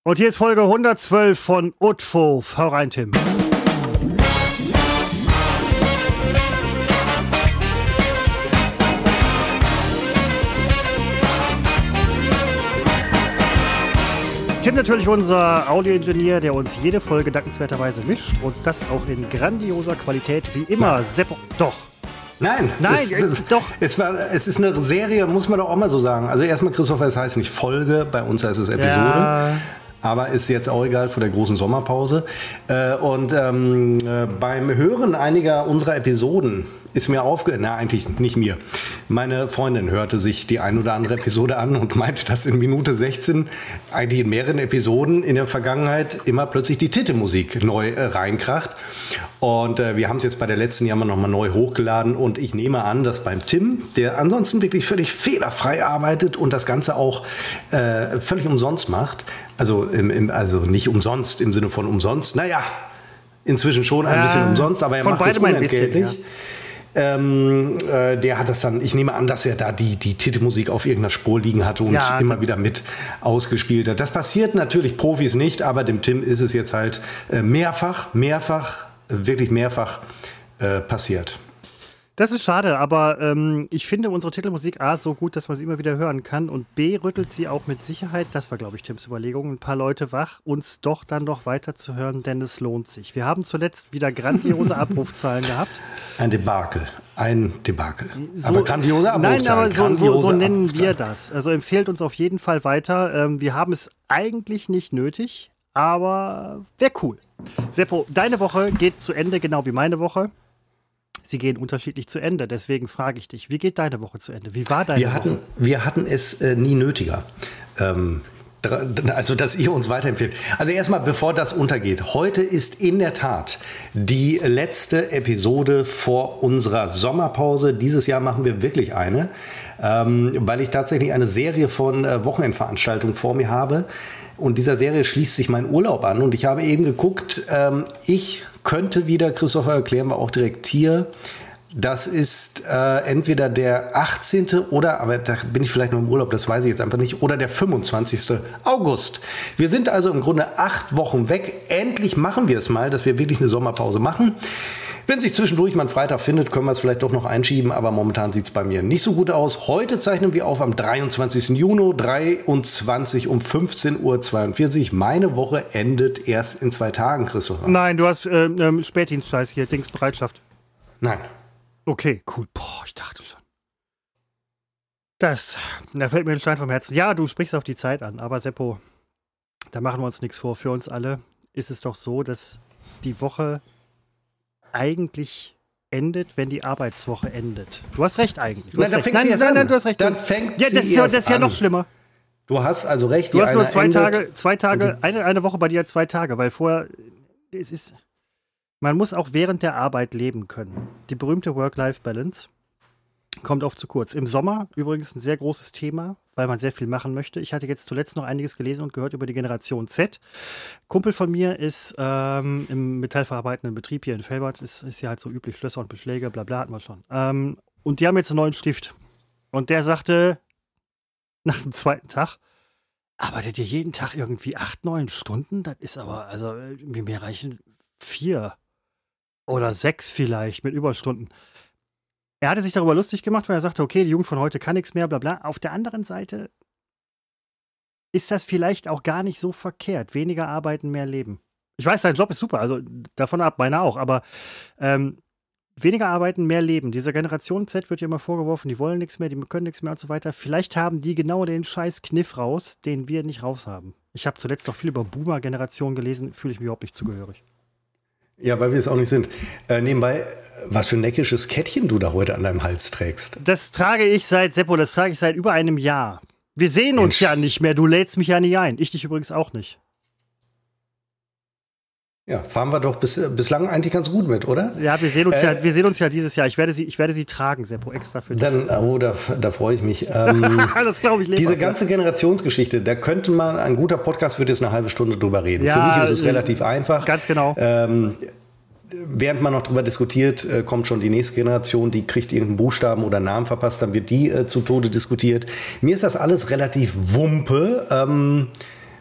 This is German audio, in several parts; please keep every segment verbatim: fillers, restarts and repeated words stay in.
Und hier ist Folge hundertzwölf von Utfo. Hau rein, Tim. Tim natürlich unser Audioingenieur, der uns jede Folge dankenswerterweise mischt und das auch in grandioser Qualität, wie immer. Nein. Seppo, doch. Nein, Nein, es, äh, doch. Es, war, es ist eine Serie, muss man doch auch mal so sagen. Also erstmal, Christopher, es heißt nicht Folge, bei uns heißt es Episode. Ja. Aber ist jetzt auch egal vor der großen Sommerpause. Und ähm, beim Hören einiger unserer Episoden ist mir aufgefallen, na eigentlich nicht mir, meine Freundin hörte sich die ein oder andere Episode an und meinte, dass in Minute sechzehn eigentlich in mehreren Episoden in der Vergangenheit immer plötzlich die Titelmusik neu äh, reinkracht. Und äh, wir haben es jetzt bei der letzten Jahr mal nochmal neu hochgeladen und ich nehme an, dass beim Tim, der ansonsten wirklich völlig fehlerfrei arbeitet und das Ganze auch äh, völlig umsonst macht, also, im, im, also nicht umsonst im Sinne von umsonst, naja, inzwischen schon ein ja, bisschen umsonst, aber er macht es unentgeltlich. Bisschen, ja. Ähm, äh, der hat das dann, ich nehme an, dass er da die, die Titelmusik auf irgendeiner Spur liegen hatte und ja, immer wieder mit ausgespielt hat. Das passiert natürlich Profis nicht, aber dem Tim ist es jetzt halt äh, mehrfach, mehrfach, wirklich mehrfach äh, passiert. Das ist schade, aber ähm, ich finde unsere Titelmusik A so gut, dass man sie immer wieder hören kann und B rüttelt sie auch mit Sicherheit, das war glaube ich Tims Überlegung, ein paar Leute wach, uns doch dann noch weiter zu hören, denn es lohnt sich. Wir haben zuletzt wieder grandiose Abrufzahlen gehabt. Ein Debakel, ein Debakel. So, aber grandiose Abrufzahlen. Nein, aber so, so, so nennen wir das. Also empfehlt uns auf jeden Fall weiter. Ähm, wir haben es eigentlich nicht nötig, aber wäre cool. Seppo, deine Woche geht zu Ende, genau wie meine Woche. Sie gehen unterschiedlich zu Ende, deswegen frage ich dich, wie geht deine Woche zu Ende? Wie war deine wir Woche? Hatten, wir hatten es äh, nie nötiger, ähm, also dass ihr uns weiterempfehlt. Also erstmal, bevor das untergeht, heute ist in der Tat die letzte Episode vor unserer Sommerpause. Dieses Jahr machen wir wirklich eine, ähm, weil ich tatsächlich eine Serie von äh, Wochenendveranstaltungen vor mir habe. Und dieser Serie schließt sich mein Urlaub an. Und ich habe eben geguckt, ähm, ich könnte wieder, Christopher, erklären wir auch direkt hier, das ist äh, entweder der achtzehnte oder, aber da bin ich vielleicht noch im Urlaub, das weiß ich jetzt einfach nicht, oder der fünfundzwanzigste August. Wir sind also im Grunde acht Wochen weg. Endlich machen wir es mal, dass wir wirklich eine Sommerpause machen. Wenn sich zwischendurch mal ein Freitag findet, können wir es vielleicht doch noch einschieben, aber momentan sieht es bei mir nicht so gut aus. Heute zeichnen wir auf am dreiundzwanzigsten Juni, dreiundzwanzig um fünfzehn Uhr zweiundvierzig. Meine Woche endet erst in zwei Tagen, Christopher. Nein, du hast äh, ähm, Spätdienstscheiß hier, Dingsbereitschaft. Nein. Okay, cool. Boah, ich dachte schon. Das, da fällt mir ein Stein vom Herzen. Ja, du sprichst auf die Zeit an, aber Seppo, da machen wir uns nichts vor. Für uns alle ist es doch so, dass die Woche eigentlich endet, wenn die Arbeitswoche endet. Du hast recht eigentlich. Du nein, hast dann recht. fängt nein, sie erst nein, an. Nein, du hast recht. Dann fängt ja, das sie ist ja, erst das ist ja an. noch schlimmer. Du hast also recht. Du hast nur zwei endet, Tage, zwei Tage, eine, eine Woche bei dir zwei Tage, weil vorher, es ist, man muss auch während der Arbeit leben können. Die berühmte Work-Life-Balance kommt oft zu kurz. Im Sommer übrigens ein sehr großes Thema, weil man sehr viel machen möchte. Ich hatte jetzt zuletzt noch einiges gelesen und gehört über die Generation Z. Kumpel von mir ist ähm, im metallverarbeitenden Betrieb hier in Velbert. Ist, ist ja halt so üblich, Schlösser und Beschläge, bla bla, hatten wir schon. Ähm, und die haben jetzt einen neuen Stift. Und der sagte nach dem zweiten Tag, arbeitet ihr jeden Tag irgendwie acht, neun Stunden? Das ist aber, also mir, mir reichen vier oder sechs vielleicht mit Überstunden. Er hatte sich darüber lustig gemacht, weil er sagte, okay, die Jugend von heute kann nichts mehr, bla bla. Auf der anderen Seite ist das vielleicht auch gar nicht so verkehrt. Weniger arbeiten, mehr leben. Ich weiß, dein Job ist super, also davon ab, meiner auch, aber ähm, weniger arbeiten, mehr leben. Dieser Generation Z wird ja immer vorgeworfen, die wollen nichts mehr, die können nichts mehr und so weiter. Vielleicht haben die genau den scheiß Kniff raus, den wir nicht raus haben. Ich habe zuletzt noch viel über Boomer-Generation gelesen, fühle ich mich überhaupt nicht zugehörig. Ja, weil wir es auch nicht sind. Äh, nebenbei, was für ein neckisches Kettchen du da heute an deinem Hals trägst. Das trage ich seit, Seppo, das trage ich seit über einem Jahr. Wir sehen uns Mensch. ja nicht mehr, du lädst mich ja nicht ein. Ich dich übrigens auch nicht. Ja, fahren wir doch bis, bislang eigentlich ganz gut mit, oder? Ja, wir sehen uns, äh, ja, wir sehen uns ja dieses Jahr. Ich werde sie, ich werde sie tragen, Seppo, extra für dich. Dann, oh, da, da freue ich mich. Ähm, das glaube ich nicht. Diese ganze Generationsgeschichte, da könnte man, ein guter Podcast würde jetzt eine halbe Stunde drüber reden. Ja, für mich ist es äh, relativ einfach. Ganz genau. Ähm, während man noch drüber diskutiert, äh, kommt schon die nächste Generation, die kriegt irgendeinen Buchstaben oder Namen verpasst, dann wird die äh, zu Tode diskutiert. Mir ist das alles relativ Wumpe. Ähm,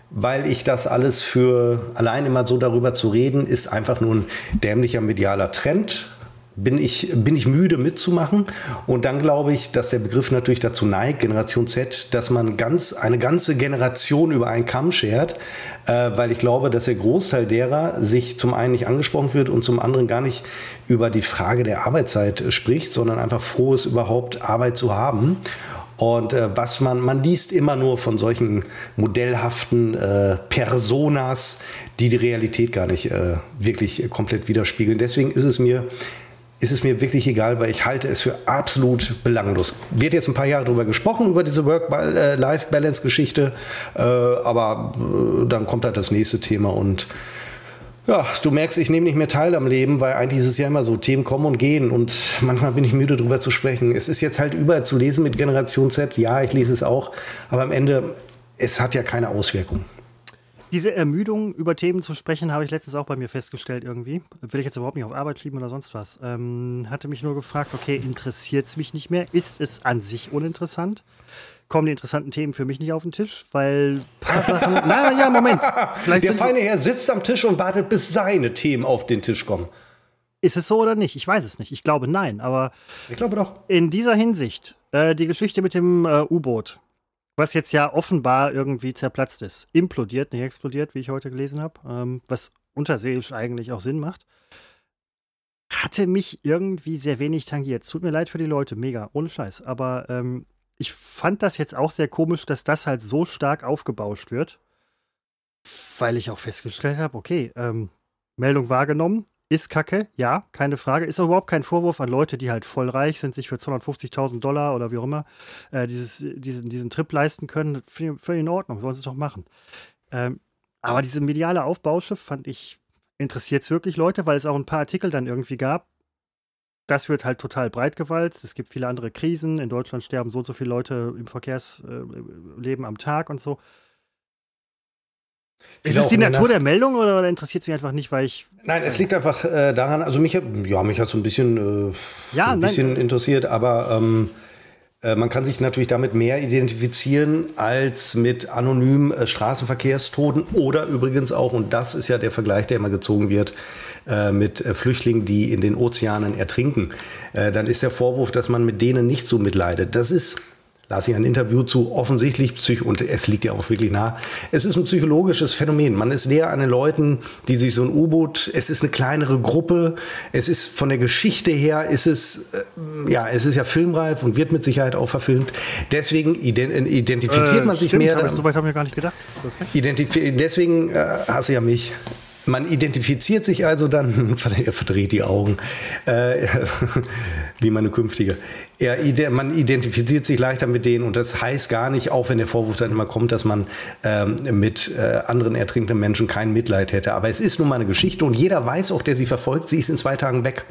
weil ich das alles für allein immer so darüber zu reden, ist einfach nur ein dämlicher medialer Trend. Bin ich, bin ich müde mitzumachen. Und dann glaube ich, dass der Begriff natürlich dazu neigt, Generation Z, dass man ganz, eine ganze Generation über einen Kamm schert, äh, weil ich glaube, dass der Großteil derer sich zum einen nicht angesprochen wird und zum anderen gar nicht über die Frage der Arbeitszeit spricht, sondern einfach froh ist, überhaupt Arbeit zu haben. Und äh, was man, man liest immer nur von solchen modellhaften äh, Personas, die die Realität gar nicht äh, wirklich komplett widerspiegeln. Deswegen ist es mir, ist es mir wirklich egal, weil ich halte es für absolut belanglos. Wird jetzt ein paar Jahre darüber gesprochen, über diese Work-Life-Balance-Geschichte, äh, aber äh, dann kommt halt das nächste Thema und ja, du merkst, ich nehme nicht mehr teil am Leben, weil eigentlich ist es ja immer so, Themen kommen und gehen und manchmal bin ich müde, darüber zu sprechen. Es ist jetzt halt überall zu lesen mit Generation Z, ja, ich lese es auch, aber am Ende, es hat ja keine Auswirkung. Diese Ermüdung, über Themen zu sprechen, habe ich letztens auch bei mir festgestellt irgendwie. Will ich jetzt überhaupt nicht auf Arbeit schieben oder sonst was. Ähm, hatte mich nur gefragt, okay, interessiert es mich nicht mehr? Ist es an sich uninteressant? Kommen die interessanten Themen für mich nicht auf den Tisch, weil paar Sachen, na ja, Moment. Vielleicht Der feine Herr sitzt am Tisch und wartet, bis seine Themen auf den Tisch kommen. Ist es so oder nicht? Ich weiß es nicht. Ich glaube nein, aber ich glaube doch. In dieser Hinsicht, äh, die Geschichte mit dem äh, U-Boot, was jetzt ja offenbar irgendwie zerplatzt ist, implodiert, nicht explodiert, wie ich heute gelesen habe, ähm, was unterseeisch eigentlich auch Sinn macht, hatte mich irgendwie sehr wenig tangiert. Tut mir leid für die Leute, mega, ohne Scheiß, aber ähm, ich fand das jetzt auch sehr komisch, dass das halt so stark aufgebauscht wird, weil ich auch festgestellt habe, okay, ähm, Meldung wahrgenommen, ist kacke, ja, keine Frage. Ist auch überhaupt kein Vorwurf an Leute, die halt voll reich sind, sich für zweihundertfünfzigtausend Dollar oder wie auch immer äh, dieses, diesen, diesen Trip leisten können. Völlig in Ordnung, sollen sie es doch machen. Ähm, aber diese mediale Aufbausche fand ich, interessiert es wirklich Leute, weil es auch ein paar Artikel dann irgendwie gab. Das wird halt total breit gewalzt. Es gibt viele andere Krisen. In Deutschland sterben so und so viele Leute im Verkehrsleben am Tag und so. Ist es die Natur der Meldung oder, oder interessiert es mich einfach nicht, weil ich. Nein, es liegt einfach äh, daran, also mich, ja, mich hat so ein bisschen, äh, ja, so ein bisschen nein, interessiert, aber ähm, äh, man kann sich natürlich damit mehr identifizieren als mit anonymen äh, Straßenverkehrstoten oder übrigens auch, und das ist ja der Vergleich, der immer gezogen wird, äh, mit äh, Flüchtlingen, die in den Ozeanen ertrinken. Äh, dann ist der Vorwurf, dass man mit denen nicht so mitleidet. Das ist. Las ich ein Interview zu, offensichtlich, Psych und es liegt ja auch wirklich nah. Es ist ein psychologisches Phänomen. Man ist näher an den Leuten, die sich so ein U-Boot, es ist eine kleinere Gruppe, es ist von der Geschichte her, ist es, äh, ja, es ist ja filmreif und wird mit Sicherheit auch verfilmt. Deswegen ident- identifiziert äh, man sich stimmt, mehr. Hab ich, so weit haben wir gar nicht gedacht. Identif- deswegen äh, hast du ja mich. Man identifiziert sich also dann, er verdreht die Augen, äh, wie meine künftige. Er, man identifiziert sich leichter mit denen und das heißt gar nicht, auch wenn der Vorwurf dann immer kommt, dass man ähm, mit äh, anderen ertrinkenden Menschen kein Mitleid hätte. Aber es ist nun mal eine Geschichte und jeder weiß auch, der sie verfolgt, sie ist in zwei Tagen weg.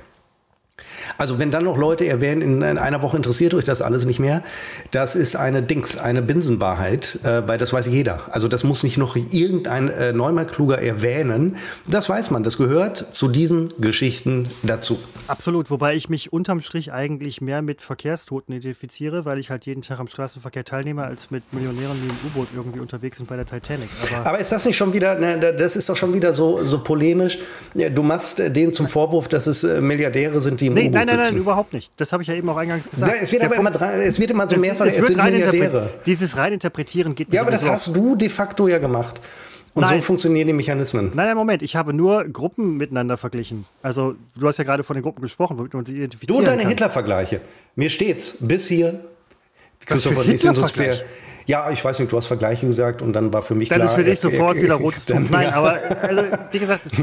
Also wenn dann noch Leute erwähnen, in, in einer Woche interessiert euch das alles nicht mehr, das ist eine Dings, eine Binsenwahrheit, äh, weil das weiß jeder. Also das muss nicht noch irgendein äh, neunmal kluger erwähnen. Das weiß man, das gehört zu diesen Geschichten dazu. Absolut, wobei ich mich unterm Strich eigentlich mehr mit Verkehrstoten identifiziere, weil ich halt jeden Tag am Straßenverkehr teilnehme, als mit Millionären, die im U-Boot irgendwie unterwegs sind bei der Titanic. Aber, Aber ist das nicht schon wieder, ne, das ist doch schon wieder so, so polemisch. Du machst denen zum Vorwurf, dass es Milliardäre sind, die im nee, U-Boot nein, nein, sitzen. Nein, überhaupt nicht. Das habe ich ja eben auch eingangs gesagt. Ja, es wird aber immer, es wird immer so das, mehrfach, es, es sind Milliardäre. Dieses Reininterpretieren geht nicht. Ja, aber das hast du de facto ja gemacht. Und nein. So funktionieren die Mechanismen. Nein, nein, Moment. Ich habe nur Gruppen miteinander verglichen. Also, du hast ja gerade von den Gruppen gesprochen, womit man sie identifizieren Du und deine kann. Hitler-Vergleiche. Mir steht's bis hier. Christopher, Hitler-Vergleich? Ja, ich weiß nicht, du hast Vergleiche gesagt und dann war für mich dann klar. Dann ist für dich sofort äh, wieder rotes Tuch. Nein, ja. aber also, wie gesagt, es,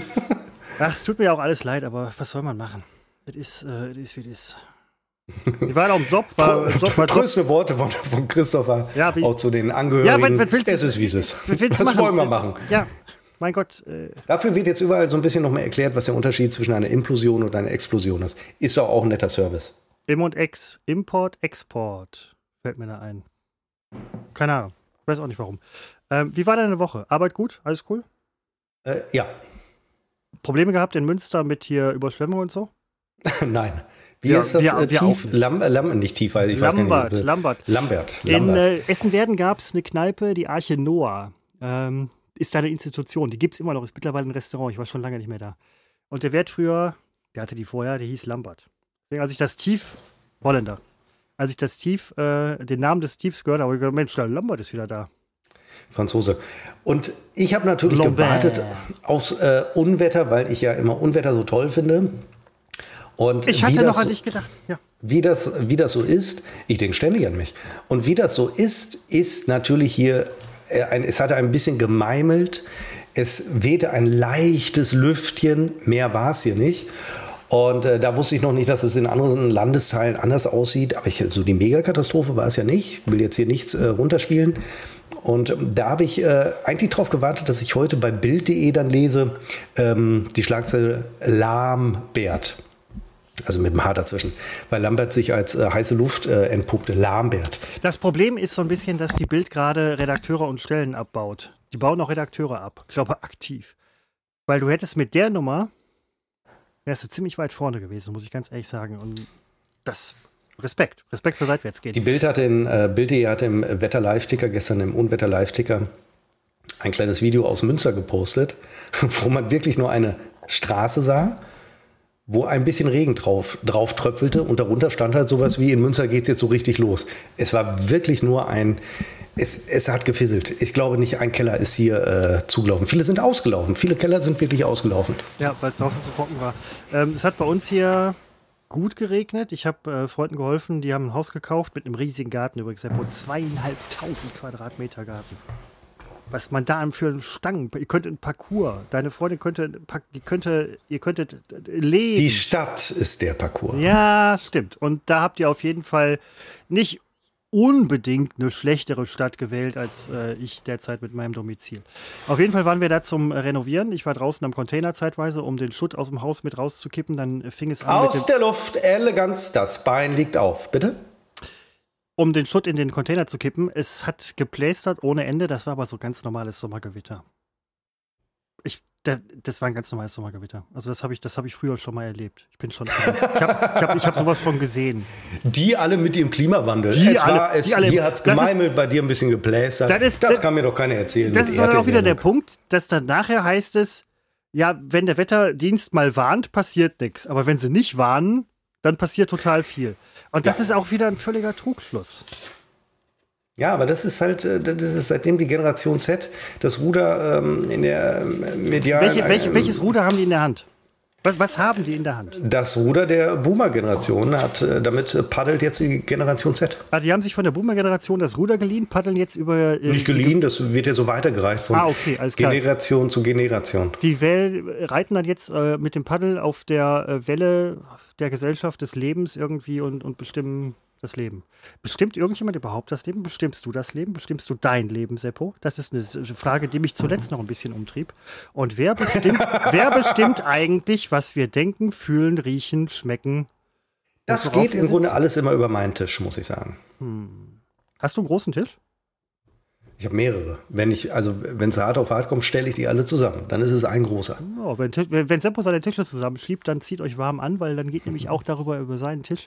ach, es tut mir auch alles leid, aber was soll man machen? Es ist, äh, es ist, wie es ist. Ich war da im Job, war, Tr- Job, war Tröstende Worte von, von Christopher, ja, wie, auch zu den Angehörigen. Ja, was, was willst du, es ist, wie es ist. Was, willst was machen? wollen wir machen? Ja, mein Gott. Äh. Dafür wird jetzt überall so ein bisschen nochmal erklärt, was der Unterschied zwischen einer Implosion und einer Explosion ist. Ist doch auch ein netter Service. Im und Ex, Import, Export, fällt mir da ein. Keine Ahnung, weiß auch nicht warum. Ähm, wie war deine Woche? Arbeit gut? Alles cool? Äh, ja. Probleme gehabt in Münster mit hier Überschwemmung und so? Nein. Wie ja, ist das? Wir, äh, wir tief? Lam, Lam, nicht tief, weil ich Lambert, weiß gar nicht. Lambert. Lambert. In äh, Essen-Werden gab es eine Kneipe, die Arche Noah. ähm, ist da eine Institution. Die gibt es immer noch, ist mittlerweile ein Restaurant. Ich war schon lange nicht mehr da. Und der Wert früher, der hatte die vorher, der hieß Lambert. Deswegen, als ich das Tief, Holländer, als ich das Tief, äh, den Namen des Tiefs gehört habe, habe ich gedacht, Mensch, der Lambert ist wieder da. Franzose. Und ich habe natürlich Lambert. gewartet aufs äh, Unwetter, weil ich ja immer Unwetter so toll finde. Und Ich hatte wie noch das, an dich gedacht, ja. Wie das, wie das so ist, ich denke ständig an mich. Und wie das so ist, ist natürlich hier, äh, ein, es hatte ein bisschen gemeimelt, es wehte ein leichtes Lüftchen, mehr war es hier nicht. Und äh, da wusste ich noch nicht, dass es in anderen Landesteilen anders aussieht. Aber ich, so die Megakatastrophe war es ja nicht. Ich will jetzt hier nichts äh, runterspielen. Und ähm, da habe ich äh, eigentlich darauf gewartet, dass ich heute bei Bild punkt de dann lese, ähm, die Schlagzeile Lambert. Also mit dem H dazwischen. Weil Lambert sich als äh, heiße Luft äh, entpuppte. Lambert. Das Problem ist so ein bisschen, dass die Bild gerade Redakteure und Stellen abbaut. Die bauen auch Redakteure ab. Ich glaube, aktiv. Weil du hättest mit der Nummer, wärst du ziemlich weit vorne gewesen, muss ich ganz ehrlich sagen. Und das, Respekt. Respekt für seitwärts geht. Die Bild hatte in, äh, Bild punkt de hatte im Wetter-Live-Ticker, gestern im Unwetter-Live-Ticker, ein kleines Video aus Münster gepostet, wo man wirklich nur eine Straße sah, wo ein bisschen Regen drauf, drauf tröpfelte und darunter stand halt sowas wie, in Münster geht es jetzt so richtig los. Es war wirklich nur ein, es, es hat gefisselt. Ich glaube nicht, ein Keller ist hier äh, zugelaufen. Viele sind ausgelaufen. Viele Keller sind wirklich ausgelaufen. Ja, weil es draußen zu trocken war. Ähm, es hat bei uns hier gut geregnet. Ich habe äh, Freunden geholfen, die haben ein Haus gekauft mit einem riesigen Garten übrigens. Zweieinhalbtausend Quadratmeter Garten. Was man da für einen Stangen, ihr könnt ein Parcours, deine Freundin könnte, die könnte, ihr könntet leben. Die Stadt ist der Parcours. Ja, stimmt. Und da habt ihr auf jeden Fall nicht unbedingt eine schlechtere Stadt gewählt als äh, ich derzeit mit meinem Domizil. Auf jeden Fall waren wir da zum Renovieren. Ich war draußen am Container zeitweise, um den Schutt aus dem Haus mit rauszukippen. Dann fing es an Aus der Luft, Eleganz, das Bein liegt auf. Bitte? Um den Schutt in den Container zu kippen. Es hat geplästert ohne Ende. Das war aber so ganz normales Sommergewitter. Ich, der, das war ein ganz normales Sommergewitter. Also das habe ich, das habe ich früher schon mal erlebt. Ich bin schon, ich habe, ich habe, ich habe sowas schon gesehen. Die alle mit ihrem Klimawandel. Die es alle, war, es, die alle, hier hat es gemeimelt, bei dir ein bisschen geplästert. Das, ist, das, das kann mir doch keiner erzählen. Das ist dann auch wieder der Punkt, dass dann nachher heißt es, ja, wenn der Wetterdienst mal warnt, passiert nichts. Aber wenn sie nicht warnen, dann passiert total viel. Und das ja. ist auch wieder ein völliger Trugschluss. Ja, aber das ist halt, das ist seitdem die Generation Z das Ruder ähm, in der medialen... Welche, welche, welches Ruder haben die in der Hand? Was, was haben die in der Hand? Das Ruder der Boomer-Generation hat, damit paddelt jetzt die Generation Z. Also die haben sich von der Boomer-Generation das Ruder geliehen, paddeln jetzt über... Äh, Nicht geliehen, das wird ja so weitergereicht von ah, okay, alles klar. Generation zu Generation. Die Well reiten dann jetzt äh, mit dem Paddel auf der äh, Welle der Gesellschaft des Lebens irgendwie und, und bestimmen das Leben. Bestimmt irgendjemand überhaupt das Leben? Bestimmst du das Leben? Bestimmst du dein Leben, Seppo? Das ist eine Frage, die mich zuletzt noch ein bisschen umtrieb. Und wer bestimmt, wer bestimmt eigentlich, was wir denken, fühlen, riechen, schmecken? Das geht im Grunde alles immer über meinen Tisch, muss ich sagen. Hm. Hast du einen großen Tisch? Ich habe mehrere. Wenn ich, also wenn es hart auf hart kommt, stelle ich die alle zusammen. Dann ist es ein großer. Oh, wenn, wenn Seppo seine Tische zusammenschiebt, dann zieht euch warm an, weil dann geht nämlich auch darüber über seinen Tisch,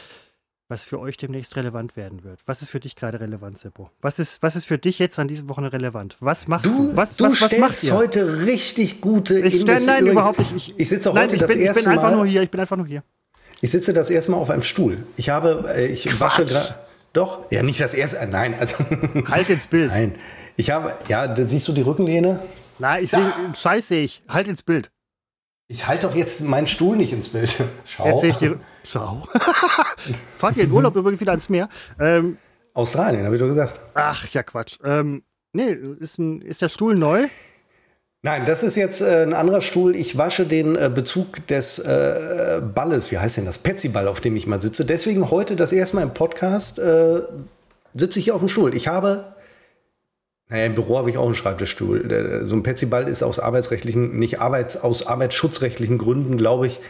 was für euch demnächst relevant werden wird. Was ist für dich gerade relevant, Seppo? Was ist, was ist für dich jetzt an diesem Wochenende relevant? Was machst du? Du, was, du was, was stellst macht ihr? heute richtig gute Ich stelle, nein, übrigens, überhaupt nicht. Ich, ich sitze nein, heute ich das bin, erste ich bin einfach Mal. nur hier. Ich bin einfach nur hier. Ich sitze das erste Mal auf einem Stuhl. Ich habe, äh, ich Quatsch. wasche gerade. Doch, ja, nicht das erste. Nein, also. Halt ins Bild. Nein. Ich habe, ja, da siehst du die Rückenlehne? Nein, ich sehe, Scheiß sehe ich. Halt ins Bild. Ich halte doch jetzt meinen Stuhl nicht ins Bild. Schau. Jetzt sehe ich die. Schau. Fahrt ihr in Urlaub übrigens wieder ans Meer? Ähm, Australien, habe ich doch gesagt. ach, ja, Quatsch. Ähm, nee, ist, ein, ist der Stuhl neu? Nein, das ist jetzt äh, ein anderer Stuhl. Ich wasche den äh, Bezug des äh, Balles, wie heißt denn das? Petsyball, auf dem ich mal sitze. Deswegen heute das erste Mal im Podcast äh, sitze ich hier auf dem Stuhl. Ich habe, naja, im Büro habe ich auch einen Schreibtischstuhl. Der, so ein Petsyball ist aus arbeitsrechtlichen, nicht arbeits, aus arbeitsschutzrechtlichen Gründen, glaube ich,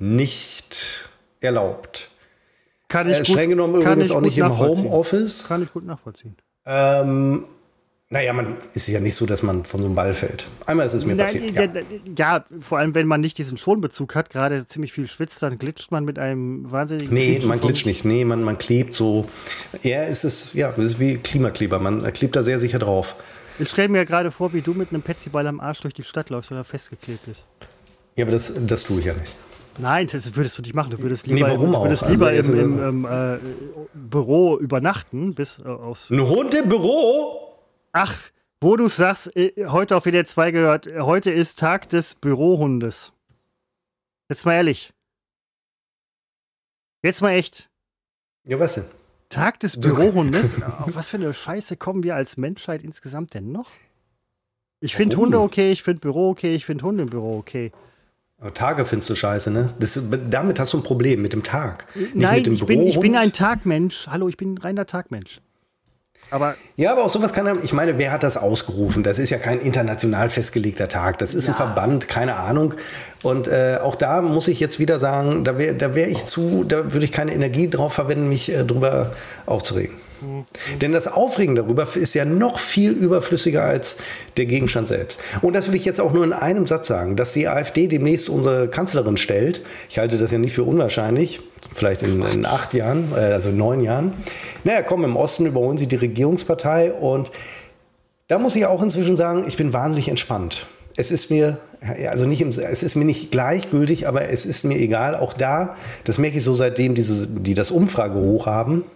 nicht erlaubt. Kann ich äh, gut, streng genommen kann übrigens ich auch gut nicht im nachvollziehen. Homeoffice. Kann ich gut nachvollziehen. Ähm, naja, man ist ja nicht so, dass man von so einem Ball fällt. Einmal ist es mir Nein, passiert. ja. Ja. ja, vor allem, wenn man nicht diesen Schonbezug hat, gerade ziemlich viel schwitzt, dann glitscht man mit einem wahnsinnigen... Nee, Glitschen man vom- glitscht nicht. Nee, man, man klebt so. Eher ist es, ja, das ist wie Klimakleber. Man klebt da sehr sicher drauf. Ich stelle mir gerade vor, wie du mit einem Petsyball am Arsch durch die Stadt läufst oder festgeklebt bist. Ja, aber das, das tue ich ja nicht. Nein, das würdest du nicht machen. Du würdest lieber, nee, warum du würdest auch? lieber also, im, im, im äh, Büro übernachten, bis äh, aus. Ein Hund im Büro? Ach, wo du sagst, äh, heute auf W D R zwei gehört, äh, heute ist Tag des Bürohundes. Jetzt mal ehrlich. Jetzt mal echt. Ja, was denn? Tag des Bürohundes? Auf was für eine Scheiße kommen wir als Menschheit insgesamt denn noch? Ich finde Hunde okay, ich finde Büro okay, ich finde Hunde im Büro okay. Aber Tage findest du scheiße, ne? Das, damit hast du ein Problem, mit dem Tag. Nicht Nein, mit dem ich, bin, ich bin Bürohund. ein Tagmensch. Hallo, ich bin ein reiner Tagmensch. Aber ja, aber auch sowas kann er, ich meine, wer hat das ausgerufen? Das ist ja kein international festgelegter Tag. Das ist ja ein Verband, keine Ahnung. Und äh, auch da muss ich jetzt wieder sagen, da wäre da wär ich zu, da würde ich keine Energie drauf verwenden, mich äh, drüber aufzuregen. Mhm. Denn das Aufregen darüber ist ja noch viel überflüssiger als der Gegenstand selbst. Und das will ich jetzt auch nur in einem Satz sagen, dass die AfD demnächst unsere Kanzlerin stellt. Ich halte das ja nicht für unwahrscheinlich, vielleicht in, in acht Jahren, äh, also in neun Jahren. Naja, komm, im Osten überholen sie die Regierungspartei und da muss ich auch inzwischen sagen, ich bin wahnsinnig entspannt. Es ist mir, also nicht im, es ist mir nicht gleichgültig, aber es ist mir egal. Auch da, das merke ich so seitdem diese, die das Umfrage hoch haben,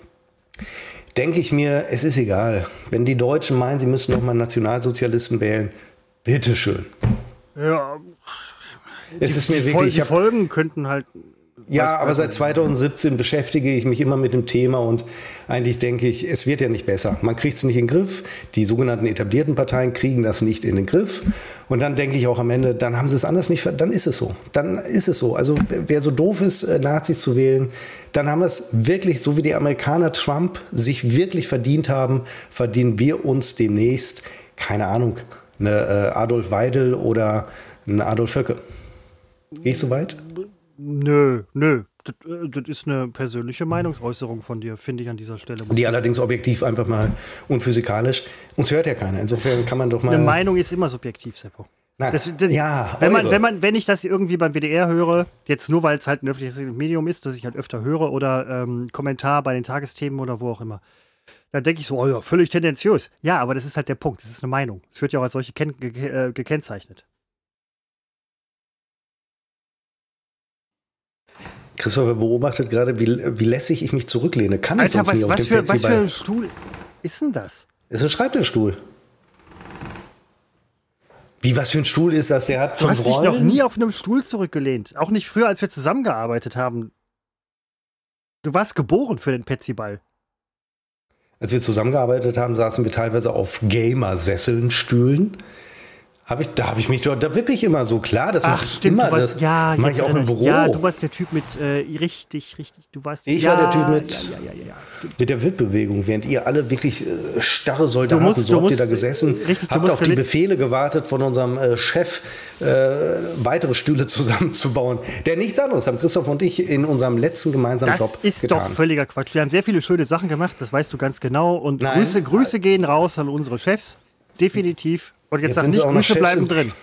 denke ich mir, es ist egal. Wenn die Deutschen meinen, sie müssen noch mal Nationalsozialisten wählen, bitteschön. Ja. Es die, ist mir die wirklich. Die Folgen könnten halt. Ja, aber seit zweitausendsiebzehn beschäftige ich mich immer mit dem Thema und eigentlich denke ich, es wird ja nicht besser. Man kriegt es nicht in den Griff. Die sogenannten etablierten Parteien kriegen das nicht in den Griff. Und dann denke ich auch am Ende, dann haben sie es anders nicht, dann ist es so. Dann ist es so. Also wer so doof ist, Nazis zu wählen, dann haben wir es wirklich, so wie die Amerikaner Trump sich wirklich verdient haben, verdienen wir uns demnächst, keine Ahnung, eine Adolf Weidel oder eine Adolf Höcke. Gehe ich so weit? Nö, nö. Das, das ist eine persönliche Meinungsäußerung von dir, finde ich an dieser Stelle. Die allerdings objektiv einfach mal unphysikalisch. Uns hört ja keiner. Insofern kann man doch mal. Eine Meinung ist immer subjektiv, Seppo. Nein. Das, das, ja, wenn, man, wenn, man, wenn ich das irgendwie beim W D R höre, jetzt nur weil es halt ein öffentliches Medium ist, das ich halt öfter höre oder ähm, Kommentar bei den Tagesthemen oder wo auch immer, dann denke ich so, oh ja, völlig tendenziös. Ja, aber das ist halt der Punkt. Das ist eine Meinung. Es wird ja auch als solche ken- ge- äh, gekennzeichnet. Christopher beobachtet gerade, wie, wie lässig ich mich zurücklehne. Kann ich Alter, sonst was, nicht auf was, dem für, was für Petsyball. ein Stuhl ist denn das? Das ist ein Schreibtischstuhl. Wie, was für ein Stuhl ist das? Der hat Du fünf hast dich Rollen? noch nie auf einem Stuhl zurückgelehnt. Auch nicht früher, als wir zusammengearbeitet haben. Du warst geboren für den Petsyball. Als wir zusammengearbeitet haben, saßen wir teilweise auf Gamer-Sesseln, Stühlen. Hab ich, da habe ich mich dort, da wippe ich immer so, klar, das Ach, mache ich stimmt, immer. du warst, das ja, mache jetzt ich auch im erinnere ich- Büro. Ja, du warst der Typ mit, äh, richtig, richtig, du warst, Ich ja, war der Typ mit, ja, ja, ja, ja, stimmt. mit der Wippbewegung, während ihr alle wirklich äh, starre Soldaten, Du musst- so du habt musst- ihr da gesessen, richtig, du habt musst auf die gelit- Befehle gewartet von unserem äh, Chef, äh, weitere Stühle zusammenzubauen, der nichts anderes haben Christoph und ich in unserem letzten gemeinsamen Das Job ist getan. doch völliger Quatsch. Wir haben sehr viele schöne Sachen gemacht, das weißt du ganz genau. Und Nein. Grüße, Grüße gehen raus an unsere Chefs. Definitiv. Und jetzt, Jetzt sag sind nicht, sie auch noch Grüße Chefs bleiben im- drin.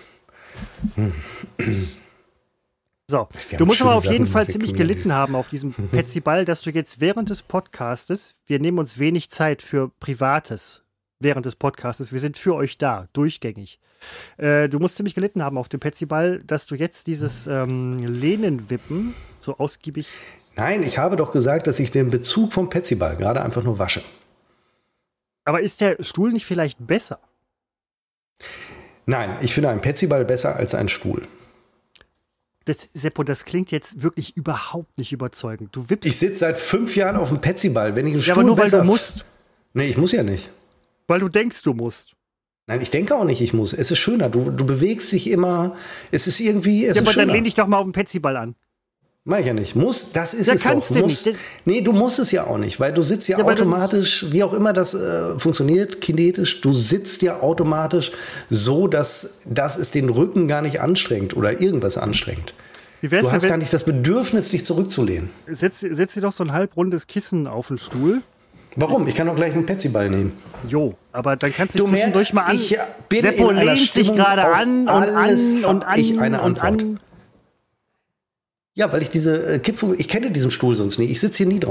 So, Wir du haben musst aber schöne auf jeden Sachen Fall mit der ziemlich Community. gelitten haben auf diesem Petsyball, dass du jetzt während des Podcastes, wir nehmen uns wenig Zeit für Privates während des Podcastes, wir sind für euch da, durchgängig. Äh, du musst ziemlich gelitten haben auf dem Petsyball, dass du jetzt dieses ähm, Lehnenwippen so ausgiebig. Nein, ich habe doch gesagt, dass ich den Bezug vom Petsyball gerade einfach nur wasche. Aber ist der Stuhl nicht vielleicht besser? Nein, ich finde einen Petsyball besser als einen Stuhl. Das, Seppo, das klingt jetzt wirklich überhaupt nicht überzeugend. Du wippst. Ich sitze seit fünf Jahren auf dem Petsyball. Wenn ich einen ja, Stuhl aber nur weil besser du musst. Nee, ich muss ja nicht. Weil du denkst, du musst. Nein, ich denke auch nicht, ich muss. Es ist schöner. Du, du bewegst dich immer. Es ist irgendwie. Es Ja, ist aber schöner. dann lehn dich doch mal auf den Petsyball an. Mach ich ja nicht. Muss, das ist Ja, es kannst doch. du Muss, nicht. nee, du musst es ja auch nicht, weil du sitzt ja, Ja, weil du automatisch, wie auch immer das äh, funktioniert, kinetisch, du sitzt ja automatisch so, dass, dass es den Rücken gar nicht anstrengt oder irgendwas anstrengt. Wie wär's Du denn, hast wenn- gar nicht das Bedürfnis, dich zurückzulehnen. Setz, setz dir doch so ein halbrundes Kissen auf den Stuhl. Warum? Ich kann doch gleich einen Petsyball nehmen. Jo, aber dann kannst du Du dich zwischendurch merkst, mal an. ich bin Seppo in einer lehnt sich Stimmung, gerade auf an und alles an und hab an ich eine und Antwort. an. Ja, weil ich diese äh, Kippfunktion, ich kenne diesen Stuhl sonst nie. Ich sitze hier nie drauf.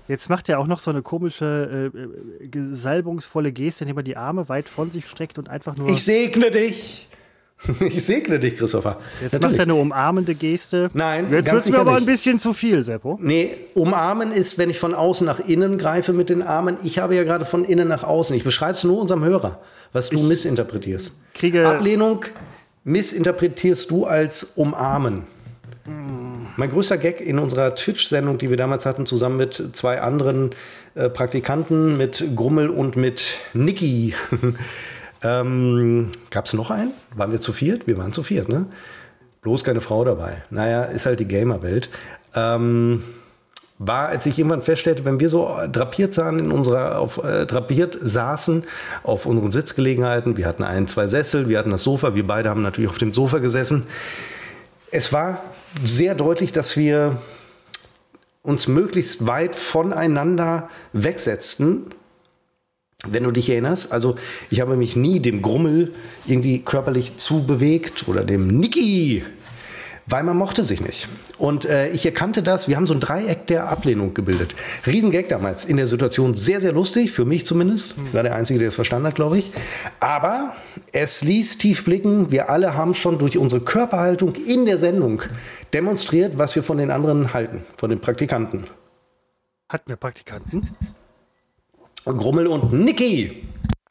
Jetzt macht er auch noch so eine komische, äh, salbungsvolle Geste, indem er die Arme weit von sich streckt und einfach nur... Ich segne dich! Ich segne dich, Christopher. Jetzt Natürlich. macht er eine umarmende Geste. Nein, Jetzt wird es mir aber nicht. ein bisschen zu viel, Seppo. Nee, umarmen ist, wenn ich von außen nach innen greife mit den Armen. Ich habe ja gerade von innen nach außen. Ich beschreibe es nur unserem Hörer, was du ich missinterpretierst. Kriege Ablehnung missinterpretierst du als umarmen. Mm. Mein größter Gag in unserer Twitch-Sendung, die wir damals hatten, zusammen mit zwei anderen äh, Praktikanten, mit Grummel und mit Niki. Ähm, gab es noch einen? Waren wir zu viert? Wir waren zu viert, ne? Bloß keine Frau dabei. Naja, ist halt die Gamer-Welt. Ähm, war, als ich irgendwann feststellte, wenn wir so drapiert saßen in unserer, auf, äh, drapiert saßen auf unseren Sitzgelegenheiten, wir hatten ein, zwei Sessel, wir hatten das Sofa, wir beide haben natürlich auf dem Sofa gesessen. Es war sehr deutlich, dass wir uns möglichst weit voneinander wegsetzten. Wenn du dich erinnerst, also ich habe mich nie dem Grummel irgendwie körperlich zubewegt oder dem Niki, weil man mochte sich nicht. Und äh, ich erkannte das, wir haben so ein Dreieck der Ablehnung gebildet. Riesengag damals, in der Situation sehr, sehr lustig, für mich zumindest. Ich war der Einzige, der es verstanden hat, glaube ich. Aber es ließ tief blicken, wir alle haben schon durch unsere Körperhaltung in der Sendung demonstriert, was wir von den anderen halten, von den Praktikanten. Hatten wir Praktikanten? Grummel und Niki.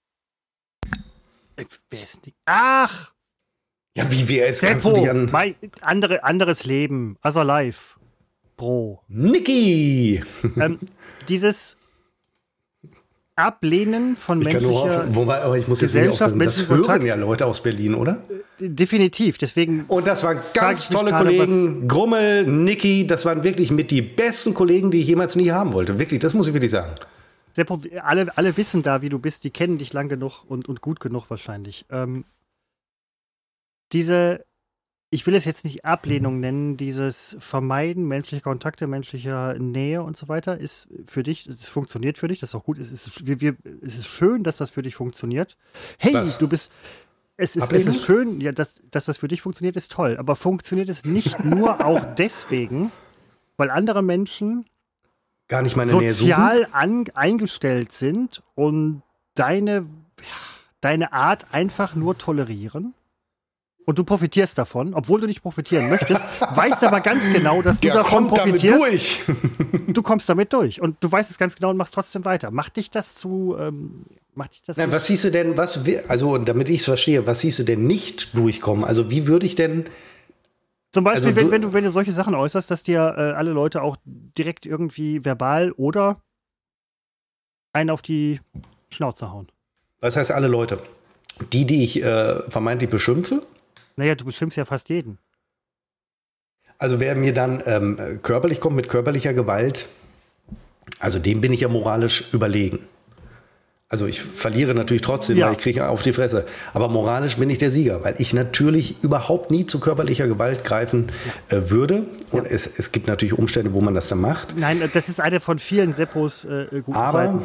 Wer ist Niki? Ach! Ja, wie wer ist? Kannst du dich an... Mein, andere, anderes Leben. Also live. Bro. Niki! Ähm, dieses Ablehnen von ich menschlicher auf, wobei, aber ich muss jetzt Gesellschaft, das hören Kontakt. Ja Leute aus Berlin, oder? Definitiv, deswegen... Und das waren ganz tolle Kollegen. Grummel, Niki, das waren wirklich mit die besten Kollegen, die ich jemals nie haben wollte. Wirklich, das muss ich wirklich sagen. Seppo, alle, alle wissen da, wie du bist, die kennen dich lang genug und, und gut genug wahrscheinlich. Ähm, diese, ich will es jetzt nicht Ablehnung nennen, dieses Vermeiden menschlicher Kontakte, menschlicher Nähe und so weiter, ist für dich, es funktioniert für dich, das ist auch gut, es ist, wir, wir, es ist schön, dass das für dich funktioniert. Hey, Was? du bist, es ist, es ist schön, ja, dass, dass das für dich funktioniert, ist toll, aber funktioniert es nicht nur auch deswegen, weil andere Menschen gar nicht meine sozial Nähe an, eingestellt sind und deine, deine Art einfach nur tolerieren und du profitierst davon, obwohl du nicht profitieren möchtest, weißt aber ganz genau, dass du Der davon kommt profitierst. Damit durch. Du kommst damit durch und du weißt es ganz genau und machst trotzdem weiter. Macht dich das zu, ähm, macht dich das Nein, was hieße denn, was, also damit ich es verstehe, was hieße denn nicht durchkommen? Also wie würde ich denn Zum Beispiel, also wenn, du, wenn, du, wenn du solche Sachen äußerst, dass dir äh, alle Leute auch direkt irgendwie verbal oder einen auf die Schnauze hauen. Was heißt alle Leute? Die, die ich äh, vermeintlich beschimpfe? Naja, du beschimpfst ja fast jeden. Also wer mir dann ähm, körperlich kommt mit körperlicher Gewalt, also dem bin ich ja moralisch überlegen. Also ich verliere natürlich trotzdem, ja. weil ich kriege auf die Fresse. Aber moralisch bin ich der Sieger, weil ich natürlich überhaupt nie zu körperlicher Gewalt greifen äh, würde. Und ja. es, es gibt natürlich Umstände, wo man das dann macht. Nein, das ist eine von vielen Seppos äh, guten Aber Zeiten.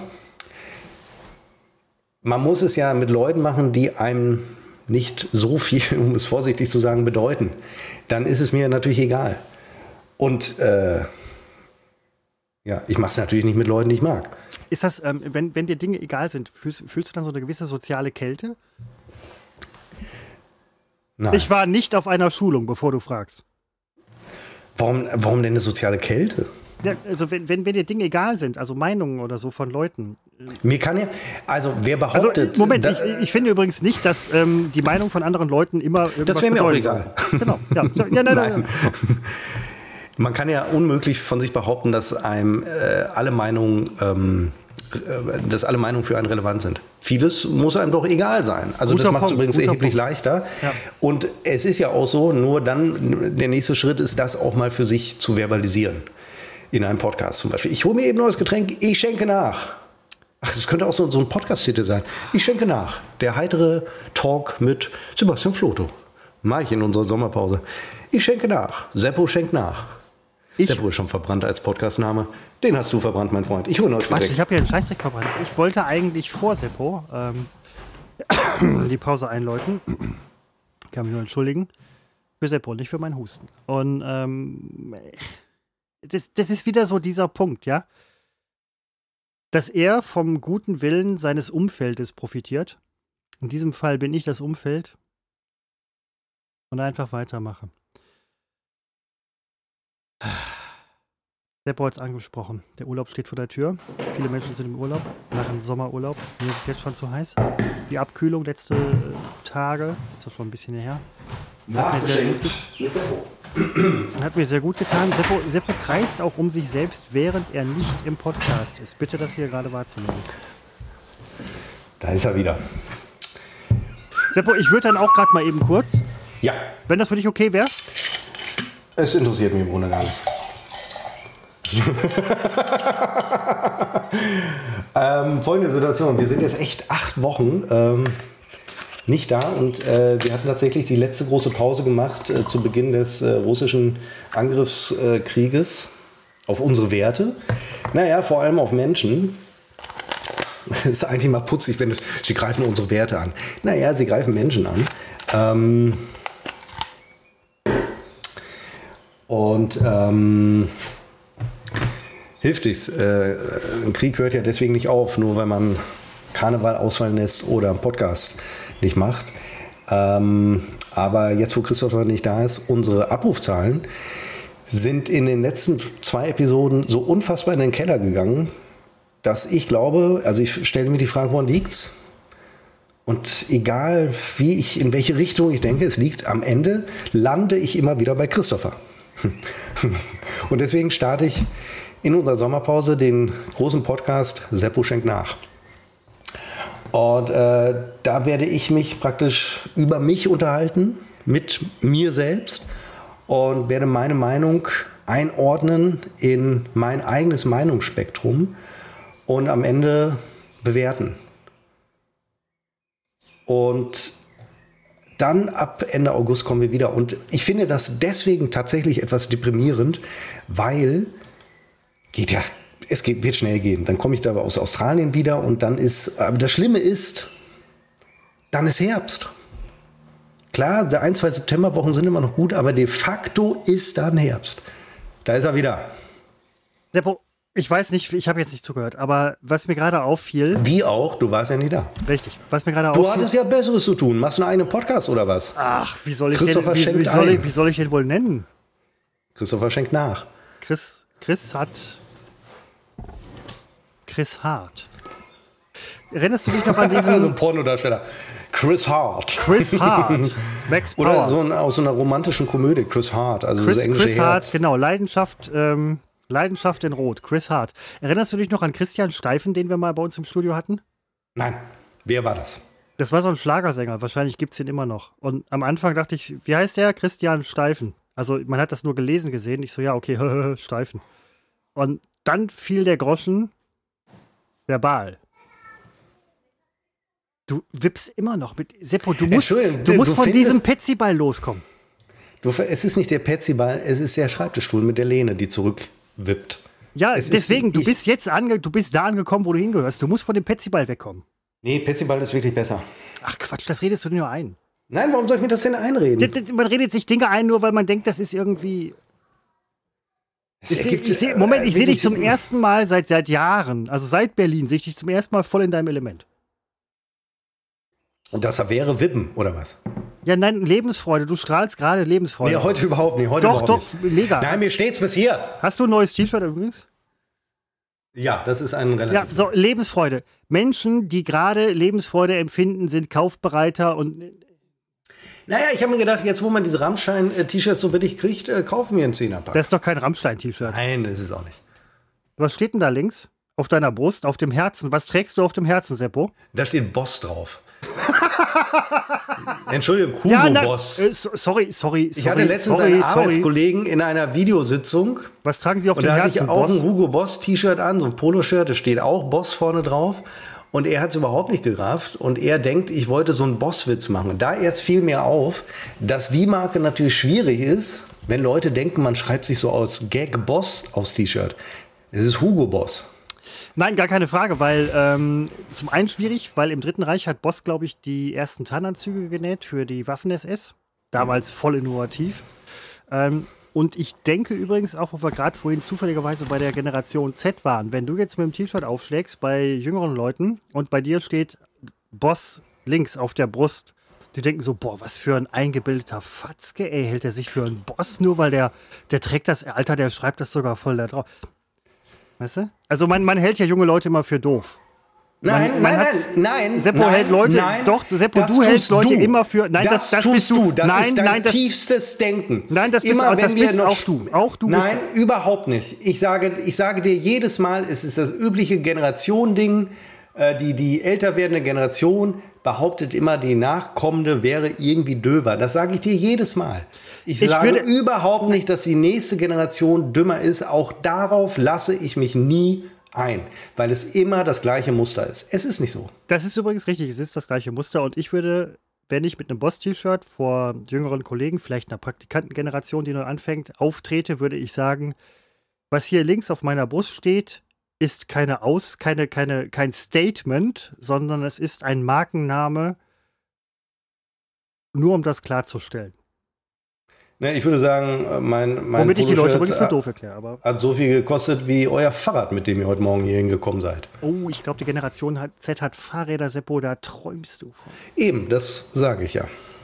Man muss es ja mit Leuten machen, die einem nicht so viel, um es vorsichtig zu sagen, bedeuten. Dann ist es mir natürlich egal. Und äh, ja, ich mache es natürlich nicht mit Leuten, die ich mag. Ist das, ähm, wenn, wenn dir Dinge egal sind, fühlst, fühlst du dann so eine gewisse soziale Kälte? Nein. Ich war nicht auf einer Schulung, bevor du fragst. Warum, warum denn eine soziale Kälte? Ja, also wenn, wenn, wenn dir Dinge egal sind, also Meinungen oder so von Leuten. Mir kann ja, also wer behauptet... Also, Moment, da, ich, ich finde übrigens nicht, dass ähm, die Meinung von anderen Leuten immer irgendwas das wäre mir auch egal. Genau, ja. ja nein, nein, nein. Man kann ja unmöglich von sich behaupten, dass einem äh, alle Meinungen, ähm, äh, dass alle Meinungen für einen relevant sind. Vieles muss einem doch egal sein. Also guter das macht es übrigens erheblich Punkt. leichter. Ja. Und es ist ja auch so, nur dann, der nächste Schritt ist, das auch mal für sich zu verbalisieren. In einem Podcast zum Beispiel. Ich hole mir eben ein neues Getränk, ich schenke nach. Ach, das könnte auch so, so ein Podcast-Titel sein. Ich schenke nach. Der heitere Talk mit Sebastian Floto. Mache ich in unserer Sommerpause. Ich schenke nach. Seppo schenkt nach. Ich? Seppo ist schon verbrannt als Podcastname. Den hast du verbrannt, mein Freund. Ich hole neues Quatsch, Getränk. Ich habe hier einen Scheißdreck verbrannt. Ich wollte eigentlich vor Seppo ähm, die Pause einläuten. Ich kann mich nur entschuldigen. Für Seppo, nicht für meinen Husten. Und ähm, das, das ist wieder so dieser Punkt, ja. dass er vom guten Willen seines Umfeldes profitiert. In diesem Fall bin ich das Umfeld. Und einfach weitermache. Seppo hat es angesprochen. Der Urlaub steht vor der Tür. Viele Menschen sind im Urlaub, nach dem Sommerurlaub. Mir ist es jetzt schon zu heiß. Die Abkühlung letzte äh, Tage, ist ja schon ein bisschen her. Hat mir, sehr gut, hat mir sehr gut getan. Seppo, Seppo kreist auch um sich selbst, während er nicht im Podcast ist. Bitte das hier gerade wahrzunehmen. Da ist er wieder. Seppo, ich würde dann auch gerade mal eben kurz. Ja. Wenn das für dich okay wäre? Es interessiert mich im Grunde gar nicht. ähm, folgende Situation. Wir sind jetzt echt acht Wochen ähm, nicht da und äh, wir hatten tatsächlich die letzte große Pause gemacht äh, zu Beginn des äh, russischen Angriffskrieges auf unsere Werte. Naja, vor allem auf Menschen. Das ist eigentlich mal putzig, wenn es, sie greifen unsere Werte an. Naja, sie greifen Menschen an. Ähm, und ähm, hilft nichts. Äh, ein Krieg hört ja deswegen nicht auf, nur weil man Karneval ausfallen lässt oder einen Podcast nicht macht. Ähm, aber jetzt, wo Christopher nicht da ist, unsere Abrufzahlen sind in den letzten zwei Episoden so unfassbar in den Keller gegangen, dass ich glaube, also ich stelle mir die Frage, woran liegt's? Und egal, wie ich, in welche Richtung ich denke, es liegt am Ende, lande ich immer wieder bei Christopher. Und deswegen starte ich in unserer Sommerpause den großen Podcast Seppo schenkt nach. Und äh, da werde ich mich praktisch über mich unterhalten, mit mir selbst und werde meine Meinung einordnen in mein eigenes Meinungsspektrum und am Ende bewerten. Und dann ab Ende August kommen wir wieder. Und ich finde das deswegen tatsächlich etwas deprimierend, weil geht ja, es geht, wird schnell gehen. Dann komme ich da aus Australien wieder und dann ist, aber das Schlimme ist, dann ist Herbst. Klar, der ein, zwei Septemberwochen sind immer noch gut, aber de facto ist dann Herbst. Da ist er wieder. Seppo, ich weiß nicht, ich habe jetzt nicht zugehört, aber was mir gerade auffiel. Wie auch, du warst ja nie da. Richtig, was mir gerade Du auffiel. hattest ja Besseres zu tun. Machst du einen eigenen Podcast oder was? Ach, wie soll ich Christopher den, wie, schenkt wie, soll ich, ein. wie soll ich den wohl nennen? Christopher schenkt nach. Chris, Chris hat. Chris Hart. Erinnerst du dich noch an diesen. Also ein Pornodarsteller. Chris Hart. Chris Hart. Max Power. Oder so ein, aus so einer romantischen Komödie. Chris Hart. Also Chris, das englische Chris Herz. Hart, genau. Leidenschaft, ähm, Leidenschaft in Rot. Chris Hart. Erinnerst du dich noch an Christian Steifen, den wir mal bei uns im Studio hatten? Nein. Wer war das? Das war so ein Schlagersänger. Wahrscheinlich gibt es ihn immer noch. Und am Anfang dachte ich, wie heißt der? Christian Steifen. Also man hat das nur gelesen gesehen. Ich so, ja, okay, Steifen. Und dann fiel der Groschen verbal. Du wippst immer noch mit. Seppo, du musst, du musst du von findest, diesem Petsyball loskommen. Du, es ist nicht der Petsyball, es ist der Schreibtischstuhl mit der Lehne, die zurückwippt. Ja, es deswegen, ist, du ich, bist jetzt ange, du bist da angekommen, wo du hingehörst. Du musst von dem Petsyball wegkommen. Nee, Petsyball ist wirklich besser. Ach Quatsch, das redest du nur ein. Nein, warum soll ich mir das denn einreden? D- d- Man redet sich Dinge ein, nur weil man denkt, das ist irgendwie. Es Ich seh, ergibt, ich seh, Moment, ich äh, sehe dich wirklich- zum ersten Mal seit, seit Jahren, also seit Berlin, sehe ich dich zum ersten Mal voll in deinem Element. Und das wäre Wippen, oder was? Ja, nein, Lebensfreude, du strahlst gerade Lebensfreude. Nee, heute überhaupt nicht. Heute doch, überhaupt doch, nicht. mega. Nein, mir steht's bis hier. Hast du ein neues T-Shirt übrigens? Ja, das ist ein relativ... Ja, so, Lebensfreude. Menschen, die gerade Lebensfreude empfinden, sind kaufbereiter und. Naja, ich habe mir gedacht, jetzt wo man diese Rammstein-T-Shirts so billig kriegt, äh, kaufen wir einen Zehnerpack. Das ist doch kein Rammstein-T-Shirt. Nein, das ist es auch nicht. Was steht denn da links? Auf deiner Brust, auf dem Herzen. Was trägst du auf dem Herzen, Seppo? Da steht Boss drauf. Entschuldigung, Hugo Ja, na, Boss. äh, so- sorry, sorry, sorry. Ich hatte letztens sorry, einen sorry. Arbeitskollegen in einer Videositzung Was tragen Sie auf und dem da hatte Herzen, ich auch Boss? ein Hugo Boss T-Shirt an, so ein Poloshirt, da steht auch Boss vorne drauf. Und er hat es überhaupt nicht gerafft und er denkt, ich wollte so einen Bosswitz machen. Und da erst fiel mir auf, dass die Marke natürlich schwierig ist, wenn Leute denken, man schreibt sich so aus Gag Boss aufs T-Shirt. Es ist Hugo Boss. Nein, gar keine Frage, weil ähm, zum einen schwierig, weil im Dritten Reich hat Boss, glaube ich, die ersten Tarnanzüge genäht für die Waffen-S S. Damals voll innovativ. Ähm, Und ich denke übrigens auch, wo wir gerade vorhin zufälligerweise bei der Generation Z waren, wenn du jetzt mit dem T-Shirt aufschlägst bei jüngeren Leuten und bei dir steht Boss links auf der Brust, die denken so, boah, was für ein eingebildeter Fatzke, ey, hält er sich für einen Boss, nur weil der, der trägt das, Alter, der schreibt das sogar voll da drauf. Weißt du? Also man, man hält ja junge Leute immer für doof. Nein, man, man nein, hat, nein, nein. Seppo nein, hält Leute, nein, doch, Seppo, du hältst Leute du. immer für, nein, das, das, das tust bist du. Das nein, ist dein nein, das, tiefstes Denken. Nein, das bist, immer, das wenn wir bist noch, auch du. Auch du bist nein, überhaupt nicht. Ich sage, ich sage dir jedes Mal, es ist das übliche Generation-Ding. Die, die älter werdende Generation behauptet immer, die Nachkommende wäre irgendwie döver. Das sage ich dir jedes Mal. Ich, ich sage überhaupt nicht, dass die nächste Generation dümmer ist. Auch darauf lasse ich mich nie ein, weil es immer das gleiche Muster ist. Es ist nicht so. Das ist übrigens richtig, es ist das gleiche Muster. Und ich würde, wenn ich mit einem Boss-T-Shirt vor jüngeren Kollegen, vielleicht einer Praktikantengeneration, die neu anfängt, auftrete, würde ich sagen, was hier links auf meiner Brust steht, ist keine Aus, keine, keine, kein Statement, sondern es ist ein Markenname, nur um das klarzustellen. Ne, ich würde sagen, mein, mein Womit ich die Leute übrigens für doof erkläre. Aber hat so viel gekostet wie euer Fahrrad, mit dem ihr heute Morgen hier hingekommen seid. Oh, ich glaube, die Generation hat, Z hat Fahrräder, Seppo, da träumst du von. Eben, das sage ich ja.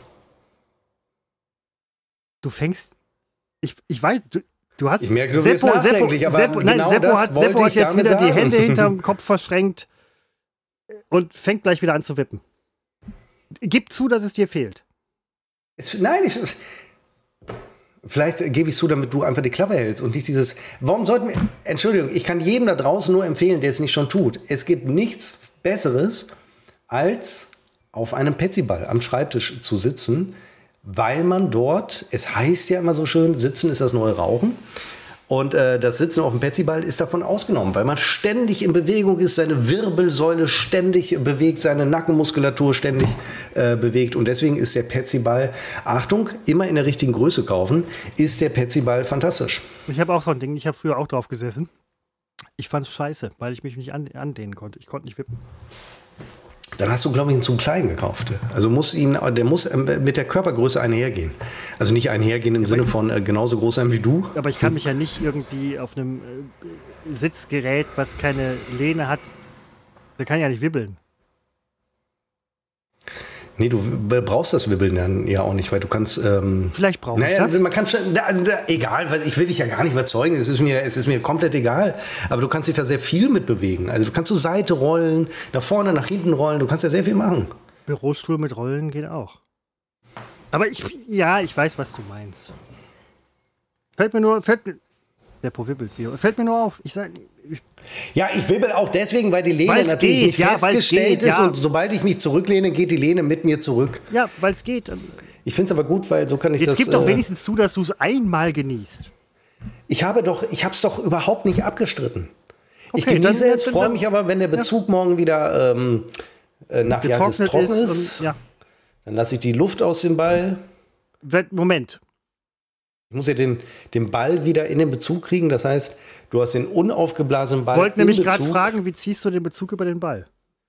Du fängst, ich, ich weiß, du, du hast... Ich merke, du Seppo, bist nachdenklich, Seppo, aber Seppo, nein, genau Seppo das hat, wollte Seppo hat ich jetzt damit wieder sagen. die Hände hinterm Kopf verschränkt und fängt gleich wieder an zu wippen. Gib zu, dass es dir fehlt. Es, nein, ich... Vielleicht gebe ich zu, damit du einfach die Klappe hältst und nicht dieses, warum sollten wir, Entschuldigung, ich kann jedem da draußen nur empfehlen, der es nicht schon tut. Es gibt nichts Besseres, als auf einem Petsyball am Schreibtisch zu sitzen, weil man dort, es heißt ja immer so schön, Sitzen ist das neue Rauchen. Und äh, das Sitzen auf dem Petsyball ist davon ausgenommen, weil man ständig in Bewegung ist, seine Wirbelsäule ständig bewegt, seine Nackenmuskulatur ständig äh, bewegt. Und deswegen ist der Petsyball, Achtung, immer in der richtigen Größe kaufen, ist der Petsyball fantastisch. Ich habe auch so ein Ding, ich habe früher auch drauf gesessen. Ich fand's scheiße, weil ich mich nicht an, andehnen konnte. Ich konnte nicht wippen. Dann hast du, glaube ich, einen zu klein gekauft. Also muss ihn, der muss mit der Körpergröße einhergehen. Also nicht einhergehen im ja, Sinne von äh, genauso groß sein wie du. Aber ich kann mich ja nicht irgendwie auf einem äh, Sitzgerät, was keine Lehne hat, der kann ja nicht wibbeln. Nee, du brauchst das Wibbeln dann ja auch nicht, weil du kannst... Ähm, Vielleicht brauche naja, ich das. Also man kann, also, egal, weil ich will dich ja gar nicht überzeugen, es ist, mir, es ist mir komplett egal, aber du kannst dich da sehr viel mit bewegen. Also du kannst zur Seite rollen, nach vorne, nach hinten rollen, du kannst ja sehr viel machen. Bürostuhl mit Rollen geht auch. Aber ich, ja, ich weiß, was du meinst. Fällt mir nur, fällt mir, der Pro wibbelt wieder. Fällt mir nur auf. Ich sag, ich, ja, ich wibbel auch deswegen, weil die Lehne weil's natürlich geht, nicht ja, festgestellt geht, ist ja. Und sobald ich mich zurücklehne, geht die Lehne mit mir zurück. Ja, weil es geht. Ich finde es aber gut, weil so kann ich Jetzt das... Jetzt gib doch äh, wenigstens zu, dass du es einmal genießt. Ich habe doch, ich habe es doch überhaupt nicht abgestritten. Okay, ich genieße es, freue mich aber, wenn der Bezug ja. morgen wieder ähm, nach ja, es trocken ist. ist und, ja. Dann lasse ich die Luft aus dem Ball. Moment. Ich muss ja den, den Ball wieder in den Bezug kriegen. Das heißt, du hast den unaufgeblasenen Ball. Ich wollte nämlich gerade fragen, wie ziehst du den Bezug über den Ball?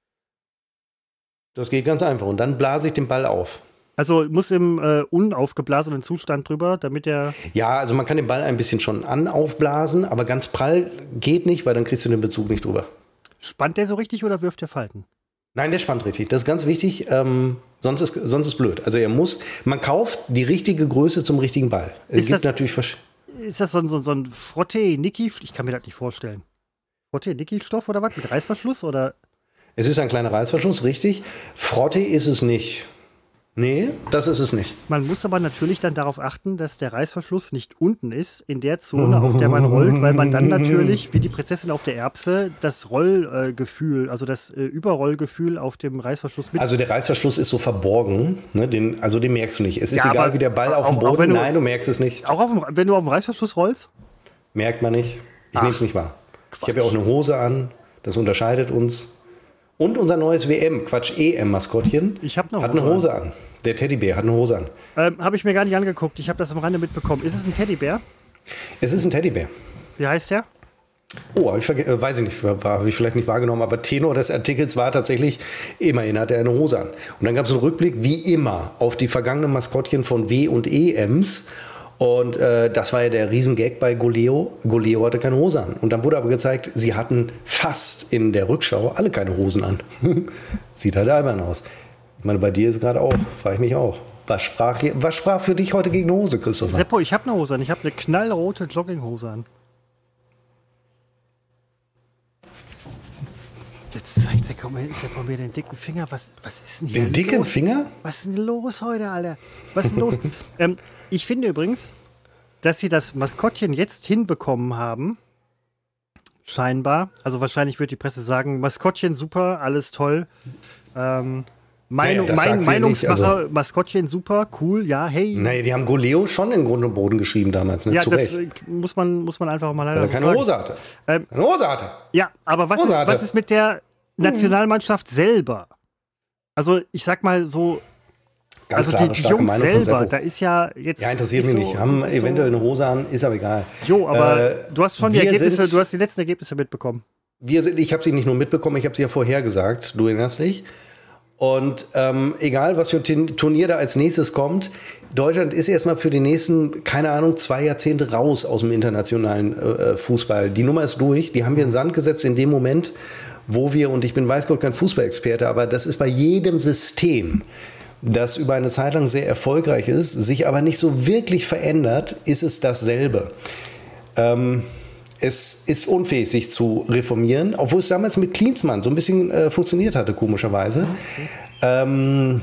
Das geht ganz einfach. Und dann blase ich den Ball auf. Also muss im äh, unaufgeblasenen Zustand drüber, damit der... Ja, also man kann den Ball ein bisschen schon anaufblasen, aber ganz prall geht nicht, weil dann kriegst du den Bezug nicht drüber. Spannt der so richtig oder wirft der Falten? Nein, der spannt richtig. Das ist ganz wichtig. Ähm, sonst ist sonst ist blöd. Also er muss, man kauft die richtige Größe zum richtigen Ball. Es ist gibt das, natürlich Versch- ist das so ein, so, so ein Frotte-Niki? Ich kann mir das nicht vorstellen. Frotte-Niki-Stoff oder was? Mit Reißverschluss oder? Es ist ein kleiner Reißverschluss, richtig. Frotte ist es nicht. Nee, das ist es nicht. Man muss aber natürlich dann darauf achten, dass der Reißverschluss nicht unten ist, in der Zone, auf der man rollt, weil man dann natürlich, wie die Prinzessin auf der Erbse, das Rollgefühl, äh, also das äh, Überrollgefühl auf dem Reißverschluss mit... Also der Reißverschluss ist so verborgen, ne? den, also den merkst du nicht. Es ist ja, egal, wie der Ball auf dem Boden, du, nein, du merkst es nicht. Auch auf dem, wenn du auf dem Reißverschluss rollst? Merkt man nicht. Ich nehme es nicht wahr. Quatsch. Ich habe ja auch eine Hose an, das unterscheidet uns. Und unser neues W M, Quatsch, E M-Maskottchen ich hab eine hat eine Hose an. an. Der Teddybär hat eine Hose an. Ähm, habe ich mir gar nicht angeguckt. Ich habe das am Rande mitbekommen. Ist es ein Teddybär? Es ist ein Teddybär. Wie heißt der? Oh, hab ich verge- äh, weiß ich nicht, habe ich vielleicht nicht wahrgenommen, aber Tenor des Artikels war tatsächlich, immerhin hat er eine Hose an. Und dann gab es einen Rückblick, wie immer, auf die vergangenen Maskottchen von W und E Ms. Und äh, das war ja der Riesengag bei Goleo. Goleo hatte keine Hose an. Und dann wurde aber gezeigt, sie hatten fast in der Rückschau alle keine Hosen an. Sieht halt albern aus. Ich meine, bei dir ist es gerade auch, frage ich mich auch. Was sprach, was sprach für dich heute gegen eine Hose, Christopher? Seppo, ich habe eine Hose an. Ich habe eine knallrote Jogginghose an. Jetzt zeigt Seppo mir den dicken Finger. Was, was ist denn hier Den dicken los? Finger? Was ist denn los heute, Alter? Was ist denn los? ähm, ich finde übrigens, dass sie das Maskottchen jetzt hinbekommen haben. Scheinbar. Also wahrscheinlich wird die Presse sagen, Maskottchen super, alles toll. Ähm, Meinung, naja, mein, Meinungsmacher, nicht, also. Maskottchen super, cool, ja, hey. Naja, die haben Goleo schon in Grund und Boden geschrieben damals, ne? Ja, Zu das Recht. muss man, muss man einfach mal leider Weil er so keine sagen. Hose hatte. Ähm, keine Hose hatte. Ja, aber was Hose ist, hatte. was ist mit der Nationalmannschaft selber? Also ich sag mal so, Ganz also klare, die, die starke Jungs Meinung von selber, Seppo. da ist ja jetzt... Ja, interessiert mich so, nicht. Haben so, eventuell eine Hose an, ist aber egal. Jo, aber Äh, du hast schon die wir Ergebnisse, sind- du hast die letzten Ergebnisse mitbekommen. Wir sind, ich habe sie nicht nur mitbekommen, ich habe sie ja vorher gesagt, du erinnerst dich. Und ähm, egal, was für ein Turnier da als nächstes kommt, Deutschland ist erstmal für die nächsten, keine Ahnung, zwei Jahrzehnte raus aus dem internationalen äh, Fußball. Die Nummer ist durch, die haben wir in den Sand gesetzt in dem Moment, wo wir, und ich bin weiß Gott kein Fußballexperte, aber das ist bei jedem System, das über eine Zeit lang sehr erfolgreich ist, sich aber nicht so wirklich verändert, ist es dasselbe. Ähm, Es ist unfähig, sich zu reformieren, obwohl es damals mit Klinsmann so ein bisschen äh, funktioniert hatte, komischerweise. Okay. Ähm,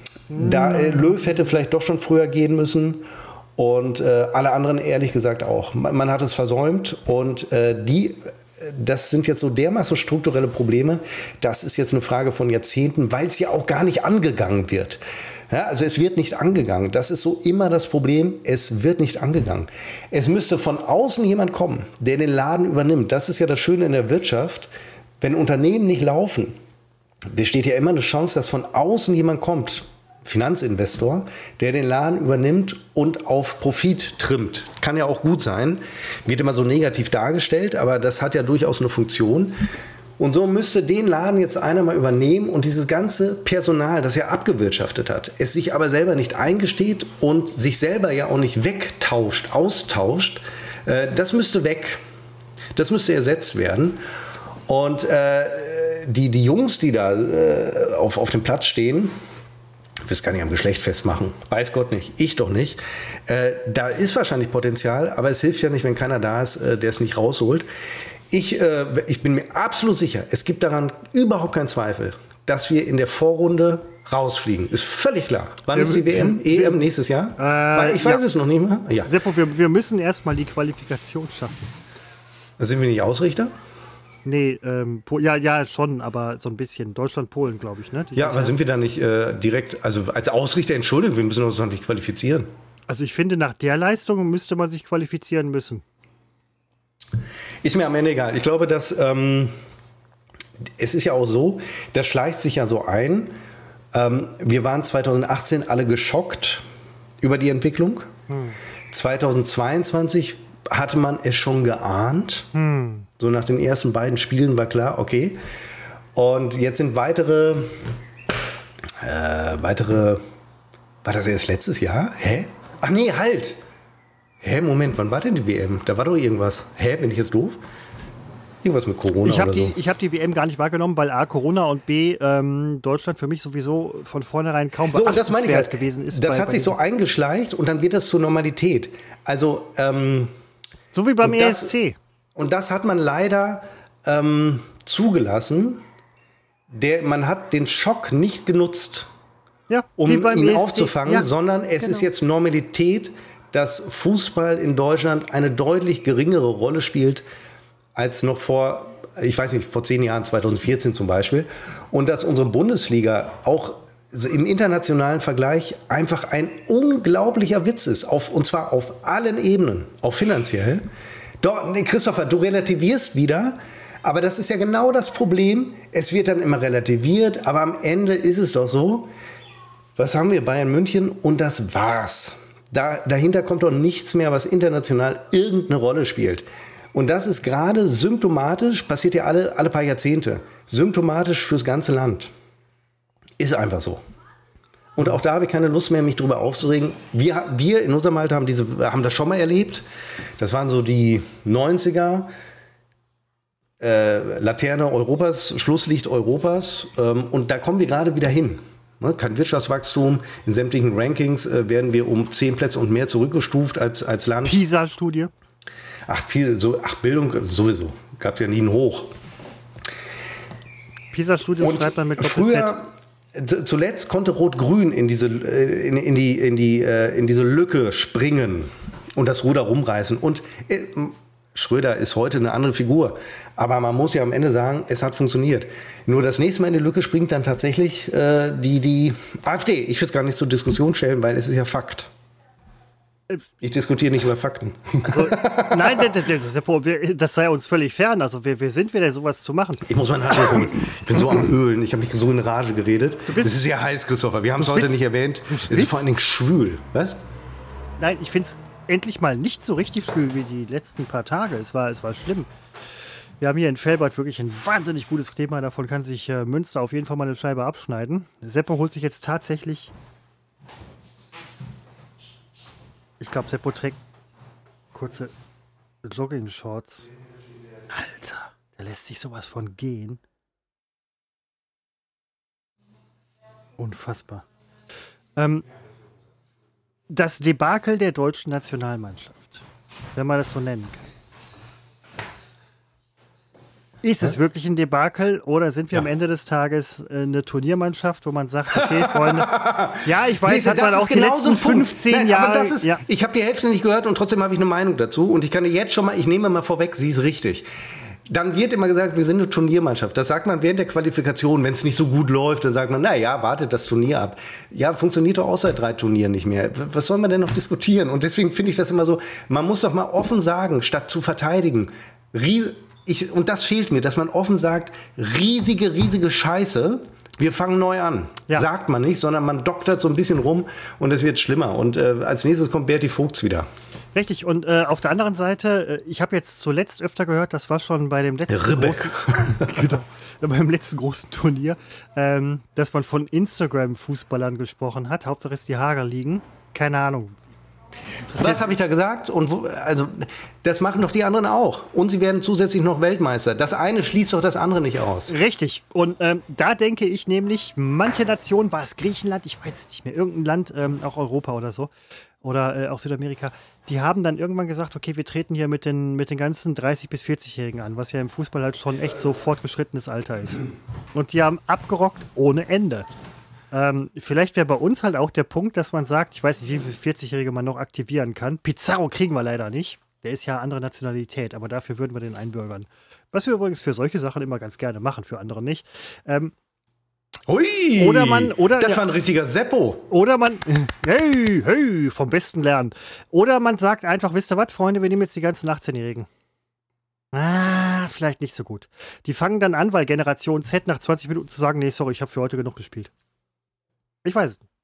da, äh, Löw hätte vielleicht doch schon früher gehen müssen und äh, alle anderen ehrlich gesagt auch. Man, man hat es versäumt und äh, die, das sind jetzt so dermaßen strukturelle Probleme, das ist jetzt eine Frage von Jahrzehnten, weil es ja auch gar nicht angegangen wird. Ja, also es wird nicht angegangen. Das ist so immer das Problem. Es wird nicht angegangen. Es müsste von außen jemand kommen, der den Laden übernimmt. Das ist ja das Schöne in der Wirtschaft. Wenn Unternehmen nicht laufen, besteht ja immer eine Chance, dass von außen jemand kommt, Finanzinvestor, der den Laden übernimmt und auf Profit trimmt. Kann ja auch gut sein. Wird immer so negativ dargestellt, aber das hat ja durchaus eine Funktion. Und so müsste den Laden jetzt einer mal übernehmen und dieses ganze Personal, das er abgewirtschaftet hat, es sich aber selber nicht eingesteht und sich selber ja auch nicht wegtauscht, austauscht, äh, das müsste weg. Das müsste ersetzt werden. Und äh, die, die Jungs, die da äh, auf, auf dem Platz stehen, ich will es gar nicht am Geschlecht festmachen, weiß Gott nicht, ich doch nicht, äh, da ist wahrscheinlich Potenzial, aber es hilft ja nicht, wenn keiner da ist, äh, der es nicht rausholt. Ich, äh, ich bin mir absolut sicher, es gibt daran überhaupt keinen Zweifel, dass wir in der Vorrunde rausfliegen. Ist völlig klar. Wann Wir- ist die W M? wir- E M nächstes Jahr? Äh, Weil ich weiß ja. es noch nicht mehr. Ja. Seppo, wir, wir müssen erstmal die Qualifikation schaffen. Sind wir nicht Ausrichter? Nee, ähm, Po- ja, ja, schon, aber so ein bisschen. Deutschland, Polen, glaube ich, ne? Dieses Ja, aber Jahr. sind wir da nicht äh, direkt, also als Ausrichter, Entschuldigung, wir müssen uns noch nicht qualifizieren. Also ich finde, nach der Leistung müsste man sich qualifizieren müssen. Ist mir am Ende egal. Ich glaube, dass ähm, es ist ja auch so, das schleicht sich ja so ein. Ähm, wir waren zwanzig achtzehn alle geschockt über die Entwicklung. Hm. zwanzig zweiundzwanzig hatte man es schon geahnt. Hm. So nach den ersten beiden Spielen war klar, okay. Und jetzt sind weitere, äh, weitere, war das erst letztes Jahr? Hä? Ach nee, halt! Hä, Moment, wann war denn die W M? Da war doch irgendwas. Hä, bin ich jetzt doof? Irgendwas mit Corona Ich habe oder die, so. ich hab die W M gar nicht wahrgenommen, weil A, Corona und B, ähm, Deutschland für mich sowieso von vornherein kaum So, und das meine ich halt. gewesen ist. Das bei- hat bei sich so diesen- eingeschleicht und dann wird das zur Normalität. Also, ähm, So wie beim und E das- S C. und das hat man leider ähm, zugelassen. Der, man hat den Schock nicht genutzt, Ja, um wie beim ihn E S C. aufzufangen, Ja, sondern es genau. ist jetzt Normalität, dass Fußball in Deutschland eine deutlich geringere Rolle spielt als noch vor, ich weiß nicht, vor zehn Jahren, zwanzig vierzehn zum Beispiel. Und dass unsere Bundesliga auch im internationalen Vergleich einfach ein unglaublicher Witz ist, auf, und zwar auf allen Ebenen, auch finanziell. Doch, nee, Christopher, du relativierst wieder, aber das ist ja genau das Problem. Es wird dann immer relativiert, aber am Ende ist es doch so, was haben wir, Bayern München, und das war's. Da, dahinter kommt doch nichts mehr, was international irgendeine Rolle spielt. Und das ist gerade symptomatisch, passiert ja alle, alle paar Jahrzehnte, symptomatisch fürs ganze Land. Ist einfach so. Und auch da habe ich keine Lust mehr, mich drüber aufzuregen. Wir, wir in unserem Alter haben, diese, haben das schon mal erlebt. Das waren so die neunziger. Äh, Laterne Europas, Schlusslicht Europas. Ähm, und da kommen wir gerade wieder hin. Ne? Kein Wirtschaftswachstum. In sämtlichen Rankings äh, werden wir um zehn Plätze und mehr zurückgestuft als, als Land. PISA-Studie. Ach, so, ach, Bildung sowieso. Gab es ja nie einen Hoch. PISA-Studie schreibt man mit früher, zuletzt konnte Rot-Grün in diese, in, in, die, in, die, in diese Lücke springen und das Ruder rumreißen. Und äh, Schröder ist heute eine andere Figur. Aber man muss ja am Ende sagen, es hat funktioniert. Nur das nächste Mal in die Lücke springt dann tatsächlich äh, die, die AfD. Ich will es gar nicht zur Diskussion stellen, weil es ist ja Fakt. Ich diskutiere nicht über Fakten. Also, nein, das, das, das sei uns völlig fern. Also wer, wer sind wir denn, sowas zu machen? Ich muss meinen Handschuh holen. Ich bin so am Ölen. Ich habe mich so in Rage geredet. Es ist ja heiß, Christopher. Wir haben es heute nicht erwähnt. Es ist vor allen Dingen schwül. Was? Nein, ich finde es endlich mal nicht so richtig schwül wie die letzten paar Tage. Es war, es war schlimm. Wir haben hier in Velbert wirklich ein wahnsinnig gutes Klima. Davon kann sich äh, Münster auf jeden Fall mal eine Scheibe abschneiden. Seppo holt sich jetzt tatsächlich... Ich glaube, Seppo trägt kurze Jogging-Shorts. Alter, der lässt sich sowas von gehen. Unfassbar. Ähm, das Debakel der deutschen Nationalmannschaft, wenn man das so nennen kann. Ist es wirklich ein Debakel oder sind wir ja. am Ende des Tages eine Turniermannschaft, wo man sagt, okay, Freunde, ja, ich weiß, Siehste, hat man auch die letzten fünfzehn Nein, Jahre... Aber das ist, ja. Ich habe die Hälfte nicht gehört und trotzdem habe ich eine Meinung dazu. Und ich kann dir jetzt schon mal, ich nehme mal vorweg, sie ist richtig. Dann wird immer gesagt, wir sind eine Turniermannschaft. Das sagt man während der Qualifikation. Wenn es nicht so gut läuft, dann sagt man, na ja, wartet das Turnier ab. Ja, funktioniert doch auch seit drei Turnieren nicht mehr. Was soll man denn noch diskutieren? Und deswegen finde ich das immer so, man muss doch mal offen sagen, statt zu verteidigen, ries- Ich, und das fehlt mir, dass man offen sagt, riesige, riesige Scheiße, wir fangen neu an. Ja. Sagt man nicht, sondern man doktert so ein bisschen rum und es wird schlimmer. Und äh, als nächstes kommt Berti Vogts wieder. Richtig, und äh, auf der anderen Seite, äh, ich habe jetzt zuletzt öfter gehört, das war schon bei dem letzten, großen, genau, beim letzten großen Turnier, ähm, dass man von Instagram-Fußballern gesprochen hat. Hauptsache ist die Haare liegen. Keine Ahnung. Was habe ich da gesagt? Und wo, also das machen doch die anderen auch. Und sie werden zusätzlich noch Weltmeister. Das eine schließt doch das andere nicht aus. Richtig. Und ähm, da denke ich nämlich, manche Nationen, war es Griechenland, ich weiß es nicht mehr, irgendein Land, ähm, auch Europa oder so, oder äh, auch Südamerika, die haben dann irgendwann gesagt, okay, wir treten hier mit den, mit den ganzen dreißig- bis vierzig-Jährigen an, was ja im Fußball halt schon echt so fortgeschrittenes Alter ist. Und die haben abgerockt ohne Ende. Ähm, vielleicht wäre bei uns halt auch der Punkt, dass man sagt, ich weiß nicht, wie viele vierzig-Jährige man noch aktivieren kann. Pizarro kriegen wir leider nicht. Der ist ja andere Nationalität, aber dafür würden wir den einbürgern. Was wir übrigens für solche Sachen immer ganz gerne machen, für andere nicht. Ähm, Hui, oder man, oder, das ja, war ein richtiger Seppo. Oder man, hey, hey, vom Besten lernen. Oder man sagt einfach, wisst ihr was, Freunde, wir nehmen jetzt die ganzen achtzehnjährigen. Ah, vielleicht nicht so gut. Die fangen dann an, weil Generation Z nach zwanzig Minuten zu sagen, nee, sorry, ich habe für heute genug gespielt. Ich weiß es nicht.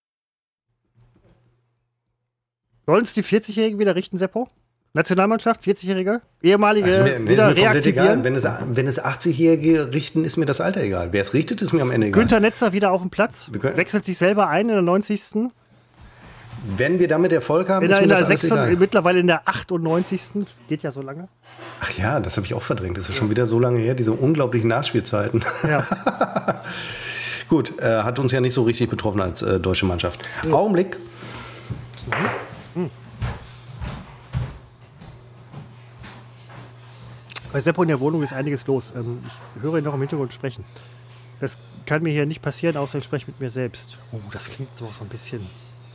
Sollen es die vierzig-Jährigen wieder richten, Seppo? Nationalmannschaft, vierzig-Jährige? Ehemalige also mir, mir wieder ist mir reaktivieren? Egal. Wenn es, wenn es achtzig-Jährige richten, ist mir das Alter egal. Wer es richtet, ist mir am Ende egal. Günther Netzer wieder auf dem Platz, wechselt sich selber ein in der neunzigsten Wenn wir damit Erfolg haben, in ist der, mir in das der alles egal. Mittlerweile in der achtundneunzigsten Geht ja so lange. Ach ja, das habe ich auch verdrängt. Das ist schon wieder so lange her, diese unglaublichen Nachspielzeiten. Ja. Gut, äh, hat uns ja nicht so richtig betroffen als äh, deutsche Mannschaft. Ja. Augenblick. Mhm. Mhm. Bei Seppo in der Wohnung ist einiges los. Ähm, ich höre ihn noch im Hintergrund sprechen. Das kann mir hier nicht passieren, außer ich spreche mit mir selbst. Oh, das klingt so, so ein bisschen.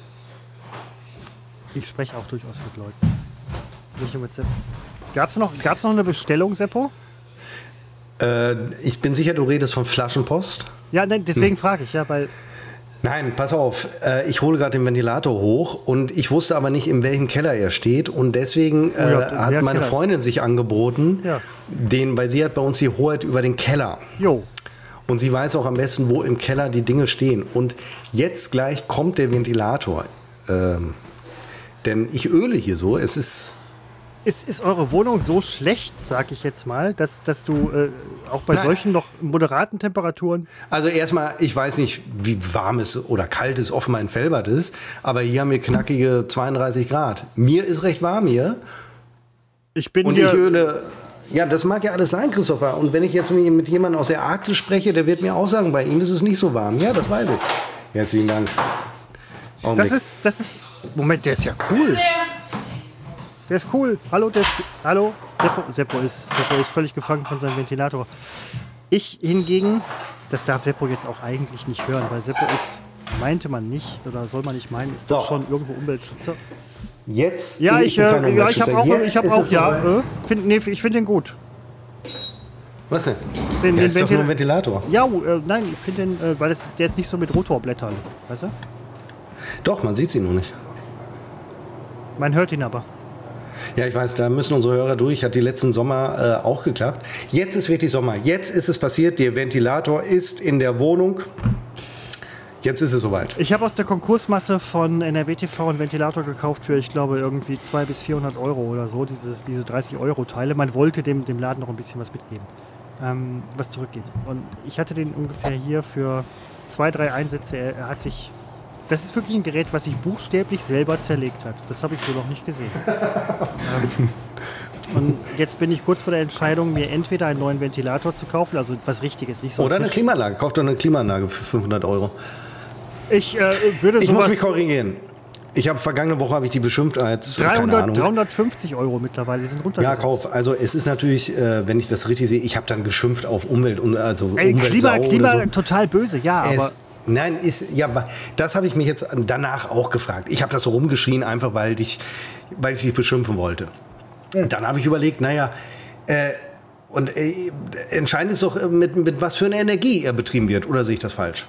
Ich spreche auch durchaus mit Leuten. Nicht nur mit Seppo. Gab's noch, gab's noch eine Bestellung, Seppo? Äh, ich bin sicher, du redest von Flaschenpost. Ja, nein, deswegen hm. frage ich, ja, weil. Nein, pass auf, äh, ich hole gerade den Ventilator hoch und ich wusste aber nicht, in welchem Keller er steht und deswegen äh, oh ja, hat meine Keller Freundin ist. sich angeboten, ja. den, weil sie hat bei uns die Hoheit über den Keller. Jo. Und sie weiß auch am besten, wo im Keller die Dinge stehen. Und jetzt gleich kommt der Ventilator. Ähm, denn ich öle hier so, es ist Ist, ist eure Wohnung so schlecht, sag ich jetzt mal, dass, dass du äh, auch bei Nein. solchen noch moderaten Temperaturen... Also erstmal, ich weiß nicht, wie warm es oder kalt es offenbar in Velbert ist, aber hier haben wir knackige zweiunddreißig Grad. Mir ist recht warm hier. Ich bin Und hier... ich öle... Ja, das mag ja alles sein, Christopher. Und wenn ich jetzt mit jemandem aus der Arktis spreche, der wird mir auch sagen, bei ihm ist es nicht so warm. Ja, das weiß ich. Herzlichen Dank. Das ist, das ist... Moment, der ist ja cool. Der ist cool. Hallo, der ist, hallo. Seppo, Seppo, ist, Seppo ist völlig gefangen von seinem Ventilator. Ich hingegen, das darf Seppo jetzt auch eigentlich nicht hören, weil Seppo ist, meinte man nicht, oder soll man nicht meinen, ist So. doch schon irgendwo Umweltschützer. Jetzt Ja, bin ich, kein äh, ja, ich habe auch, Umweltschützer. ich hab Jetzt auch, ist es ja, soweit. äh, find, nee, ich finde den gut. Was denn? Den, Der den ist doch Ventil- nur ein Ventilator. Ja, äh, nein, ich finde den, äh, weil das, der ist nicht so mit Rotorblättern, weißt du? Doch, man sieht sie nur nicht. Man hört ihn aber. Ja, ich weiß, da müssen unsere Hörer durch. Hat die letzten Sommer äh, auch geklappt. Jetzt ist wirklich Sommer. Jetzt ist es passiert. Der Ventilator ist in der Wohnung. Jetzt ist es soweit. Ich habe aus der Konkursmasse von N R W T V einen Ventilator gekauft für, ich glaube, irgendwie zweihundert bis vierhundert Euro oder so, dieses, diese dreißig Euro Teile. Man wollte dem, dem Laden noch ein bisschen was mitgeben, ähm, was zurückgeht. Und ich hatte den ungefähr hier für zwei, drei Einsätze. Er, er hat sich, das ist wirklich ein Gerät, was sich buchstäblich selber zerlegt hat. Das habe ich so noch nicht gesehen. ähm, und jetzt bin ich kurz vor der Entscheidung, mir entweder einen neuen Ventilator zu kaufen, also was Richtiges, nicht so. Oder eine Tisch- Klimaanlage. Kauft doch eine Klimaanlage für fünfhundert Euro. Ich äh, würde Ich muss sowas... mich korrigieren. Ich habe vergangene Woche habe ich die beschimpft als keine dreihundert, Ahnung. dreihundertfünfzig Euro mittlerweile, die sind Ja, runtergesetzt. kauf. Also es ist natürlich, äh, wenn ich das richtig sehe, ich habe dann geschimpft auf Umwelt und also Ey, Umweltsau Klima, Klima oder so. total böse, ja, aber Es, nein, ist ja, wa- das habe ich mich jetzt danach auch gefragt. Ich habe das so rumgeschrien, einfach weil ich, weil ich dich beschimpfen wollte. Dann habe ich überlegt, naja, äh, und äh, entscheidend ist doch, äh, mit, mit was für einer Energie er betrieben wird. Oder sehe ich das falsch?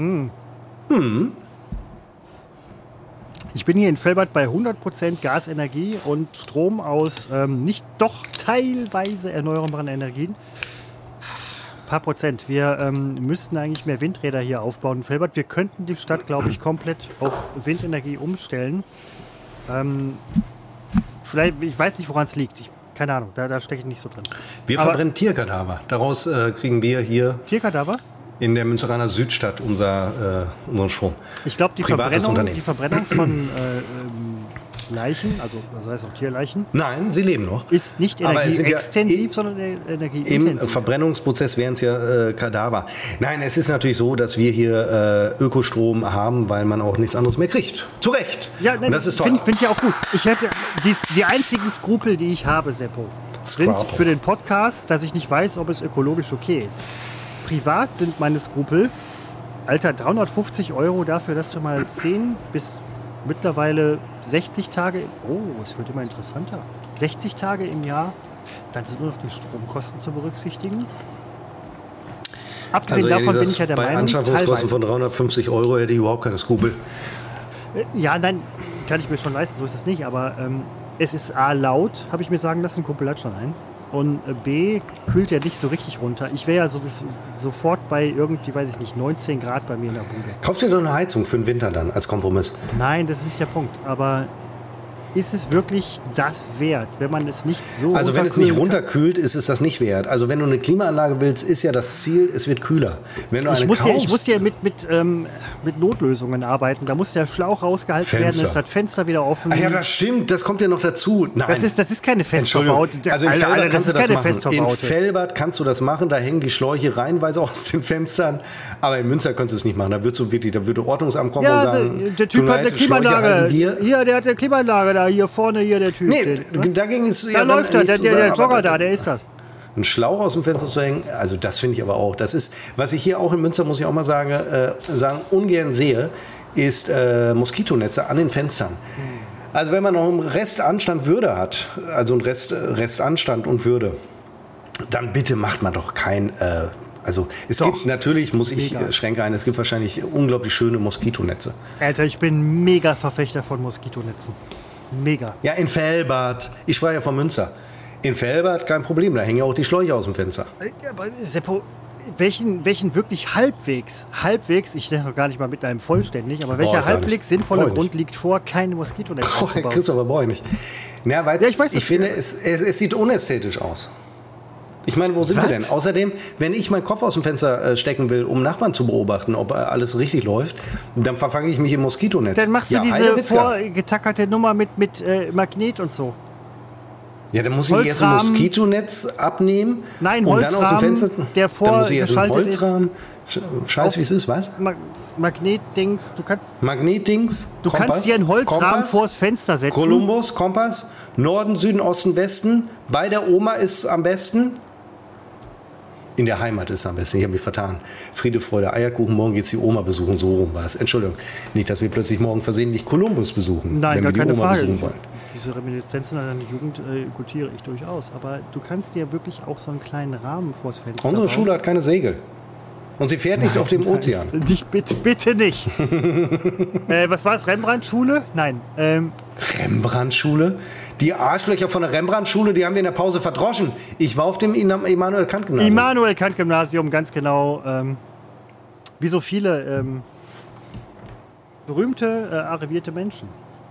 ich bin hier in Velbert bei hundert Prozent Gasenergie und Strom aus ähm, nicht doch teilweise erneuerbaren Energien. Ein paar Prozent. Wir ähm, müssten eigentlich mehr Windräder hier aufbauen in Velbert. Wir könnten die Stadt, glaube ich, komplett auf Windenergie umstellen. Ähm, vielleicht, ich weiß nicht, woran es liegt. Ich, keine Ahnung, da, da stecke ich nicht so drin. Wir Aber- verbrennen Tierkadaver. Daraus äh, kriegen wir hier Tierkadaver? in der Münsteraner Südstadt unser, äh, unseren Strom. Ich glaube, die Privates Verbrennung, Unternehmen. die Verbrennung von äh, ähm, Leichen, also das heißt auch Tierleichen, Nein, sie leben noch. ist nicht Aber es sind ja energieextensiv, i- sondern e- Im energieintensiv. Verbrennungsprozess wären es ja äh, Kadaver. Nein, es ist natürlich so, dass wir hier äh, Ökostrom haben, weil man auch nichts anderes mehr kriegt. Zu Recht. Ja, nein, Und das ist toll. Finde find ich auch gut. Ich hätte die, die einzigen Skrupel, die ich habe, Seppo, sind Skrupel. für den Podcast, dass ich nicht weiß, ob es ökologisch okay ist. Privat sind meine Skrupel, Alter, dreihundertfünfzig Euro dafür, dass du mal zehn bis mittlerweile sechzig Tage, oh, es wird immer interessanter, sechzig Tage im Jahr, dann sind nur noch die Stromkosten zu berücksichtigen. Abgesehen ehrlich davon bin gesagt, ich ja der bei Meinung, Anschaffungskosten teilweise, von dreihundertfünfzig Euro hätte ich überhaupt keine Skrupel. ja, nein, kann ich mir schon leisten, so ist das nicht, aber ähm, es ist A, laut, habe ich mir sagen lassen, Kumpel hat schon ein. Und äh, B, kühlt ja nicht so richtig runter. Ich wäre ja so, sofort bei irgendwie, weiß ich nicht, neunzehn Grad bei mir in der Bude. Kauft ihr doch eine Heizung für den Winter dann als Kompromiss. Nein, das ist nicht der Punkt. Aber ist es wirklich das wert, wenn man es nicht so Also wenn es nicht runterkühlen kann? runterkühlt, ist es das nicht wert. Also wenn du eine Klimaanlage willst, ist ja das Ziel, es wird kühler. Wenn du eine Ich muss, kaufst, ja, ich muss ja mit, mit, ähm, mit Notlösungen arbeiten. Da muss der Schlauch rausgehalten Fenster. werden, es hat Fenster wieder offen. Ach ja, das stimmt, das kommt ja noch dazu. Nein. das, ist, das ist keine Entschuldigung. festverbaute. Also in Alter, Velbert Alter, kannst du das das ist keine machen. In festverbaute. Velbert kannst du das machen, da hängen die Schläuche reihenweise aus den Fenstern. Aber in Münster kannst du es nicht machen. Da würdest du wirklich, da würde Ordnungsamt kommen Ja, und also, sagen, der tut Typ mir hat eine leid, Schläuche halten Klimaanlage. wir. Hier, der hat eine Klimaanlage da, hier vorne, hier der Typ. Nee, Den, ne? dagegen ist Da ja läuft dann er, der, nichts zu der, der sagen, Jogger aber da, der ist das. einen Schlauch aus dem Fenster zu hängen, also das finde ich aber auch. Das ist, was ich hier auch in Münster, muss ich auch mal sagen, äh, sagen ungern sehe, ist äh, Moskitonetze an den Fenstern. Also wenn man noch einen Rest Anstand Würde hat, also einen Rest, Rest Anstand und Würde, dann bitte macht man doch kein, äh, also es Doch. gibt, natürlich muss ich Mega. äh, Schränke ein, es gibt wahrscheinlich unglaublich schöne Moskitonetze. Alter, ich bin mega Verfechter von Moskitonetzen. Mega. Ja, in Velbert, ich sprach ja von Münster. In Velbert kein Problem, da hängen ja auch die Schläuche aus dem Fenster. Aber Seppo, welchen, welchen wirklich halbwegs, halbwegs, ich denke noch gar nicht mal mit einem vollständig, aber welcher ich gar halbwegs nicht. sinnvolle Brauch ich Grund nicht. liegt vor, keine Moskitonetze Oh, zu bauen? Christopher brauche ich nicht. Ja, weil Ja, ich weiß ich es. finde, es, es, es sieht unästhetisch aus. Ich meine, wo sind Was? wir denn? Außerdem, wenn ich meinen Kopf aus dem Fenster äh, stecken will, um Nachbarn zu beobachten, ob äh, alles richtig läuft, dann verfange ich mich im Moskitonetz. Dann machst du ja, diese Heidewitzka. vorgetackerte Nummer mit, mit äh, Magnet und so. Ja, dann muss ich erst ein Holzrahmen. Moskitonetz abnehmen. Nein, und dann aus dem Holzrahmen, Fenster. der Dann muss ich erst einen vorgeschaltet ist. Holzrahmen. Sch- Scheiß, wie es ist, was? Ma Magnetdings, du kannst, Magnetdings. du Kompass, kannst dir einen Holzrahmen Kompass, vors Fenster setzen. Kolumbus, Kompass, Norden, Süden, Osten, Westen. Bei der Oma ist es am besten. In der Heimat ist es am besten. Ich habe mich vertan. Friede, Freude, Eierkuchen. Morgen geht's die Oma besuchen. So rum war es. Entschuldigung. Nicht, dass wir plötzlich morgen versehentlich Kolumbus besuchen. Nein, wenn gar wir die keine Oma Frage. besuchen wollen. Diese Reminiszenzen an deine Jugend äh, gutiere ich durchaus. Aber du kannst dir wirklich auch so einen kleinen Rahmen vors Fenster Unsere bauen. Schule hat keine Segel. Und sie fährt nicht Nein, auf dem nein. Ozean. Nicht, bitte, bitte nicht. äh, was war es? Rembrandt-Schule? Nein. Ähm, Rembrandt-Schule? Die Arschlöcher von der Rembrandt-Schule, die haben wir in der Pause verdroschen. Ich war auf dem Immanuel-Kant-Gymnasium. Immanuel-Kant-Gymnasium, ganz genau. Ähm, wie so viele ähm, berühmte, äh, arrivierte Menschen.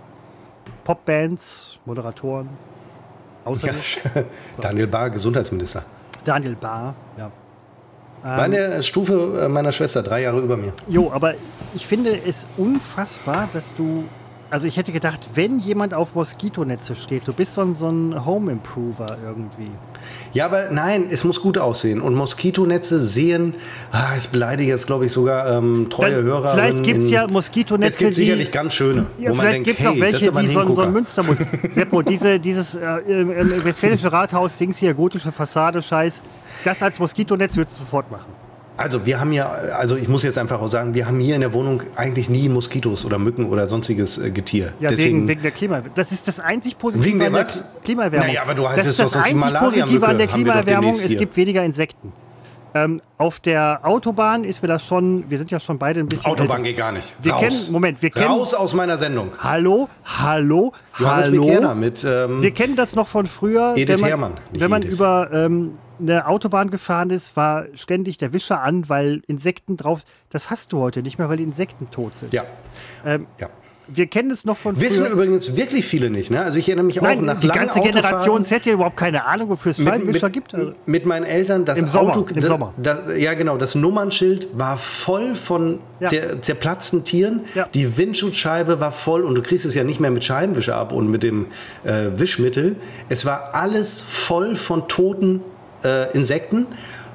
Popbands, Moderatoren. Außerdem Ja, Daniel Bahr, Gesundheitsminister. Daniel Bahr. Ja. War in der Stufe äh, meiner Schwester, drei Jahre über mir. Jo, aber ich finde es unfassbar, dass du. Also ich hätte gedacht, wenn jemand auf Moskitonetze steht, du bist so ein, so ein Home Improver irgendwie. Ja, aber nein, es muss gut aussehen. Und Moskitonetze sehen, ah, ich beleidige jetzt, glaube ich, sogar ähm, treue Dann, Hörer. vielleicht gibt es ja Moskitonetze, Es gibt die... sicherlich ganz schöne, Ja, wo man vielleicht denkt, gibt es hey, auch welche, das ist aber ein die so, ein- so ein Hingucker. Münstermund... Seppo, diese, dieses äh, äh, westfälische Rathaus-Dings hier, gotische Fassade-Scheiß, das als Moskitonetz würdest du sofort machen. Also wir haben ja, also ich muss jetzt einfach auch sagen, wir haben hier in der Wohnung eigentlich nie Moskitos oder Mücken oder sonstiges äh, Getier. Ja, Deswegen, wegen, wegen der Klimaerwärmung. Das ist das einzig Positive Wegen der an der was? Klimaerwärmung. Naja, aber du das hattest ist doch das sonst die einzig Positive an der Malaria-Mücke, haben wir doch Klimaerwärmung, demnächst es hier. gibt weniger Insekten. Ähm, auf der Autobahn ist mir das schon, wir sind ja schon beide ein bisschen Autobahn älter. geht gar nicht. Wir Raus. kennen, Moment, wir kennen, Raus aus meiner Sendung. hallo, hallo, Johannes hallo. Bekerner mit ähm, Wir kennen das noch von früher, Edith wenn man, Herrmann, nicht wenn man Edith. über ähm, eine Autobahn gefahren ist, war ständig der Wischer an, weil Insekten drauf. Das hast du heute nicht mehr, weil die Insekten tot sind. ja, Ähm, ja. wir kennen es noch von Wissen früher. übrigens wirklich viele nicht. Ne? Also ich erinnere mich auch Nein, nach die langen ganze Generation Autofahren Z hat ja überhaupt keine Ahnung, wofür es Scheibenwischer gibt. Also, mit meinen Eltern, das Im Sommer, Auto, im das, Sommer. Das, ja genau, das Nummernschild war voll von Ja. zer, zerplatzten Tieren. Ja. Die Windschutzscheibe war voll und du kriegst es ja nicht mehr mit Scheibenwischer ab und mit dem äh, Wischmittel. Es war alles voll von toten äh, Insekten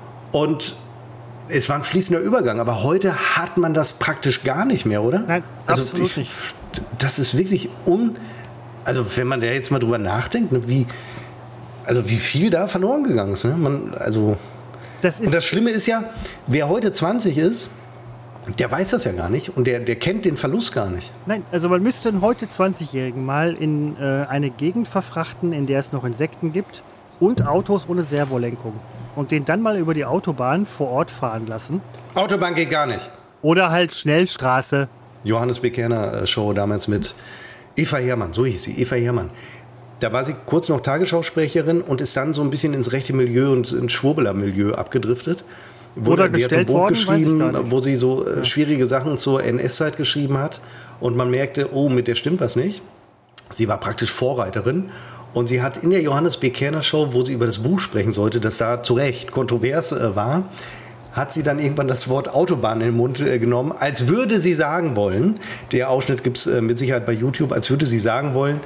und es war ein fließender Übergang, aber heute hat man das praktisch gar nicht mehr, oder? Nein, also absolut ich, nicht. Das ist wirklich un... Also wenn man da jetzt mal drüber nachdenkt, ne, wie, also wie viel da verloren gegangen ist. Ne? Man, also, das ist, und das Schlimme ist ja, wer heute zwanzig ist, der weiß das ja gar nicht und der, der kennt den Verlust gar nicht. nein, also man müsste einen heute zwanzigjährigen mal in äh, eine Gegend verfrachten, in der es noch Insekten gibt und Autos ohne Servolenkung. Und den dann mal über die Autobahn vor Ort fahren lassen. Autobahn geht gar nicht. Oder halt Schnellstraße. Johannes Bekerner äh, Show damals mit Eva Herrmann, so hieß sie, Eva Herrmann. Da war sie kurz noch Tagesschausprecherin und ist dann so ein bisschen ins rechte Milieu und ins Schwurbeler-Milieu abgedriftet. Oder die hat so ein gestellt Buch worden, weiß ich geschrieben, gar nicht. wo sie so äh, schwierige Sachen zur N S-Zeit geschrieben hat. Und man merkte, oh, mit der stimmt was nicht. Sie war praktisch Vorreiterin. Und sie hat in der Johannes Bekerner Show, wo sie über das Buch sprechen sollte, das da zu Recht kontrovers äh, war, hat sie dann irgendwann das Wort Autobahn in den Mund äh, genommen, als würde sie sagen wollen, der Ausschnitt gibt es äh, mit Sicherheit bei YouTube, als würde sie sagen wollen,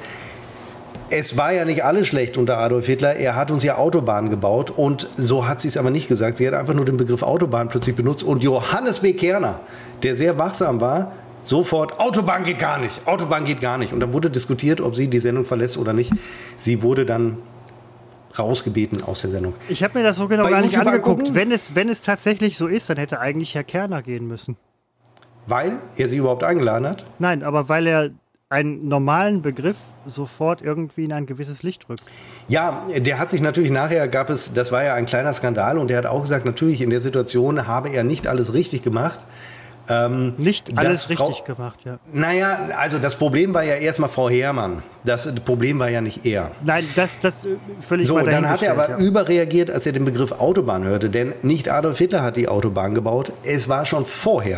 es war ja nicht alles schlecht unter Adolf Hitler, er hat uns ja Autobahnen gebaut und so hat sie es aber nicht gesagt. Sie hat einfach nur den Begriff Autobahn plötzlich benutzt und Johannes Bekerner, der sehr wachsam war, sofort, Autobahn geht gar nicht, Autobahn geht gar nicht. Und dann wurde diskutiert, ob sie die Sendung verlässt oder nicht. Sie wurde dann rausgebeten aus der Sendung. Ich habe mir das so genau Bei gar nicht YouTube angeguckt. angucken? Wenn es, wenn es tatsächlich so ist, dann hätte eigentlich Herr Kerner gehen müssen. Weil er sie überhaupt eingeladen hat? Nein, aber weil er einen normalen Begriff sofort irgendwie in ein gewisses Licht rückt. Ja, der hat sich natürlich nachher, gab es, das war ja ein kleiner Skandal und der hat auch gesagt, natürlich in der Situation habe er nicht alles richtig gemacht. Ähm, Nicht alles dass Frau- richtig gemacht, ja. Naja, also das Problem war ja erstmal Frau Herrmann. Das Problem war ja nicht er. Nein, das, das äh, völlig So, mal dann hat er aber dahingestellt, überreagiert, als er den Begriff Autobahn hörte. Denn nicht Adolf Hitler hat die Autobahn gebaut. Es war schon vorher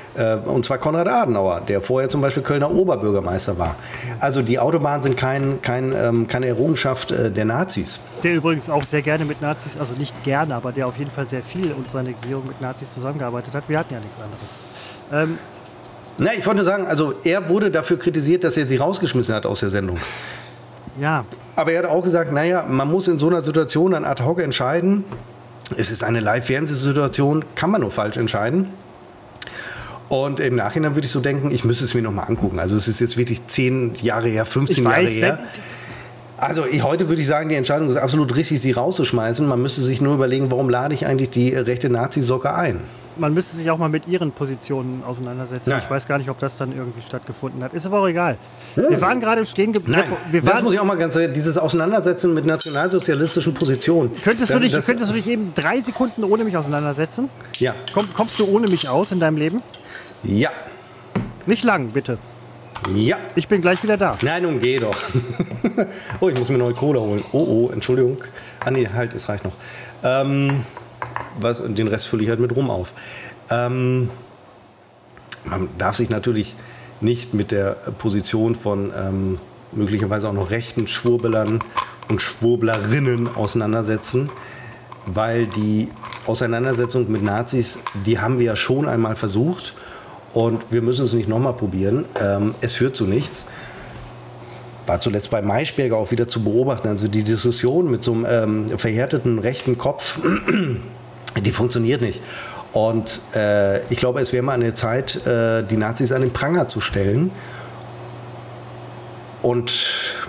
Äh, und zwar Konrad Adenauer, der vorher zum Beispiel Kölner Oberbürgermeister war. Also die Autobahnen sind kein, kein, ähm, keine Errungenschaft äh, der Nazis. Der übrigens auch sehr gerne mit Nazis, also nicht gerne, aber der auf jeden Fall sehr viel und seine Regierung mit Nazis zusammengearbeitet hat. Wir hatten ja nichts anderes. Ähm, Na, ich wollte nur sagen, also er wurde dafür kritisiert, dass er sie rausgeschmissen hat aus der Sendung. Ja. Aber er hat auch gesagt, naja, man muss in so einer Situation dann ad hoc entscheiden. Es ist eine Live-Fernsehsituation, kann man nur falsch entscheiden. Und im Nachhinein würde ich so denken, ich müsste es mir nochmal angucken. Also es ist jetzt wirklich zehn Jahre her, fünfzehn ich Jahre weiß, her. Also ich, heute würde ich sagen, die Entscheidung ist absolut richtig, sie rauszuschmeißen. Man müsste sich nur überlegen, warum lade ich eigentlich die rechte Nazi-Socke ein? Man müsste sich auch mal mit ihren Positionen auseinandersetzen. Ja. Ich weiß gar nicht, ob das dann irgendwie stattgefunden hat. Ist aber auch egal. Wir waren gerade stehen geblieben. Nein, das muss ich auch mal ganz ehrlich, dieses Auseinandersetzen mit nationalsozialistischen Positionen. Könntest, das, du dich, das, könntest du dich eben drei Sekunden ohne mich auseinandersetzen? Ja. Komm, kommst du ohne mich aus in deinem Leben? Ja. Nicht lang, bitte. Ja. Ich bin gleich wieder da. Nein, umgeh doch. Oh, ich muss mir neue Cola holen. Oh, oh, Entschuldigung. Ah, nee, halt, es reicht noch. Ähm, was, den Rest fülle ich halt mit Rum auf. Ähm, man darf sich natürlich nicht mit der Position von ähm, möglicherweise auch noch rechten Schwurbelern und Schwurblerinnen auseinandersetzen, weil die Auseinandersetzung mit Nazis, die haben wir ja schon einmal versucht und wir müssen es nicht nochmal probieren. Ähm, es führt zu nichts. War zuletzt bei Maischberger auch wieder zu beobachten. Also die Diskussion mit so einem ähm, verhärteten rechten Kopf, die funktioniert nicht. Und äh, ich glaube, es wäre mal an der Zeit, äh, die Nazis an den Pranger zu stellen und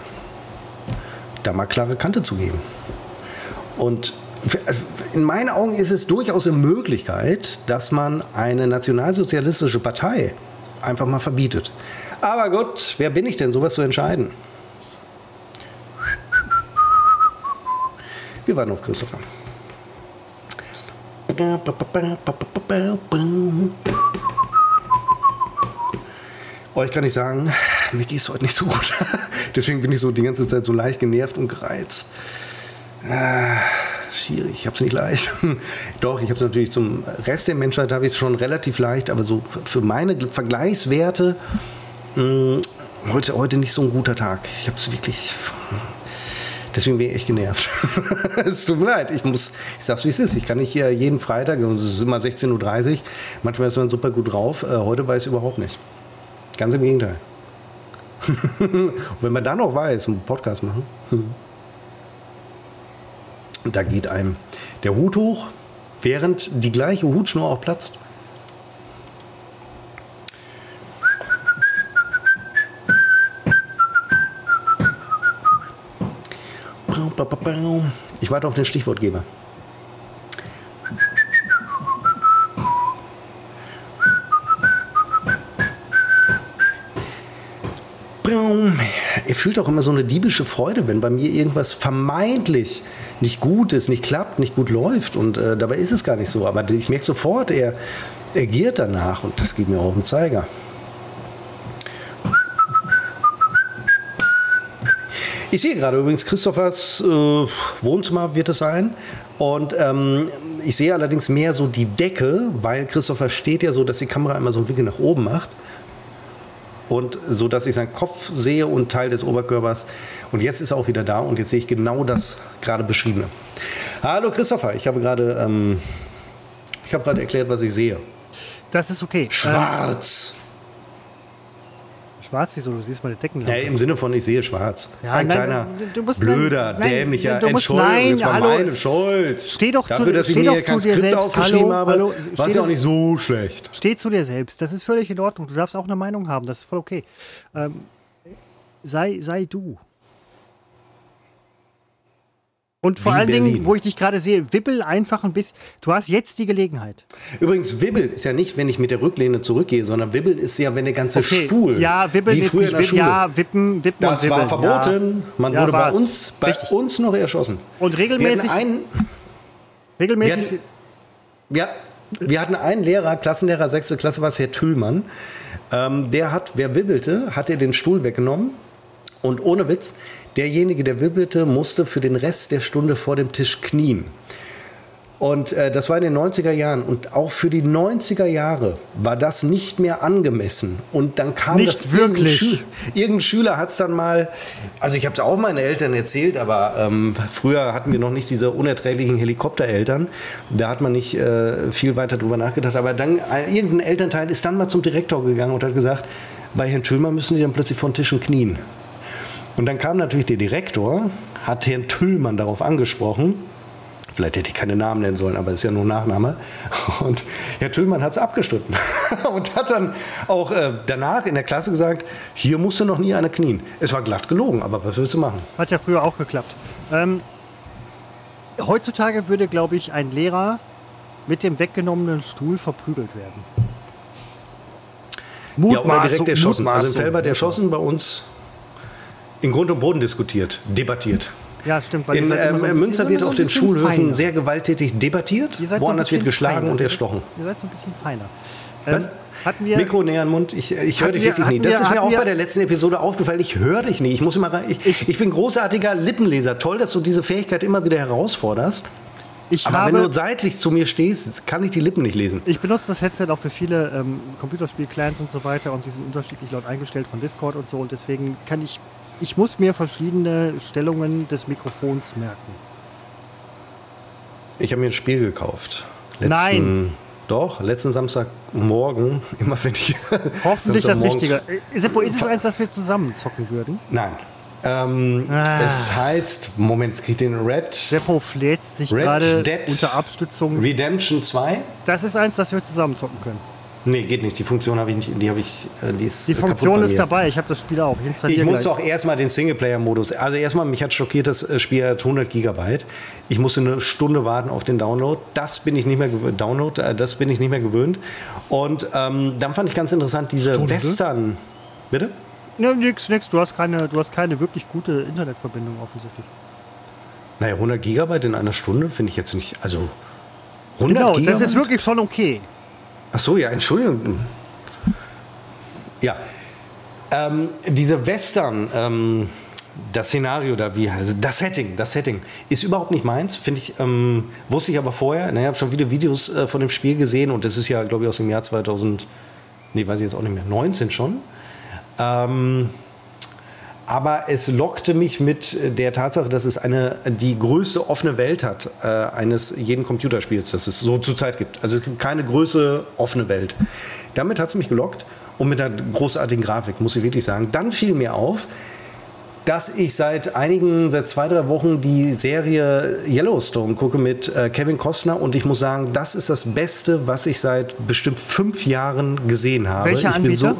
da mal klare Kante zu geben. Und in meinen Augen ist es durchaus eine Möglichkeit, dass man eine nationalsozialistische Partei einfach mal verbietet. Aber gut, wer bin ich denn, sowas zu entscheiden? Wir warten auf Christopher. Euch kann ich sagen, mir geht es heute nicht so gut. Deswegen bin ich so die ganze Zeit so leicht genervt und gereizt. Äh, schwierig, ich habe es nicht leicht. Doch, ich habe es natürlich zum Rest der Menschheit habe ich es schon relativ leicht, aber so für meine Vergleichswerte mh, heute, heute nicht so ein guter Tag. Ich habe es wirklich... Deswegen bin ich echt genervt. Es tut mir leid, ich muss, ich sag's wie es ist. Ich kann nicht hier jeden Freitag, es ist immer sechzehn Uhr dreißig, manchmal ist man super gut drauf. Äh, heute weiß ich überhaupt nicht. Ganz im Gegenteil. Und wenn man dann noch weiß, einen Podcast machen, da geht einem der Hut hoch, während die gleiche Hutschnur auch platzt. Ich warte auf den Stichwortgeber. Ihr fühlt auch immer so eine diebische Freude, wenn bei mir irgendwas vermeintlich nicht gut ist, nicht klappt, nicht gut läuft. Und äh, dabei ist es gar nicht so. Aber ich merke sofort, er, er giert danach. Und das geht mir auch auf den Zeiger. Ich sehe gerade übrigens, Christophers äh, Wohnzimmer wird es sein. Und ähm, ich sehe allerdings mehr so die Decke, weil Christopher steht ja so, dass die Kamera immer so einen Winkel nach oben macht. Und so, dass ich seinen Kopf sehe und Teil des Oberkörpers. Und jetzt ist er auch wieder da und jetzt sehe ich genau das gerade Beschriebene. Hallo Christopher, ich habe gerade ähm, ich habe gerade erklärt, was ich sehe. Das ist okay. Schwarz. Ähm, schwarz? Wieso? Du siehst meine Deckenlampe. Ja, im Sinne von, ich sehe schwarz. Ja, Ein nein, kleiner, du musst, blöder, nein, dämlicher, nein, du musst, Entschuldigung, nein, es war hallo, meine Schuld. Steh doch Dafür, zu, dass ich steh mir doch hier zu kein dir Skript selbst. aufgeschrieben hallo, habe, hallo, war es steh ja auch nicht so schlecht. Steh zu dir selbst. Das ist völlig in Ordnung. Du darfst auch eine Meinung haben. Das ist voll okay. Ähm, sei, sei du. Und vor Wie allen Berlin. Dingen, wo ich dich gerade sehe, wippel einfach ein bisschen. Du hast jetzt die Gelegenheit. Übrigens, Wibbeln ist ja nicht, wenn ich mit der Rücklehne zurückgehe, sondern Wibbeln ist ja, wenn der ganze Okay. Stuhl, Ja, wippeln wie ist früher nicht in der wippen, Schule. ja, wippen, wippen Das und war wibbeln. verboten. Ja. Man Ja, wurde bei war's. uns, bei Richtig. uns noch erschossen. Und Wir regelmäßig, hatten einen, regelmäßig, wir hatten, wir, wir hatten einen Lehrer, Klassenlehrer, sechste Klasse war es, Herr Tüllmann. Ähm, der hat, wer wibbelte, hat er den Stuhl weggenommen. Und ohne Witz, derjenige, der wibbelte, musste für den Rest der Stunde vor dem Tisch knien. Und äh, das war in den neunziger Jahren. Und auch für die neunziger Jahre war das nicht mehr angemessen. Und dann kam nicht das wirklich. Irgendein, Schü- irgendein Schüler hat es dann mal, also ich habe es auch meinen Eltern erzählt, aber ähm, früher hatten wir noch nicht diese unerträglichen Helikoptereltern. Da hat man nicht äh, viel weiter drüber nachgedacht. Aber dann ein, irgendein Elternteil ist dann mal zum Direktor gegangen und hat gesagt, bei Herrn Tüllmann müssen die dann plötzlich von Tisch und knien. Und dann kam natürlich der Direktor, hat Herrn Tüllmann darauf angesprochen. Vielleicht hätte ich keine Namen nennen sollen, aber das ist ja nur ein Nachname. Und Herr Tüllmann hat es abgestritten und hat dann auch äh, danach in der Klasse gesagt, hier musste noch nie einer knien. Es war glatt gelogen, aber was willst du machen? Hat ja früher auch geklappt. Ähm, heutzutage würde, glaube ich, ein Lehrer mit dem weggenommenen Stuhl verprügelt werden. Ja, oder direkt erschossen. Also im Felbert erschossen, bei uns in Grund und Boden diskutiert, debattiert. Ja, stimmt. Weil in ähm, so Münster wird so auf den Schulhöfen feiner. sehr gewalttätig debattiert. Woanders so wird geschlagen feiner. und erstochen. Ihr seid so ein bisschen feiner. Was? Ähm, hatten wir, Mikro näher an den Mund. Ich, ich höre dich wir, wirklich nie. Das wir, ist mir auch wir, bei der letzten Episode aufgefallen. Ich höre dich nie. Ich, muss immer rein, ich, ich, ich bin großartiger Lippenleser. Toll, dass du diese Fähigkeit immer wieder herausforderst. Ich Aber habe, wenn du seitlich zu mir stehst, kann ich die Lippen nicht lesen. Ich benutze das Headset auch für viele ähm, Computerspiel-Clients und so weiter und die sind unterschiedlich laut eingestellt von Discord und so und deswegen kann ich, ich muss mir verschiedene Stellungen des Mikrofons merken. Ich habe mir ein Spiel gekauft. Letzten, Nein. Doch, letzten Samstagmorgen, immer wenn ich... Hoffentlich das Wichtige. Seppo, ist es eins, das wir zusammen zocken würden? Nein. Ähm, ah. Es heißt, Moment, es kriegt den Red... Seppo fläzt sich gerade unter Abstützung. Redemption zwei? Das ist eins, das wir zusammen zocken können. Nee, geht nicht. Die Funktion habe ich nicht. Die habe ich. Die ist Die Funktion ist dabei. Ich habe das Spiel auch. Ich, ich musste auch erstmal den Singleplayer-Modus. Also erstmal, mich hat schockiert, das Spiel hat hundert Gigabyte. Ich musste eine Stunde warten auf den Download. Das bin ich nicht mehr gewöhnt. Download, das bin ich nicht mehr gewöhnt. Und ähm, dann fand ich ganz interessant diese Stunde? Western. Bitte? Ja, nix, nix. Du hast keine, du hast keine wirklich gute Internetverbindung offensichtlich. Naja, hundert Gigabyte in einer Stunde finde ich jetzt nicht. Also hundert genau, Gigabyte? Das ist wirklich schon okay. Ach so, ja, Entschuldigung. Ja, ähm, diese Western, ähm, das Szenario da, wie heißt es, das Setting, das Setting ist überhaupt nicht meins, finde ich, ähm, wusste ich aber vorher. Ich habe schon viele Videos äh, von dem Spiel gesehen und das ist ja, glaube ich, aus dem Jahr zweitausend, nee, weiß ich jetzt auch nicht mehr, neunzehn schon. Ähm, aber es lockte mich mit der Tatsache, dass es eine, die größte offene Welt hat, äh, eines jeden Computerspiels, das es so zurzeit gibt. Also es gibt keine größere offene Welt. Damit hat es mich gelockt und mit einer großartigen Grafik, muss ich wirklich sagen. Dann fiel mir auf, dass ich seit einigen, seit zwei, drei Wochen die Serie Yellowstone gucke mit äh, Kevin Costner und ich muss sagen, das ist das Beste, was ich seit bestimmt fünf Jahren gesehen habe. Welcher ich Anbieter? Bin so,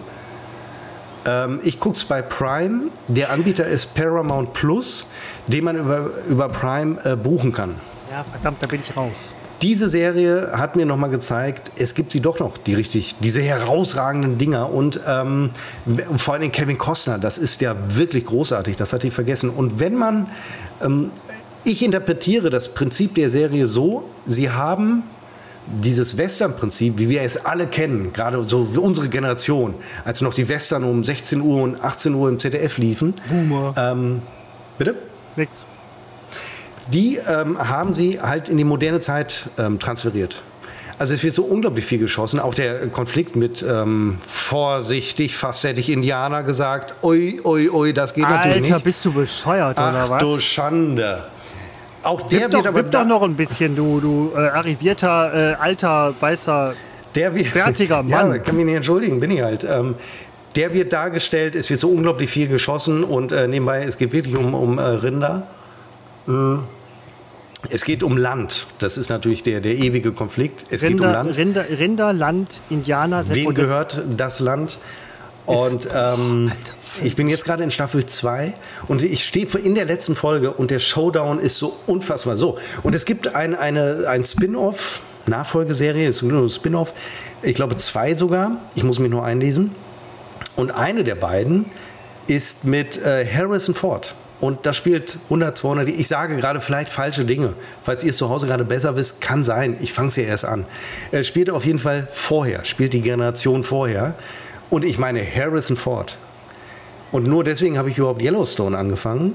ähm, ich gucke es bei Prime. Der Anbieter ist Paramount Plus, den man über, über Prime äh, buchen kann. Ja, verdammt, da bin ich raus. Diese Serie hat mir nochmal gezeigt, es gibt sie doch noch, die richtig, diese herausragenden Dinger und ähm, vor allem Kevin Costner, das ist ja wirklich großartig, das hatte ich vergessen. Und wenn man, ähm, ich interpretiere das Prinzip der Serie so, sie haben dieses Western-Prinzip, wie wir es alle kennen, gerade so wie unsere Generation, als noch die Western um sechzehn Uhr und achtzehn Uhr im Z D F liefen. Boomer. Ähm, bitte? Nix. Die ähm, haben sie halt in die moderne Zeit ähm, transferiert. Also es wird so unglaublich viel geschossen. Auch der Konflikt mit ähm, vorsichtig, fast hätte ich Indianer gesagt. Ui, ui, ui, das geht Alter, natürlich nicht. Alter, bist du bescheuert, Ach, oder was? du Schande. Auch der wipp wird doch, aber wipp doch noch ein bisschen, du, du äh, arrivierter, äh, alter, weißer, der wird, bärtiger Mann. Ja, kann mich nicht entschuldigen, bin ich halt. Ähm, der wird dargestellt, es wird so unglaublich viel geschossen und äh, nebenbei, es geht wirklich um, um äh, Rinder. Mhm. Es geht um Land. Das ist natürlich der, der ewige Konflikt. Es Rinder, geht um Land. Rinder, Rinder Land, Indianer. Wem gehört das Land? Und ähm, ich bin jetzt gerade in Staffel zwei und ich stehe in der letzten Folge und der Showdown ist so unfassbar so. Und es gibt ein, eine, ein Spin-off, Nachfolgeserie, ist nur ein Spin-off, ich glaube zwei sogar, ich muss mich nur einlesen. Und eine der beiden ist mit äh, Harrison Ford. Und das spielt hundert, zweihundert, ich sage gerade vielleicht falsche Dinge. Falls ihr es zu Hause gerade besser wisst, kann sein, ich fange es ja erst an. Er spielt auf jeden Fall vorher, spielt die Generation vorher. Und ich meine Harrison Ford. Und nur deswegen habe ich überhaupt Yellowstone angefangen.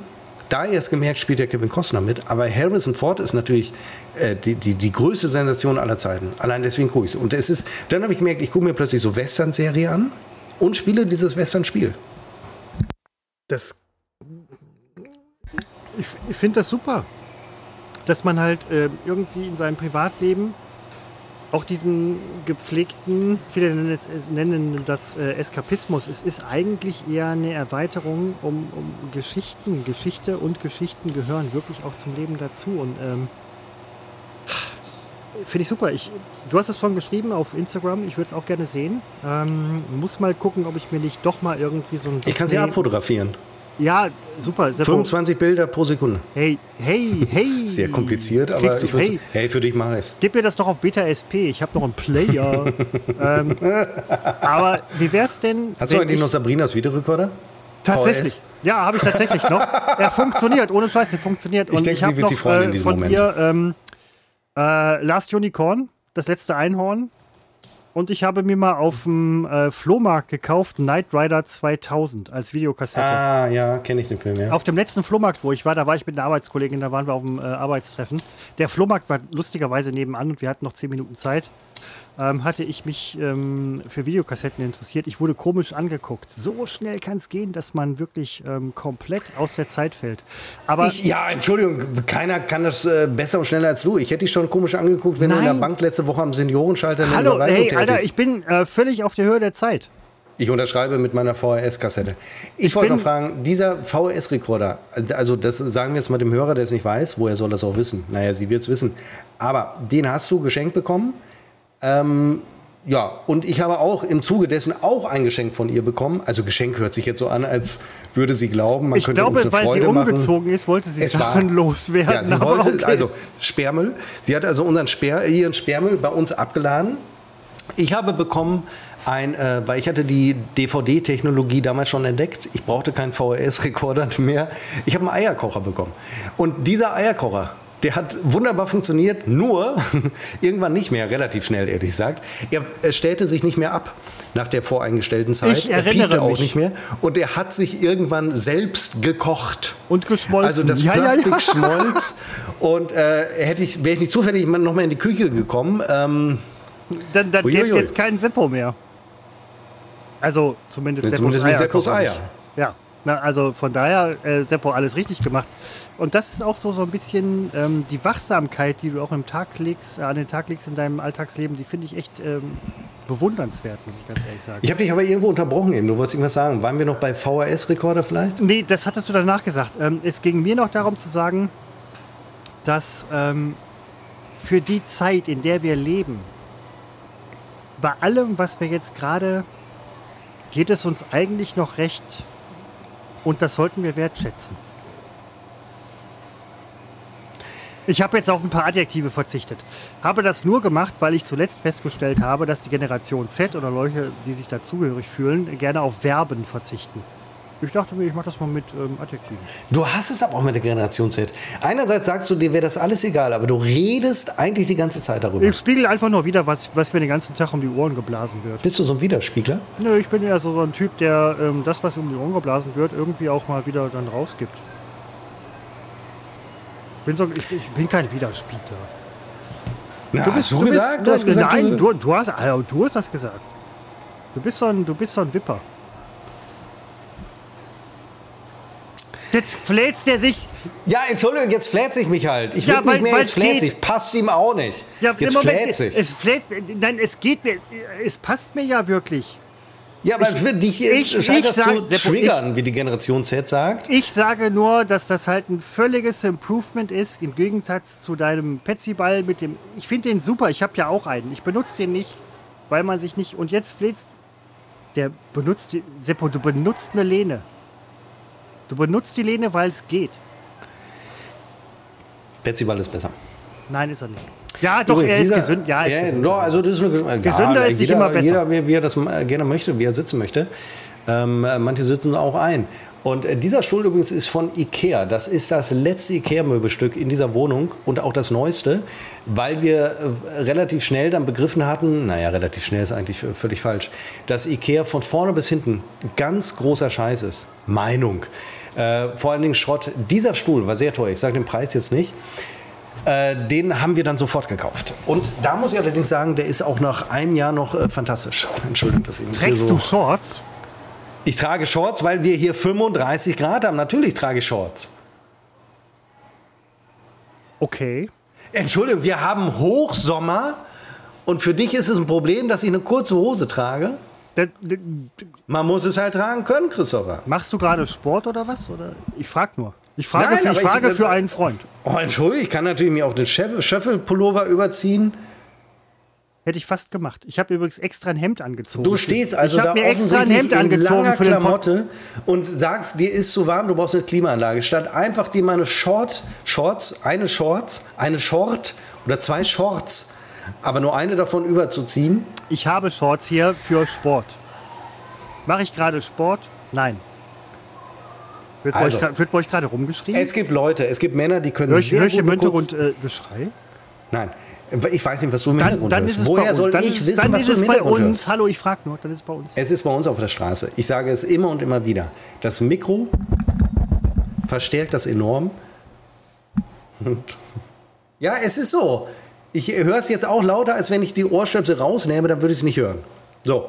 da erst gemerkt, spielt ja Kevin Costner mit. Aber Harrison Ford ist natürlich äh, die, die, die größte Sensation aller Zeiten. Allein deswegen gucke ich es. Und es ist, dann habe ich gemerkt, ich gucke mir plötzlich so Western-Serie an und spiele dieses Western-Spiel. Das, ich ich finde das super, dass man halt äh, irgendwie in seinem Privatleben auch diesen gepflegten, viele nennen, es, nennen das äh, Eskapismus, es ist eigentlich eher eine Erweiterung um, um Geschichten. Geschichte und Geschichten gehören wirklich auch zum Leben dazu. Und ähm, finde ich super. Ich, du hast es vorhin geschrieben auf Instagram, ich würde es auch gerne sehen. Ähm, muss mal gucken, ob ich mir nicht doch mal irgendwie so ein Ich kann sie abfotografieren. Ja, super. Seppo. fünfundzwanzig Bilder pro Sekunde. Hey, hey, hey. Sehr kompliziert, aber Kriegst du- ich würde hey. hey, für dich mache ich es. Gib mir das doch auf Beta S P. Ich habe noch einen Player. ähm, aber wie wär's denn? Hast du wenn eigentlich ich- noch Sabrinas Videorekorder? Tatsächlich. V H S? Ja, habe ich tatsächlich noch. Er funktioniert, ohne Scheiß, er funktioniert. Ich Und denke, ich sie habe wird noch sich freuen in äh, diesem von Moment. ihr ähm, äh, Last Unicorn, das letzte Einhorn. Und ich habe mir mal auf dem äh, Flohmarkt gekauft Knight Rider zweitausend als Videokassette. Ah, ja, kenne ich den Film, ja. Auf dem letzten Flohmarkt, wo ich war, da war ich mit einer Arbeitskollegin, da waren wir auf dem äh, Arbeitstreffen. Der Flohmarkt war lustigerweise nebenan und wir hatten noch zehn Minuten Zeit. Ähm, hatte ich mich ähm, für Videokassetten interessiert. Ich wurde komisch angeguckt. So schnell kann es gehen, dass man wirklich ähm, komplett aus der Zeit fällt. Aber Ich, ja, Entschuldigung, keiner kann das äh, besser und schneller als du. Ich hätte dich schon komisch angeguckt, wenn du in der Nein. Bank letzte Woche am Seniorenschalter eine hallo, Überweisung hey, Alter, tätigst. ich bin äh, völlig auf der Höhe der Zeit. Ich unterschreibe mit meiner V H S-Kassette. Ich wollte bin- noch fragen, dieser V H S-Rekorder, also das sagen wir jetzt mal dem Hörer, der es nicht weiß, woher soll das auch wissen? Naja, sie wird es wissen. Aber den hast du geschenkt bekommen. Ähm, ja, und ich habe auch im Zuge dessen auch ein Geschenk von ihr bekommen. Also Geschenk hört sich jetzt so an, als würde sie glauben, man Ich könnte glaube, uns eine weil Freude sie machen. umgezogen ist, wollte sie Es Sachen war- loswerden. Ja, sie aber wollte, okay. also Sperrmüll. Sie hat also unseren Sperr, ihren Sperrmüll bei uns abgeladen. Ich habe bekommen ein, äh, weil ich hatte die D V D-Technologie damals schon entdeckt. Ich brauchte keinen V H S-Rekorder mehr. Ich habe einen Eierkocher bekommen. Und dieser Eierkocher, der hat wunderbar funktioniert, nur irgendwann nicht mehr, relativ schnell, ehrlich gesagt. Er, er stellte sich nicht mehr ab nach der voreingestellten Zeit. Ich er erinnere piepte auch mich. nicht mehr. Und er hat sich irgendwann selbst gekocht. Und geschmolzen. Also das Ja, ja, Plastik ja. schmolz. Und äh, hätte ich, wäre ich nicht zufällig noch mal in die Küche gekommen. Ähm, Dann, dann gäbe es Uiuiui. jetzt keinen Seppo mehr. Also zumindest Jetzt Seppos zumindest nicht Eier. Seppos kommt Eier. nicht. Ja, na, also von daher, äh, Seppo, alles richtig gemacht. Und das ist auch so, so ein bisschen ähm, die Wachsamkeit, die du auch im Tag legst, äh, an den Tag legst in deinem Alltagsleben, die finde ich echt ähm, bewundernswert, muss ich ganz ehrlich sagen. Ich habe dich aber irgendwo unterbrochen eben. Du wolltest irgendwas sagen. Waren wir noch bei V H S-Rekorder vielleicht? Nee, das hattest du danach gesagt. Ähm, es ging mir noch darum zu sagen, dass ähm, für die Zeit, in der wir leben, bei allem, was wir jetzt gerade, geht es uns eigentlich noch recht und das sollten wir wertschätzen. Ich habe jetzt auf ein paar Adjektive verzichtet. Habe das nur gemacht, weil ich zuletzt festgestellt habe, dass die Generation Z oder Leute, die sich dazugehörig fühlen, gerne auf Verben verzichten. Ich dachte mir, ich mache das mal mit ähm, Adjektiven. Du hast es aber auch mit der Generation Z. Einerseits sagst du, dir wäre das alles egal, aber du redest eigentlich die ganze Zeit darüber. Ich spiegel einfach nur wieder, was, was mir den ganzen Tag um die Ohren geblasen wird. Bist du so ein Widerspiegler? Nö, ich bin eher so, so ein Typ, der ähm, das, was um die Ohren geblasen wird, irgendwie auch mal wieder dann rausgibt. Bin so, ich, ich bin kein Widerspiegler. Na, bist- hast du, du bist- gesagt? Du hast gesagt, Nein, du, du, du, hast, also, du hast das gesagt. Du bist so ein, du bist so ein Wipper. Jetzt fläzt der sich. Ja, Entschuldigung, jetzt fläht sich mich halt. Ich Ja, will weil- nicht mehr, weil's jetzt fläht geht. sich. Passt ihm auch nicht. Ja, jetzt im Moment, fläht sich. Es fläzt, nein, es geht mir. Es passt mir ja wirklich. ja, aber für dich ich- scheint ich das sag- zu Seppo, triggern, wie die Generation Z sagt. Ich sage nur, dass das halt ein völliges Improvement ist, im Gegensatz zu deinem Petsy-Ball mit dem. Ich finde den super, ich habe ja auch einen. Ich benutze den nicht, weil man sich nicht. Und jetzt fläzt. Der benutzt. Die, Seppo, du benutzt eine Lehne. Du benutzt die Lehne, weil es geht. Betsy-Ball ist besser. Nein, ist er nicht. Ja, doch, Übrigens, er ist dieser- gesund. Ja, er ist ja, gesund. doch, also das ist eine, Gesünder ja, ist nicht jeder, immer besser. Jeder, wie, wie er das äh, gerne möchte, wie er sitzen möchte. Ähm, äh, manche sitzen auch ein. Und äh, dieser Stuhl übrigens ist von Ikea. Das ist das letzte Ikea-Möbelstück in dieser Wohnung und auch das neueste, weil wir äh, relativ schnell dann begriffen hatten, naja, relativ schnell ist eigentlich v- völlig falsch, dass Ikea von vorne bis hinten ganz großer Scheiß ist. Meinung. Äh, vor allen Dingen Schrott. Dieser Stuhl war sehr teuer. Ich sage den Preis jetzt nicht. Äh, den haben wir dann sofort gekauft. Und da muss ich allerdings sagen, der ist auch nach einem Jahr noch äh, fantastisch. Entschuldigung, dass ich Trägst so du Shorts? Ich trage Shorts, weil wir hier fünfunddreißig Grad haben. Natürlich trage ich Shorts. Okay. Entschuldigung, wir haben Hochsommer und für dich ist es ein Problem, dass ich eine kurze Hose trage? Da, da, Man muss es halt tragen können, Christopher. machst du gerade Sport oder was? Oder? Ich frage nur. Ich frage, Nein, für, ich aber ich- frage für einen Freund. Oh, Entschuldigung, ich kann natürlich mir auch den Schöff- Schöffelpullover überziehen. Hätte ich fast gemacht. Ich habe übrigens extra ein Hemd angezogen. Du stehst also ich da hab mir extra ein offensichtlich Hemd in angezogen langer für den Pod- Klamotte und sagst, dir ist zu warm, du brauchst eine Klimaanlage. Statt einfach dir mal eine Short, Shorts, eine Shorts, eine Short oder zwei Shorts, aber nur eine davon überzuziehen. Ich habe Shorts hier für Sport. Mache ich gerade Sport? Nein. Wird Also. bei euch, gra- wird bei euch gerade rumgeschrien? Es gibt Leute, es gibt Männer, die können Höre ich, sehr höre ich gut im mit kurz- Hintergrund äh, Geschrei? Nein, ich weiß nicht, was du im Dann, Hintergrund dann hörst. ist es Woher bei uns. soll Dann ich ist, wissen, dann was ist du es im bei Hintergrund uns. hörst? Hallo, ich frage nur. Dann ist es bei uns. Es ist bei uns auf der Straße. Ich sage es immer und immer wieder. Das Mikro verstärkt das enorm. Und ja, es ist so. Ich höre es jetzt auch lauter, als wenn ich die Ohrstöpsel rausnehme, dann würde ich es nicht hören. So.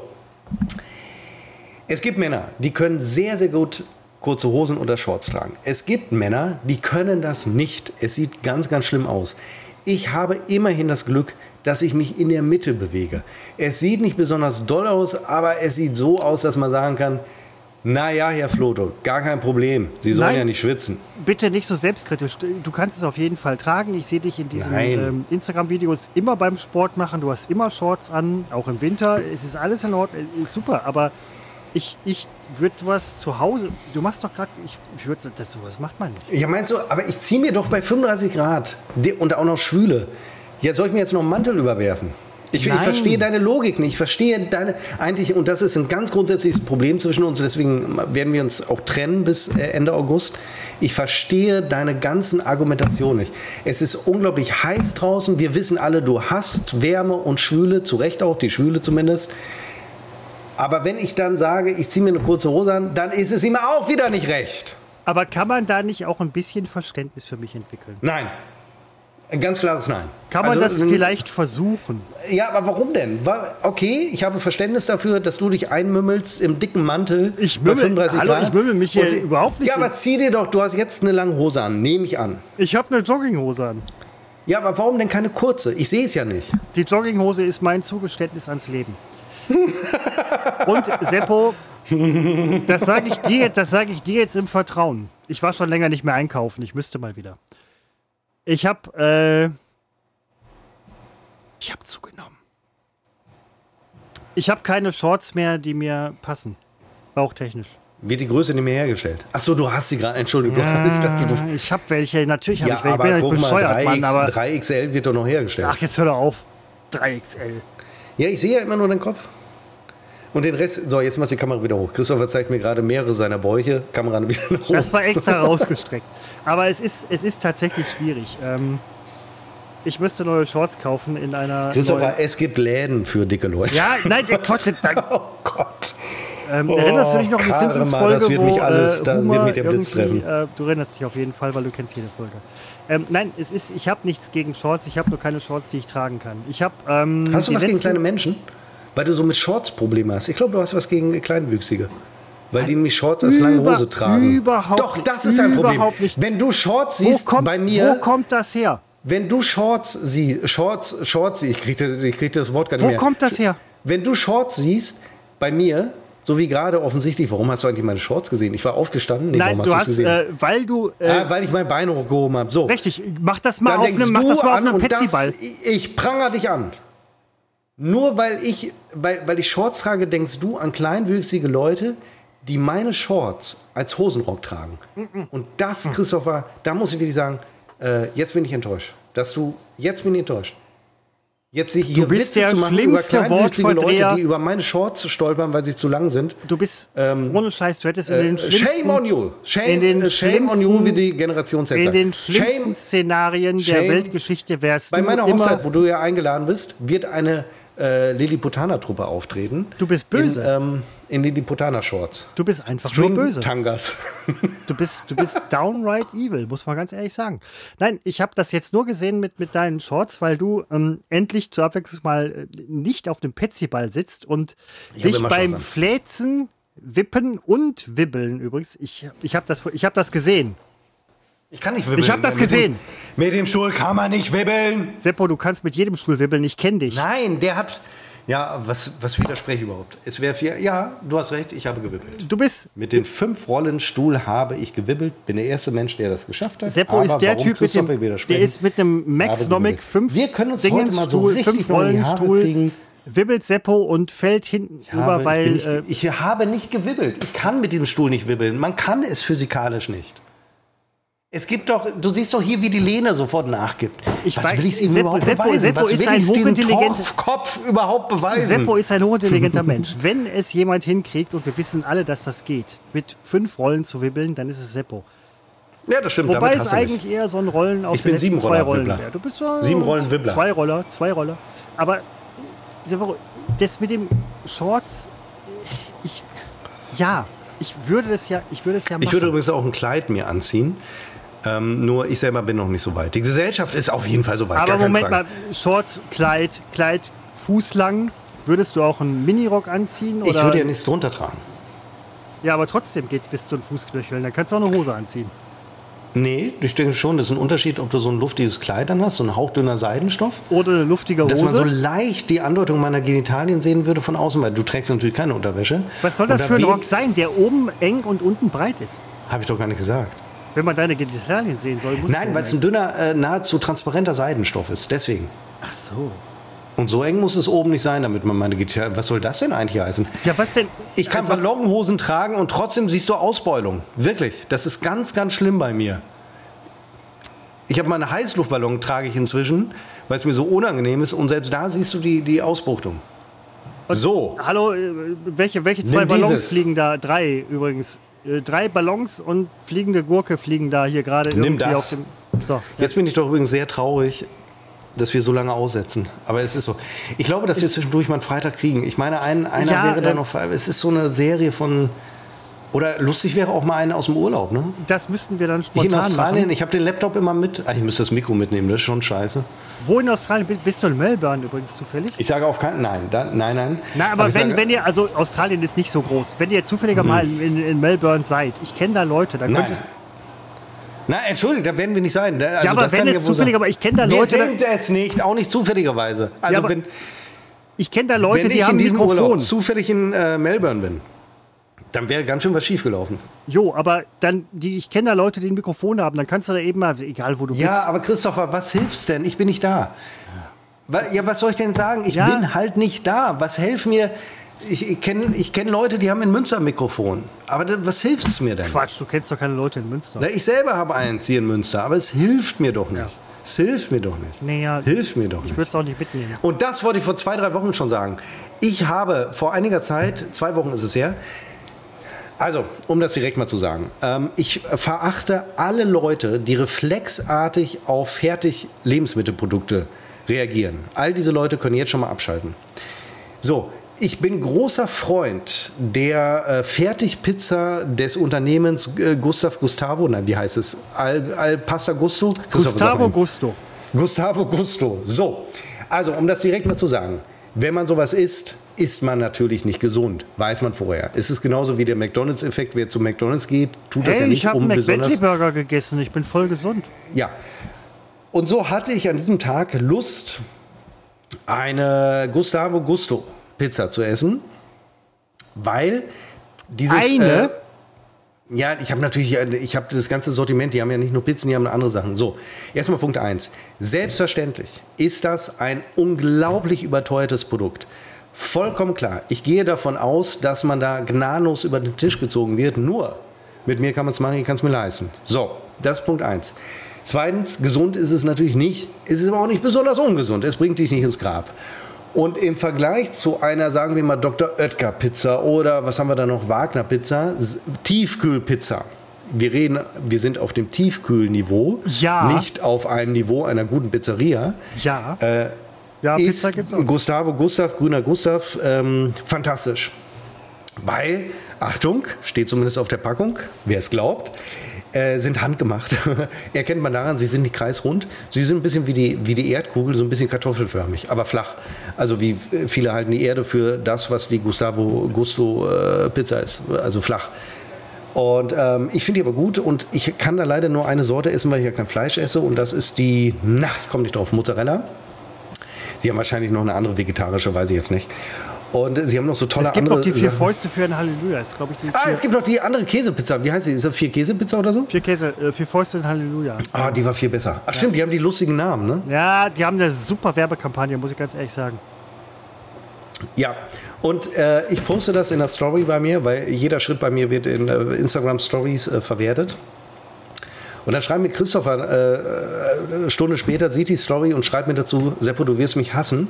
Es gibt Männer, die können sehr, sehr gut kurze Hosen oder Shorts tragen. Es gibt Männer, die können das nicht. Es sieht ganz, ganz schlimm aus. Ich habe immerhin das Glück, dass ich mich in der Mitte bewege. Es sieht nicht besonders doll aus, aber es sieht so aus, dass man sagen kann, naja, Herr Floto, gar kein Problem. Sie sollen Nein. ja nicht schwitzen. Bitte nicht so selbstkritisch. Du kannst es auf jeden Fall tragen. Ich sehe dich in diesen Nein. ähm, Instagram-Videos immer beim Sport machen. Du hast immer Shorts an, auch im Winter. Es ist alles in Ordnung, ist super. Aber ich, ich würde was zu Hause. Du machst doch gerade. Ich, ich würde, das sowas macht man nicht. Ja, meinst du, aber ich ziehe mir doch bei fünfunddreißig Grad die- und auch noch Schwüle. Ja, soll ich mir jetzt noch einen Mantel überwerfen? Ich, ich Nein. verstehe deine Logik nicht. Ich verstehe deine, eigentlich, und das ist ein ganz grundsätzliches Problem zwischen uns, deswegen werden wir uns auch trennen bis äh, Ende August. Ich verstehe deine ganzen Argumentationen nicht. Es ist unglaublich heiß draußen. Wir wissen alle, du hast Wärme und Schwüle, zu Recht auch, die Schwüle zumindest. Aber wenn ich dann sage, ich ziehe mir eine kurze Hose an, dann ist es ihm auch wieder nicht recht. Aber kann man da nicht auch ein bisschen Verständnis für mich entwickeln? Nein. Ein ganz klares Nein. Kann man Also, das ähm, vielleicht versuchen? Ja, aber warum denn? Wa- Okay, ich habe Verständnis dafür, dass du dich einmümmelst im dicken Mantel. Ich bei mümmel- fünfunddreißig hallo, Grad. ich mümmel mich hier Und- überhaupt nicht Ja, aber zieh dir doch, du hast jetzt eine lange Hose an, nehme ich an. Ich habe eine Jogginghose an. Ja, aber warum denn keine kurze? Ich sehe es ja nicht. Die Jogginghose ist mein Zugeständnis ans Leben. Und Seppo, das sage ich dir, das sage ich dir jetzt im Vertrauen. Ich war schon länger nicht mehr einkaufen. Ich müsste mal wieder. Ich habe, äh, ich habe zugenommen. Ich habe keine Shorts mehr, die mir passen, bauchtechnisch. Wird die Größe nicht mehr hergestellt? Ach so, du hast sie gerade. Entschuldigung, du hast, ich dachte, du. Ich habe welche, natürlich habe Ja, ich welche. Ich bin aber ja nicht guck mal, bescheuert, drei Mann, X- aber drei X L wird doch noch hergestellt. ach, jetzt hör doch auf. drei X L. Ja, ich sehe ja immer nur den Kopf. Und den Rest, so, jetzt machst du die Kamera wieder hoch. Christopher zeigt mir gerade mehrere seiner Bäuche. Kamera wieder nach oben. Das war extra rausgestreckt. Aber es ist, es ist tatsächlich schwierig. Ähm, ich müsste neue Shorts kaufen in einer. Christopher, neuen- es gibt Läden für dicke Leute. Ja, nein, der Quatsch. Nein. Oh Gott. Ähm, erinnerst du dich noch an die Karma, Simpsons-Folge, das wird wo mich alles- äh, da Homer wird mich der Blitz irgendwie, treffen. Äh, du erinnerst dich auf jeden Fall, weil du kennst jede Folge. Ähm, nein, es ist, ich habe nichts gegen Shorts. Ich habe nur keine Shorts, die ich tragen kann. Ich habe. Ähm, Hast du die was gegen letzten- kleine Menschen? Weil du so mit Shorts Probleme hast. Ich glaube, du hast was gegen Kleinwüchsige. Weil die nämlich Shorts als lange Über- Hose tragen. überhaupt Doch, nicht, das ist ein Problem. überhaupt nicht. Wenn du Shorts Wo siehst kommt, bei wo mir, kommt das her? wenn du Shorts siehst, Shorts, Shorts, ich kriege ich krieg das Wort gar nicht Wo mehr. kommt das her? Wenn du Shorts siehst bei mir, so wie gerade offensichtlich, warum hast du eigentlich meine Shorts gesehen? Ich war aufgestanden. Nee, Nein, warum du hast hast, du's gesehen? äh, weil du. Äh, ah, weil ich mein Bein hochgehoben habe. So. Richtig, mach das mal Dann auf denkst einem, mach du das mal auf an einem und das, Petsyball. ich pranger dich an. Nur weil ich, weil, weil ich Shorts trage, denkst du an kleinwüchsige Leute, die meine Shorts als Hosenrock tragen. Und das, Christopher, da muss ich wirklich sagen, äh, jetzt bin ich enttäuscht. Dass du, jetzt bin ich enttäuscht. Jetzt sich hier bist Witze der zu machen über schlimmste kleinwüchsige Leute, Wortverdreher. die über meine Shorts stolpern, weil sie zu lang sind. Du bist, ohne Scheiß, du hättest in den Äh, schlimmsten, shame on you. Shame, in den äh, shame on you, schlimmsten- wie die Generation Z in sagt. den schlimmsten Shame Szenarien der shame. Weltgeschichte wärst Bei du meiner immer. Hochzeit, wo du ja eingeladen bist, wird eine äh, Lilliputaner-Truppe auftreten. Du bist böse. In, ähm, in Lilliputaner-Shorts. Du bist einfach nur böse. Tangas. Du bist, du bist downright evil, muss man ganz ehrlich sagen. Nein, ich habe das jetzt nur gesehen mit, mit deinen Shorts, weil du ähm, endlich zur Abwechslung mal äh, nicht auf dem Petsyball sitzt und Ich dich beim Fläzen, Wippen und Wibbeln übrigens, ich, ich habe das, ich hab das gesehen. Ich kann nicht wibbeln. Ich habe das gesehen. Mit dem Stuhl kann man nicht wibbeln. Seppo, du kannst mit jedem Stuhl wibbeln, ich kenne dich. Nein, der hat... Ja, was, was widerspreche ich überhaupt? Es wäre vier... Ja, du hast recht, ich habe gewibbelt. Du bist... Mit den fünf Rollen Stuhl habe ich gewibbelt. Bin der erste Mensch, der das geschafft hat. Seppo ist der Typ, mit dem, der ist mit einem Maxnomic fünf Wir können uns heute mal so richtig fünf Rollenstuhl kriegen. Wibbelt Seppo und fällt hinten ich habe, über, weil... Ich, nicht, ich habe nicht gewibbelt. Ich kann mit diesem Stuhl nicht wibbeln. Man kann es physikalisch nicht. Es gibt doch, du siehst doch hier, wie die Lene sofort nachgibt. Ich Was weiß, will ich ihm Seppo, überhaupt Seppo, beweisen? Seppo Was ist will ein ich diesem hochintelligenter Torfkopf überhaupt beweisen? Seppo ist ein hochintelligenter Mensch. Wenn es jemand hinkriegt, und wir wissen alle, dass das geht, mit fünf Rollen zu wibbeln, dann ist es Seppo. Ja, das stimmt. Wobei damit es hast du eigentlich nicht. eher so ein Rollen auf Ich bin sieben zwei Roller Rollen Wibbler. wäre. Du bist so Sieben Rollen Wibbler. Zwei Roller, zwei Roller. Aber Seppo, das mit dem Shorts, ich, ja, ich würde das ja, ich würde es ja machen. Ich würde übrigens auch ein Kleid mir anziehen. Ähm, nur ich selber bin noch nicht so weit. Die Gesellschaft ist auf jeden Fall so weit. Aber gar keine Moment Frage. mal, Shorts, Kleid, Kleid, fußlang. Würdest du auch einen Minirock anziehen? Oder? Ich würde ja nichts drunter tragen. Ja, aber trotzdem geht es bis zu den Fußknöcheln. Dann kannst du auch eine Hose anziehen. Nee, ich denke schon, das ist ein Unterschied, ob du so ein luftiges Kleid an hast, so ein hauchdünner Seidenstoff. Oder eine luftige Hose. Dass man so leicht die Andeutung meiner Genitalien sehen würde von außen, weil du trägst natürlich keine Unterwäsche. Was soll das Und für ein da Rock sein, der oben eng und unten breit ist? Habe ich doch gar nicht gesagt. Wenn man deine Genitalien sehen soll, muss Nein, weil es ein dünner, äh, nahezu transparenter Seidenstoff ist. Deswegen. Ach so. Und so eng muss es oben nicht sein, damit man meine Genitalien... Was soll das denn eigentlich heißen? Ja, was denn? Ich kann Also- Ballonhosen tragen und trotzdem siehst du Ausbeulung. Wirklich. Das ist ganz, ganz schlimm bei mir. Ich habe meine Heißluftballon, trage ich inzwischen, weil es mir so unangenehm ist. Und selbst da siehst du die, die Ausbuchtung. Und, So. Hallo, äh, welche, welche zwei Nimm Ballons dieses. fliegen da? Drei übrigens. Äh, Drei Ballons und fliegende Gurke fliegen da hier gerade Nimm irgendwie das. auf dem... So, Jetzt bin ich doch übrigens sehr traurig, dass wir so lange aussetzen. Aber es ist so. Ich glaube, dass wir zwischendurch mal einen Freitag kriegen. Ich meine, ein, einer Ja, wäre da äh, noch frei. Es ist so eine Serie von... Oder lustig wäre auch mal eine aus dem Urlaub, ne? das müssten wir dann Ich in spontan Australien, machen. ich habe den Laptop immer mit. Ah, ich müsste das Mikro mitnehmen, das ist schon scheiße. Wo in Australien? Bist, bist du in Melbourne übrigens zufällig? Ich sage auf keinen... Nein, da, nein, nein. Na, aber, ich wenn, sage, wenn ihr, also Australien ist nicht so groß, wenn ihr zufälliger mal in, in Melbourne seid, ich kenne da Leute, dann Nein. könnt ihr... Nein, entschuldigt, da werden wir nicht sein. Da, also Ja, aber das wenn kann ich es ja wohl zufälliger, sagen. aber ich kenne da Wir Leute, sind es nicht, auch nicht zufälligerweise. Also Ja, aber wenn, ich kenne da Leute, wenn die ich haben in diesem Mikrofon. Urlaub zufällig in äh, Melbourne bin, dann wäre ganz schön was schiefgelaufen. Jo, aber dann, die, ich kenne da Leute, die ein Mikrofon haben, dann kannst du da eben mal, egal wo du Ja, bist. aber Christopher, was hilft's denn? Ich bin nicht da. Wa- Ja, was soll ich denn sagen? Ich Ja. bin halt nicht da. Was hilft mir? Ich, ich kenne ich kenn Leute, die haben in Münster ein Mikrofon. Aber da- was hilft's mir denn? Quatsch, du kennst doch keine Leute in Münster. Na, ich selber habe eins hier in Münster, aber es hilft mir doch nicht. Es hilft mir doch nicht. Naja, Hilft mir doch ich nicht. würde es auch nicht mitnehmen. Und das wollte ich vor zwei, drei Wochen schon sagen. Ich habe vor einiger Zeit, zwei Wochen ist es her, also, um das direkt mal zu sagen, ähm, ich verachte alle Leute, die reflexartig auf fertig Lebensmittelprodukte reagieren. All diese Leute können jetzt schon mal abschalten. So, ich bin großer Freund der äh, Fertigpizza des Unternehmens äh, Gustav Gustavo, nein, wie heißt es? Al, Al Pasta Gusto? Christoph, sag Gustavo mal. Gusto. Gustavo Gusto. So, also um das direkt mal zu sagen, wenn man sowas isst, isst man natürlich nicht gesund, weiß man vorher. Es ist genauso wie der McDonalds-Effekt, wer zu McDonalds geht, tut das Hey, ja ich nicht, habe um einen besonders... McBentley-Burger gegessen, ich bin voll gesund. Ja. Und so hatte ich an diesem Tag Lust, eine Gustavo Gusto Pizza zu essen, weil dieses... Eine? Äh, ja, ich habe natürlich, ich habe das ganze Sortiment, die haben ja nicht nur Pizzen, die haben andere Sachen. So, erstmal Punkt eins. Selbstverständlich ist das ein unglaublich überteuertes Produkt. Vollkommen klar. Ich gehe davon aus, dass man da gnadenlos über den Tisch gezogen wird. Nur, mit mir kann man es machen, ich kann es mir leisten. So, das ist Punkt eins. Zweitens, gesund ist es natürlich nicht. Es ist aber auch nicht besonders ungesund. Es bringt dich nicht ins Grab. Und im Vergleich zu einer, sagen wir mal, Doktor Oetker Pizza oder was haben wir da noch, Wagner Pizza, S- Tiefkühlpizza. Wir reden, wir sind auf dem Tiefkühlniveau, Ja. nicht auf einem Niveau einer guten Pizzeria. Ja. Äh, Ja, ist Pizza gibt's auch. Gustavo Gustav, grüner Gustav, ähm, fantastisch. Weil, Achtung, steht zumindest auf der Packung, wer es glaubt, äh, sind handgemacht. Erkennt man daran, sie sind nicht kreisrund. Sie sind ein bisschen wie die, wie die Erdkugel, so ein bisschen kartoffelförmig, aber flach. Also wie viele halten die Erde für das, was die Gustavo Gusto äh, Pizza ist, also flach. Und ähm, ich finde die aber gut und ich kann da leider nur eine Sorte essen, weil ich ja kein Fleisch esse und das ist die, na, ich komme nicht drauf, Mozzarella. Sie haben wahrscheinlich noch eine andere vegetarische, weiß ich jetzt nicht. Und sie haben noch so tolle andere... Es gibt andere noch die vier Sachen. Fäuste für ein Halleluja. Ist, ich, die ah, es gibt noch die andere Käsepizza. Wie heißt sie? Ist das vier Käsepizza oder so? Vier Käse, äh, vier Fäuste in Halleluja. Ah, die war viel besser. Ach stimmt, ja. Die haben die lustigen Namen, ne? Ja, die haben eine super Werbekampagne, muss ich ganz ehrlich sagen. Ja, und äh, ich poste das in der Story bei mir, weil jeder Schritt bei mir wird in äh, Instagram Stories äh, verwertet. Und dann schreibt mir Christopher äh, eine Stunde später, sieht die Story und schreibt mir dazu, Seppo, du wirst mich hassen.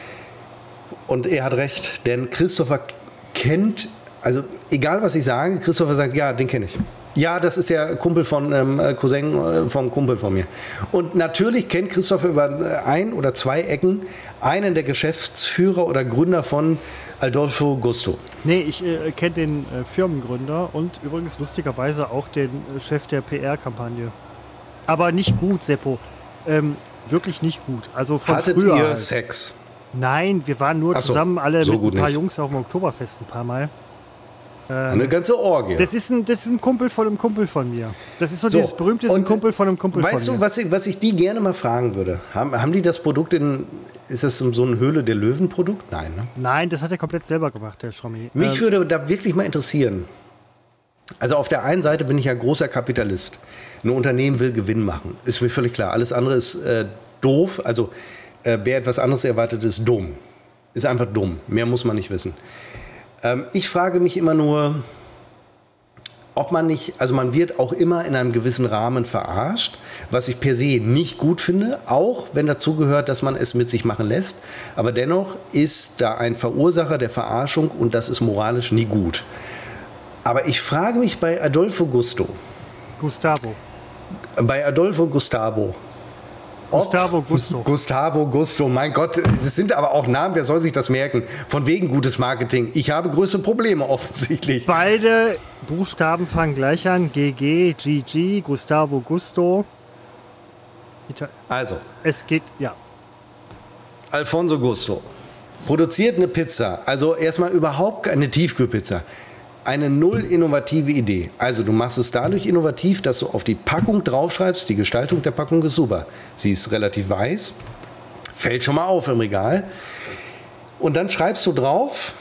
Und er hat recht, denn Christopher kennt, also egal was ich sage, Christopher sagt, ja, den kenne ich. Ja, das ist der Kumpel von ähm, Cousin äh, vom Kumpel von mir. Und natürlich kennt Christopher über ein oder zwei Ecken einen der Geschäftsführer oder Gründer von Adolfo Gusto. Nee, ich äh, kenne den äh, Firmengründer und übrigens lustigerweise auch den äh, Chef der P R-Kampagne. Aber nicht gut, Seppo. Ähm, wirklich nicht gut. Also von Hattet früher ihr halt. Sex? Nein, wir waren nur Ach so, zusammen alle so mit gut ein paar nicht. Jungs auf dem Oktoberfest ein paar Mal. Ähm, Eine ganze Orgie. das, ist ein, das ist ein Kumpel von einem Kumpel von mir. Das ist so, So, dieses berühmte und Kumpel von einem Kumpel Weißt von du, mir. was ich, was ich die gerne mal fragen würde? Haben, haben die das Produkt in, ist das so ein Höhle der Löwen-Produkt? Nein, ne? Nein, das hat er komplett selber gemacht, der Schrommi. Mich Ähm, würde da wirklich mal interessieren. Also auf der einen Seite bin ich ja großer Kapitalist. Ein Unternehmen will Gewinn machen. Ist mir völlig klar. Alles andere ist äh, doof. Also äh, wer etwas anderes erwartet, ist dumm. Ist einfach dumm. Mehr muss man nicht wissen. Ähm, ich frage mich immer nur, ob man nicht, also man wird auch immer in einem gewissen Rahmen verarscht, was ich per se nicht gut finde, auch wenn dazu gehört, dass man es mit sich machen lässt. Aber dennoch ist da ein Verursacher der Verarschung und das ist moralisch nie gut. Aber ich frage mich bei Adolfo Gusto, Gustavo. bei Adolfo Gustavo, ob- Gustavo Gusto. Gustavo Gusto, mein Gott, das sind aber auch Namen, wer soll sich das merken? Von wegen gutes Marketing. Ich habe größere Probleme offensichtlich. Beide Buchstaben fangen gleich an. G G, G G, Gustavo Gusto. Ita- Also, Es geht, ja. Alfonso Gusto produziert eine Pizza, also erstmal überhaupt keine Tiefkühlpizza. Eine null innovative Idee. Also du machst es dadurch innovativ, dass du auf die Packung draufschreibst, die Gestaltung der Packung ist super. Sie ist relativ weiß, fällt schon mal auf im Regal. Und dann schreibst du drauf,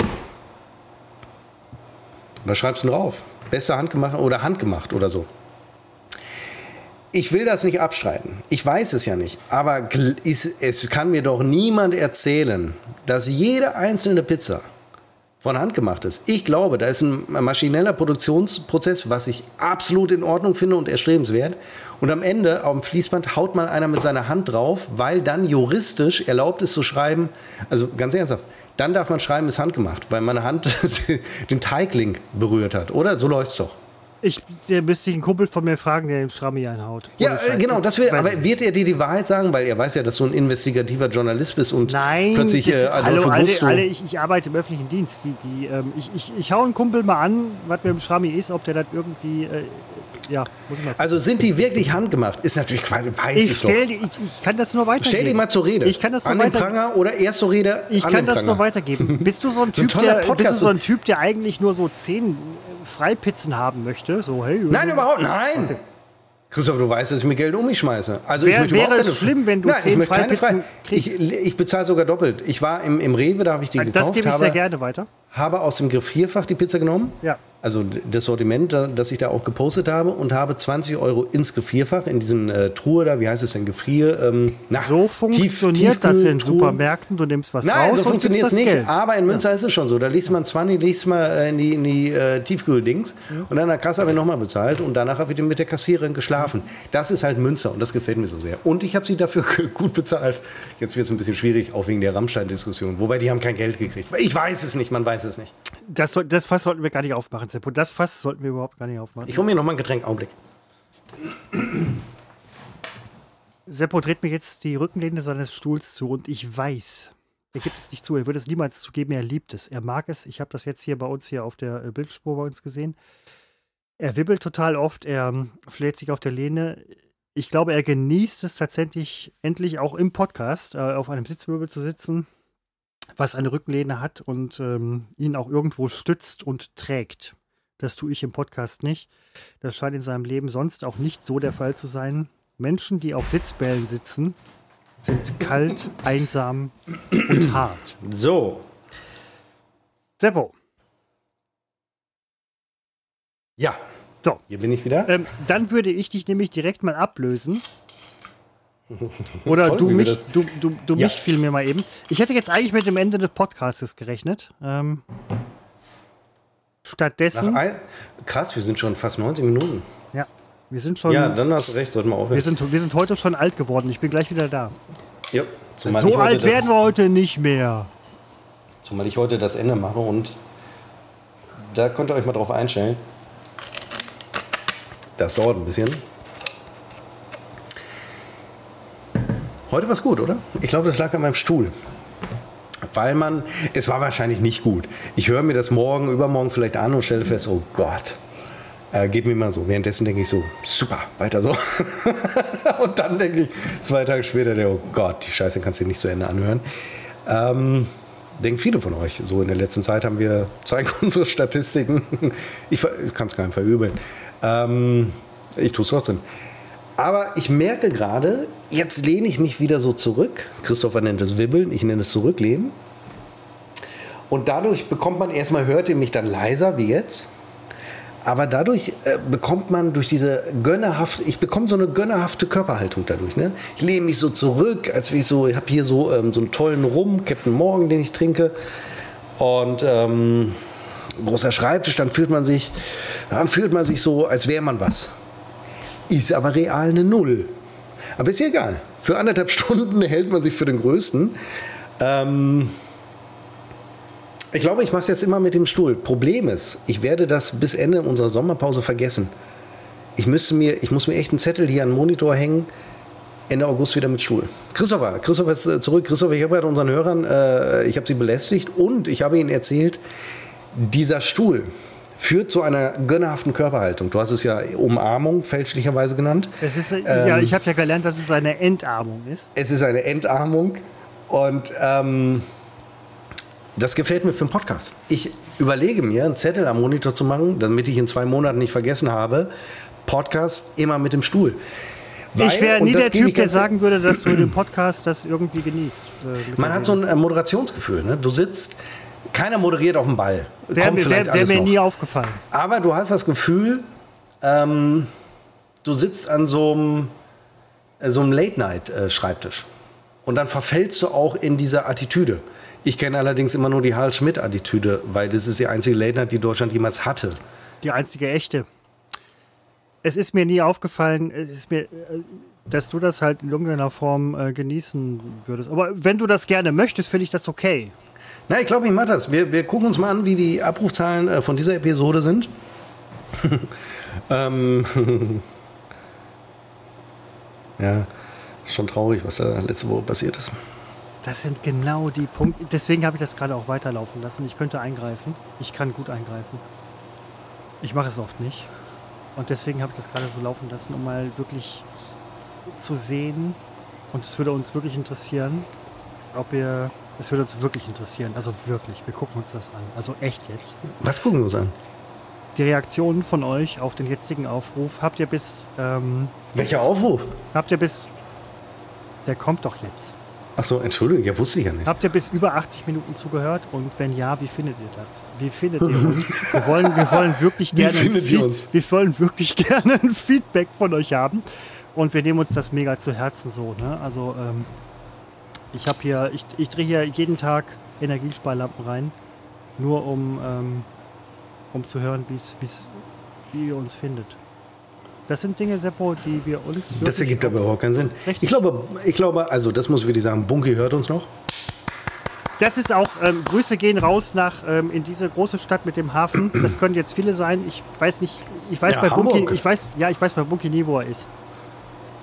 was schreibst du drauf? Besser handgemacht oder handgemacht oder so. Ich will das nicht abstreiten. Ich weiß es ja nicht. Aber gl- ist, es kann mir doch niemand erzählen, dass jede einzelne Pizza von Hand gemacht ist. Ich glaube, da ist ein maschineller Produktionsprozess, was ich absolut in Ordnung finde und erstrebenswert. Und am Ende auf dem Fließband haut mal einer mit seiner Hand drauf, weil dann juristisch erlaubt ist zu schreiben, also ganz ernsthaft, dann darf man schreiben, ist handgemacht, weil meine Hand den Teiglink berührt hat. Oder? So läuft's doch. Ich der müsste ich einen Kumpel von mir fragen, der den Schrammi einhaut. Ja, Ohne äh, Scheiß. genau, das wird, Weiß aber ich wird er dir die Wahrheit sagen? Weil er weiß ja, dass du ein investigativer Journalist bist und Nein, plötzlich das- äh, Adolfo hallo, alle, Gusto. alle, ich, ich arbeite im öffentlichen Dienst. Die, die, ähm, ich, ich, ich hau einen Kumpel mal an, was mit dem Schrammi ist, ob der das irgendwie, äh, ja, muss ich mal. Also sind die wirklich handgemacht? Ist natürlich Quatsch, weiß ich, ich, doch. stell, die- ich, ich kann das nur weitergeben. Stell dich mal zur Rede. Ich kann das nur an den weiter- Pranger oder erst zur Rede Ich an kann den das Pranger. nur weitergeben. Bist du so ein So ein Typ, toller der, bist du Podcast. so ein Typ, der eigentlich nur so zehn Freipizzen haben möchte? So, hey, Nein, überhaupt nein. Christoph, du weißt, dass ich mir Geld um mich schmeiße. Also Wär- ich möchte wäre überhaupt es keine- schlimm, wenn du Nein, ich zehn möchte keine Freipizzen Frei- kriegst? Ich, ich bezahle sogar doppelt. Ich war im, im Rewe, da habe ich die das gekauft. gebe ich habe, sehr gerne weiter. habe aus dem Gefrierfach die Pizza genommen. Ja. Also das Sortiment, da- das ich da auch gepostet habe und habe zwanzig Euro ins Gefrierfach, in diesen äh, Truhe da, wie heißt es denn, Gefrier... Ähm, na, So funktioniert das in Supermärkten. Du nimmst was Nein, raus so und funktioniert es gibst das nicht. Geld. Aber in Münster ist es schon so. Da legst du mal ein zwanzig, legst du mal äh, in die, in die äh, Tiefkühldings und dann an der Kasse habe ich nochmal bezahlt und danach habe ich mit der Kassiererin geschlafen. Das ist halt Münster und das gefällt mir so sehr. Und ich habe sie dafür gut bezahlt. Jetzt wird es ein bisschen schwierig, auch wegen der Rammstein-Diskussion. Wobei, die haben kein Geld gekriegt. Ich weiß es nicht, man weiß es nicht. Das, soll- das Fass sollten wir gar nicht aufmachen, Seppo. Das Fass sollten wir überhaupt gar nicht aufmachen. Ich hole mir nochmal ein Getränk. Augenblick. Seppo dreht mir jetzt die Rückenlehne seines Stuhls zu und ich weiß, er gibt es nicht zu, er würde es niemals zugeben, er liebt es, er mag es. Ich habe das jetzt hier bei uns hier auf der Bildspur bei uns gesehen. Er wibbelt total oft, er fläht sich auf der Lehne. Ich glaube, er genießt es tatsächlich, endlich auch im Podcast äh, auf einem Sitzmöbel zu sitzen, was eine Rückenlehne hat und ähm, ihn auch irgendwo stützt und trägt. Das tue ich im Podcast nicht. Das scheint in seinem Leben sonst auch nicht so der Fall zu sein. Menschen, die auf Sitzbällen sitzen, sind kalt, einsam und hart. So. Seppo. Ja. So. Hier bin ich wieder. Ähm, dann würde ich dich nämlich direkt mal ablösen. Oder Toll, du wie wir mich, das- du, du, du Ja. mich vielmehr mal eben. Ich hätte jetzt eigentlich mit dem Ende des Podcasts gerechnet. Ähm, Nach stattdessen, ein, krass, wir sind schon fast neunzig Minuten. ja, wir sind schon, Ja, dann hast du recht, sollten wir aufhören. wir sind, wir sind heute schon alt geworden. Ich bin gleich wieder da. Ja, zumal ich So heute alt das, werden wir heute nicht mehr. Zumal ich heute das Ende mache und da könnt ihr euch mal drauf einstellen. Das dauert ein bisschen. Heute war es gut, oder? Ich glaube, das lag an meinem Stuhl. Weil man, es war wahrscheinlich nicht gut. Ich höre mir das morgen, übermorgen vielleicht an und stelle fest, oh Gott, äh, geht mir mal so. Währenddessen denke ich so, super, weiter so. Und dann denke ich, zwei Tage später, oh Gott, die Scheiße kannst du dir nicht zu Ende anhören. Ähm, denken viele von euch. So in der letzten Zeit haben wir, zeigen unsere Statistiken, ich, ver- ich kann es gar nicht verübeln. Ähm, ich tue es trotzdem. Aber ich merke gerade, jetzt lehne ich mich wieder so zurück. Christopher nennt es Wibbeln, ich nenne es Zurücklehnen. Und dadurch bekommt man, erstmal hört ihr mich dann leiser wie jetzt. Aber dadurch äh, bekommt man durch diese gönnerhafte, ich bekomme so eine gönnerhafte Körperhaltung dadurch. Ne? Ich lehne mich so zurück, als wäre ich so, ich habe hier so, ähm, so einen tollen Rum, Captain Morgan, den ich trinke. Und ähm, großer Schreibtisch, dann fühlt man sich, dann fühlt man sich so, als wäre man was. Ist aber real eine Null. Aber ist ja egal. Für anderthalb Stunden hält man sich für den Größten. Ähm ich glaube, ich mache es jetzt immer mit dem Stuhl. Problem ist, ich werde das bis Ende unserer Sommerpause vergessen. Ich, müsste mir, ich muss mir echt einen Zettel hier an den Monitor hängen. Ende August wieder mit Stuhl. Christopher, Christopher ist äh, zurück. Christopher, ich habe gerade unseren Hörern, äh, ich habe sie belästigt und ich habe ihnen erzählt, dieser Stuhl führt zu einer gönnerhaften Körperhaltung. Du hast es ja Umarmung fälschlicherweise genannt. Es ist, äh, ja, ich habe ja gelernt, dass es eine Entarmung ist. Es ist eine Entarmung und ähm, das gefällt mir für einen Podcast. Ich überlege mir, einen Zettel am Monitor zu machen, damit ich in zwei Monaten nicht vergessen habe, Podcast immer mit dem Stuhl. Weil, ich wäre und nie das der gebe Typ, ich der ganz- sagen würde, dass du in dem Podcast das irgendwie genießt. Äh, mit Man der hat so Rede. ein äh, Moderationsgefühl. Ne? Du sitzt, keiner moderiert auf dem Ball. Wäre Kommt mir, vielleicht wär, wär alles mir noch. nie aufgefallen. Aber du hast das Gefühl, ähm, du sitzt an so einem, äh, so einem Late-Night-Schreibtisch. Und dann verfällst du auch in diese Attitüde. Ich kenne allerdings immer nur die Harald Schmidt-Attitüde, weil das ist die einzige Late-Night, die Deutschland jemals hatte. Die einzige echte. Es ist mir nie aufgefallen, es ist mir, äh, dass du das halt in irgendeiner Form äh, genießen würdest. Aber wenn du das gerne möchtest, finde ich das okay. Na, ich glaube, ich mache das. Wir, wir gucken uns mal an, wie die Abrufzahlen äh, von dieser Episode sind. ähm, ja, schon traurig, was da letzte Woche passiert ist. Das sind genau die Punkte. Deswegen habe ich das gerade auch weiterlaufen lassen. Ich könnte eingreifen. Ich kann gut eingreifen. Ich mache es oft nicht. Und deswegen habe ich das gerade so laufen lassen, um mal wirklich zu sehen. Und es würde uns wirklich interessieren, ob ihr. Es würde uns wirklich interessieren. Also wirklich. Wir gucken uns das an. Also echt jetzt. Was gucken wir uns an? Die Reaktionen von euch auf den jetzigen Aufruf. Habt ihr bis. Ähm, Welcher Aufruf? habt ihr bis. Der kommt doch jetzt. Achso, Entschuldigung, ja, wusste ich ja nicht. Habt ihr bis über achtzig Minuten zugehört? Und wenn ja, wie findet ihr das? Wie findet ihr uns? Wir wollen, wir wollen wirklich Wie gerne ein findet ihr Feed- uns? Wir wollen wirklich gerne ein Feedback von euch haben. Und wir nehmen uns das mega zu Herzen so. Ne? Also ähm, ich habe hier, ich, ich drehe hier jeden Tag Energiesparlampen rein, nur um, ähm, um zu hören, wie's, wie's, wie ihr uns findet. Das sind Dinge, Seppo, die wir uns wirklich Das ergibt aber überhaupt keinen Sinn. Richtig. Ich glaube, ich glaube, also das muss ich wirklich sagen, Bunky hört uns noch. Das ist auch, ähm, Grüße gehen raus nach ähm, in diese große Stadt mit dem Hafen. Das können jetzt viele sein. Ich weiß nicht, ich weiß Ja, bei Bunky, Hamburg. ich weiß, ja, ich weiß bei Bunky nie, wo er ist.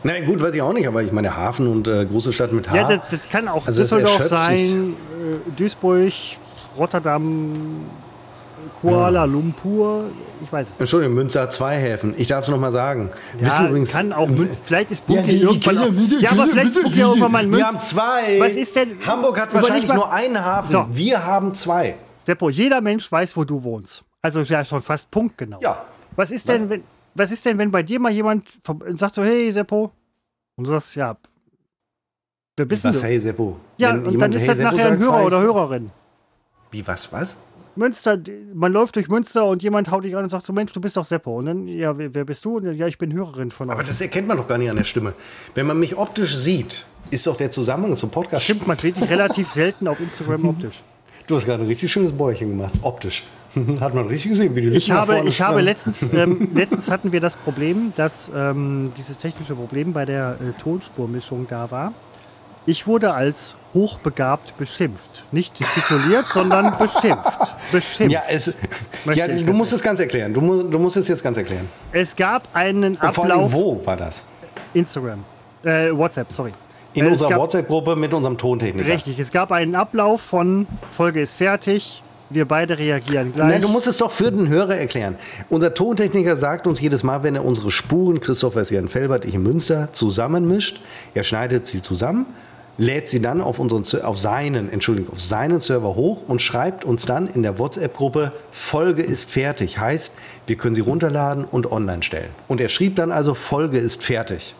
Na gut, weiß ich auch nicht, aber ich meine Hafen und äh, große Stadt mit H. Ja, das, das kann auch also Düsseldorf sein, äh, Duisburg, Rotterdam, Kuala ja. Lumpur, ich weiß es nicht. Entschuldigung, Münster hat zwei Häfen. Ich darf es nochmal sagen. Ja, Wissen übrigens, kann auch Münster. Vielleicht ist Bunky ja, die, irgendwann auch, die, Ja, aber vielleicht ist Bunky irgendwann mal in Münster. Wir haben zwei. Was ist denn? Hamburg hat wahrscheinlich nur einen Hafen. So. Wir haben zwei. Seppo, jeder Mensch weiß, wo du wohnst. Also ja, schon fast punktgenau. Ja. Was ist denn, was? wenn, was ist denn, wenn bei dir mal jemand sagt so, hey Seppo, und du sagst, ja, wer bist was, du? hey Seppo? Ja, wenn und dann ist hey, das Seppo nachher ein Hörer sagt, oder Hörerin. Wie, was, was? Münster, man läuft durch Münster und jemand haut dich an und sagt so, Mensch, du bist doch Seppo. Und dann, ja, wer, wer bist du? Und dann, ja, ich bin Hörerin von euch. Aber das erkennt man doch gar nicht an der Stimme. Wenn man mich optisch sieht, ist doch der Zusammenhang zum Podcast. Stimmt, man sieht dich relativ selten auf Instagram optisch. Du hast gerade ein richtig schönes Bäuchchen gemacht, optisch. Hat man richtig gesehen, wie die Lippen Ich habe, ich schwammen. habe letztens, ähm, letztens hatten wir das Problem, dass ähm, dieses technische Problem bei der äh, Tonspurmischung da war. Ich wurde als hochbegabt beschimpft. Nicht tituliert, sondern beschimpft. Beschimpft. Ja, es, ja du musst es ganz erklären. Du, mu du musst es jetzt ganz erklären. Es gab einen Ablauf. Vor allem, wo war das? Instagram. Äh, WhatsApp, sorry. In äh, unserer WhatsApp-Gruppe mit unserem Tontechniker. Richtig, es gab einen Ablauf von Folge ist fertig. Wir beide reagieren gleich. Nein, du musst es doch für den Hörer erklären. Unser Tontechniker sagt uns jedes Mal, wenn er unsere Spuren, Christopher ist ja in Velbert, ich in Münster, zusammenmischt, er schneidet sie zusammen, lädt sie dann auf, unseren, auf, seinen, Entschuldigung, auf seinen Server hoch und schreibt uns dann in der WhatsApp-Gruppe, Folge ist fertig. Heißt, wir können sie runterladen und online stellen. Und er schrieb dann also, Folge ist fertig.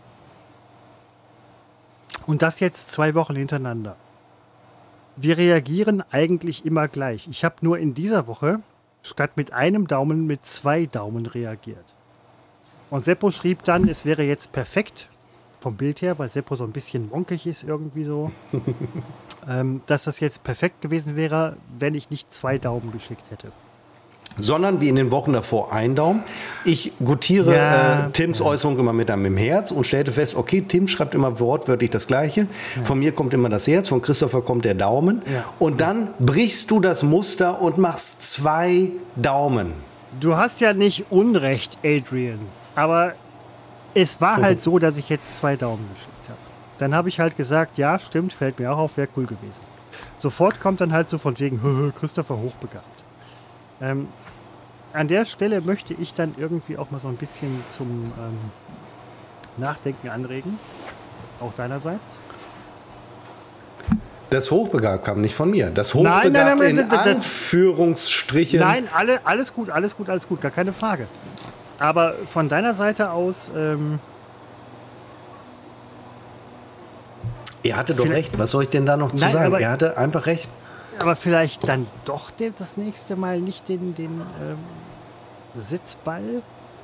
Und das jetzt zwei Wochen hintereinander. Wir reagieren eigentlich immer gleich. Ich habe nur in dieser Woche statt mit einem Daumen mit zwei Daumen reagiert. Und Seppo schrieb dann, es wäre jetzt perfekt, vom Bild her, weil Seppo so ein bisschen wonkig ist irgendwie so, ähm, dass das jetzt perfekt gewesen wäre, wenn ich nicht zwei Daumen geschickt hätte. Sondern wie in den Wochen davor ein Daumen. Ich gutiere ja, äh, Tims ja. Äußerung immer mit einem Herz und stellte fest, okay, Tim schreibt immer wortwörtlich das Gleiche. Ja. Von mir kommt immer das Herz, von Christopher kommt der Daumen. Ja. Und dann brichst du das Muster und machst zwei Daumen. Du hast ja nicht Unrecht, Adrian. Aber es war halt so, dass ich jetzt zwei Daumen geschickt habe. Dann habe ich halt gesagt, ja, stimmt, fällt mir auch auf, wäre cool gewesen. Sofort kommt dann halt so von wegen, Christopher hochbegabt. Ähm, an der Stelle möchte ich dann irgendwie auch mal so ein bisschen zum ähm, Nachdenken anregen. Auch deinerseits. Das Hochbegabt kam nicht von mir. Das Hochbegabt nein, nein, nein, in das, Anführungsstrichen. Nein, alle, alles gut, alles gut, alles gut, gar keine Frage. Aber von deiner Seite aus... Ähm, er hatte doch recht. Was soll ich denn da noch zu nein, sagen? Aber, er hatte einfach recht. Aber vielleicht dann doch den, das nächste Mal nicht den, den ähm, Sitzball?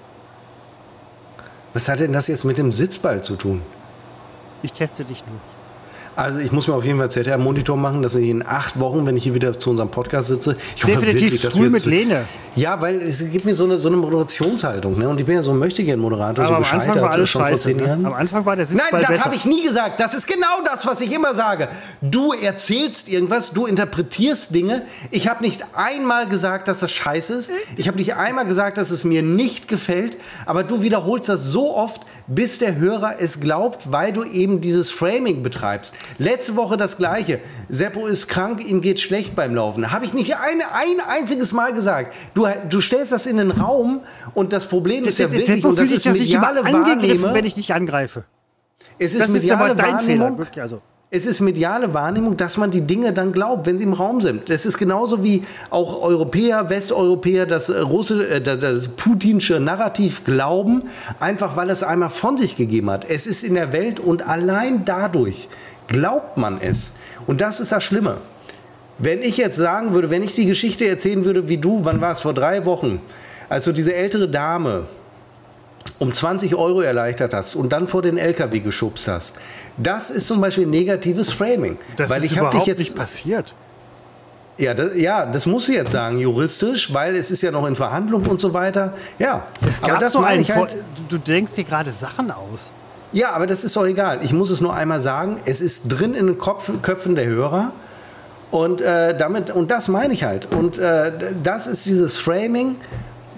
Was hat denn das jetzt mit dem Sitzball zu tun? Ich teste dich nur. Also ich muss mir auf jeden Fall Z D R-Monitor machen, dass ich in acht Wochen, wenn ich hier wieder zu unserem Podcast sitze, ich hoffe definitiv wirklich, dass Stuhl wir mit Lehne. Ja, weil es gibt mir so eine, so eine Moderationshaltung, ne? Und ich bin ja so ein Möchtegern-Moderator, so gescheitert schon vor zehn Jahren. Am Anfang war der Sitzball Nein, das besser. habe ich nie gesagt. Das ist genau das, was ich immer sage. Du erzählst irgendwas, du interpretierst Dinge. Ich habe nicht einmal gesagt, dass das scheiße ist. Ich habe nicht einmal gesagt, dass es mir nicht gefällt. Aber du wiederholst das so oft, bis der Hörer es glaubt, weil du eben dieses Framing betreibst. Letzte Woche das Gleiche. Seppo ist krank, ihm geht schlecht beim Laufen. Habe ich nicht ein, ein einziges Mal gesagt. Du, du stellst das in den Raum und das Problem ist ja wirklich, und das ist mediale Wahrnehmung. Wenn ich dich angreife. Es ist das mediale ist aber dein Fehler. Wahrnehmung. Also. Es ist mediale Wahrnehmung, dass man die Dinge dann glaubt, wenn sie im Raum sind. Das ist genauso wie auch Europäer, Westeuropäer das russische, das putinsche Narrativ glauben, einfach weil es einmal von sich gegeben hat. Es ist in der Welt und allein dadurch glaubt man es. Und das ist das Schlimme. Wenn ich jetzt sagen würde, wenn ich die Geschichte erzählen würde, wie du, wann war es, vor drei Wochen, als du diese ältere Dame um zwanzig Euro erleichtert hast und dann vor den L K W geschubst hast, das ist zum Beispiel negatives Framing. Das weil ist ich überhaupt dich jetzt, nicht passiert. Ja das, ja, das musst du jetzt sagen, juristisch, weil es ist ja noch in Verhandlung und so weiter. Ja, es gab aber das so meine einen ich halt. Vor- du denkst dir gerade Sachen aus. Ja, aber das ist doch egal. Ich muss es nur einmal sagen, es ist drin in den Kopf, Köpfen der Hörer. Und, äh, damit, und das meine ich halt. Und äh, das ist dieses Framing,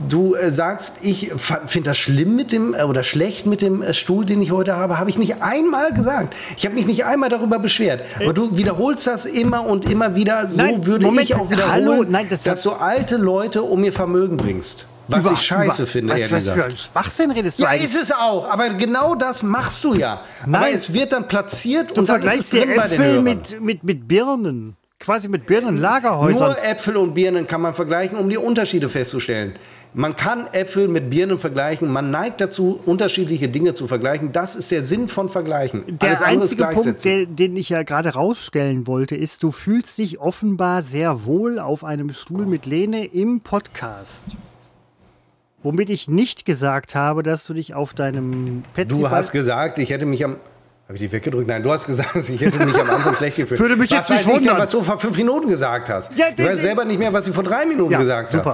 du äh, sagst, ich finde das schlimm mit dem äh, oder schlecht mit dem äh, Stuhl, den ich heute habe, habe ich nicht einmal gesagt. Ich habe mich nicht einmal darüber beschwert. Aber du wiederholst das immer und immer wieder. So nein, würde Moment, ich auch wiederholen, hallo, nein, das dass du alte Leute um ihr Vermögen bringst. Was über, ich scheiße über, finde, was, ehrlich was gesagt. für ein Schwachsinn redest du Ja, eigentlich? ist es auch. Aber genau das machst du ja. Nein. Aber es wird dann platziert Du und dann ist es vergleichst dir drin bei den Äpfel Hörern. mit, mit, mit Birnen. Quasi mit Birnenlagerhäusern. Nur Äpfel und Birnen kann man vergleichen, um die Unterschiede festzustellen. Man kann Äpfel mit Birnen vergleichen. Man neigt dazu, unterschiedliche Dinge zu vergleichen. Das ist der Sinn von Vergleichen. Der Alles andere ist einzige Punkt, Gleichsetzen. der, den ich ja gerade rausstellen wollte, ist, du fühlst dich offenbar sehr wohl auf einem Stuhl mit Lene im Podcast. Womit ich nicht gesagt habe, dass du dich auf deinem Petsy... Du hast gesagt, ich hätte mich am... Habe ich die weggedrückt? Nein, du hast gesagt, ich hätte mich am Anfang schlecht gefühlt. Würde mich was jetzt nicht weiß ich denn, wundern. was du vor fünf Minuten gesagt hast? Ja, du den- weißt selber nicht mehr, was ich vor drei Minuten ja, gesagt super. habe.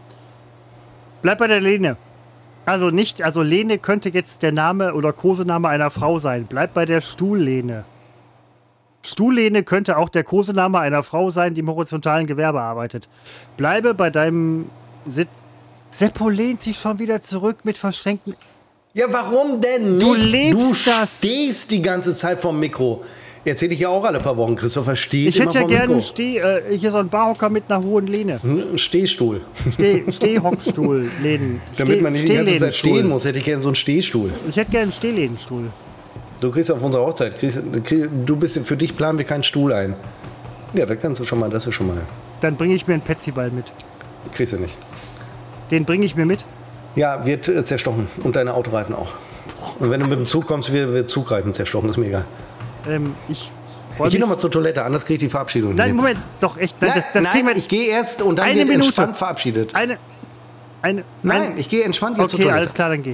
Bleib bei der Lene. Also nicht, also Lene könnte jetzt der Name oder Kosename einer Frau sein. Bleib bei der Stuhllene. Stuhllene könnte auch der Kosename einer Frau sein, die im horizontalen Gewerbe arbeitet. Bleibe bei deinem Sitz. Seppo lehnt sich schon wieder zurück mit verschränkten... Ja, warum denn nicht? Du lebst du das. stehst die ganze Zeit vorm Mikro. Erzähle ich ja auch alle paar Wochen. Christopher steht Ich immer hätte ja vorm gerne Mikro. Steh, äh, hier so einen Barhocker mit einer hohen Lehne. Ein Stehstuhl. Steh, Stehhockstuhl, Lehnen. Damit Steh, man nicht die ganze Zeit Stehlehnstuhl. stehen muss, hätte ich gerne so einen Stehstuhl. Ich hätte gerne einen Stehlehnstuhl. Du kriegst auf unserer Hochzeit, kriegst, kriegst, du bist, für dich planen wir keinen Stuhl ein. Ja, da kannst du schon mal, das ist schon mal. Dann bringe ich mir einen Petsyball mit. Kriegst du nicht. Den bringe ich mir mit. Ja, wird äh, zerstochen. Und deine Autoreifen auch. Und wenn du mit dem Zug kommst, wird, wird Zugreifen zerstochen, ist mir egal. Ähm, ich Ich gehe nochmal zur Toilette, anders kriege ich die Verabschiedung Nein, nicht. Moment, doch echt. Nein, Nein, das, das nein kriegen wir ich gehe erst und dann Eine wird Minute. entspannt verabschiedet. Eine. Eine. Nein, ein, ich gehe entspannt jetzt zur Okay, Toilette. alles klar, dann geh.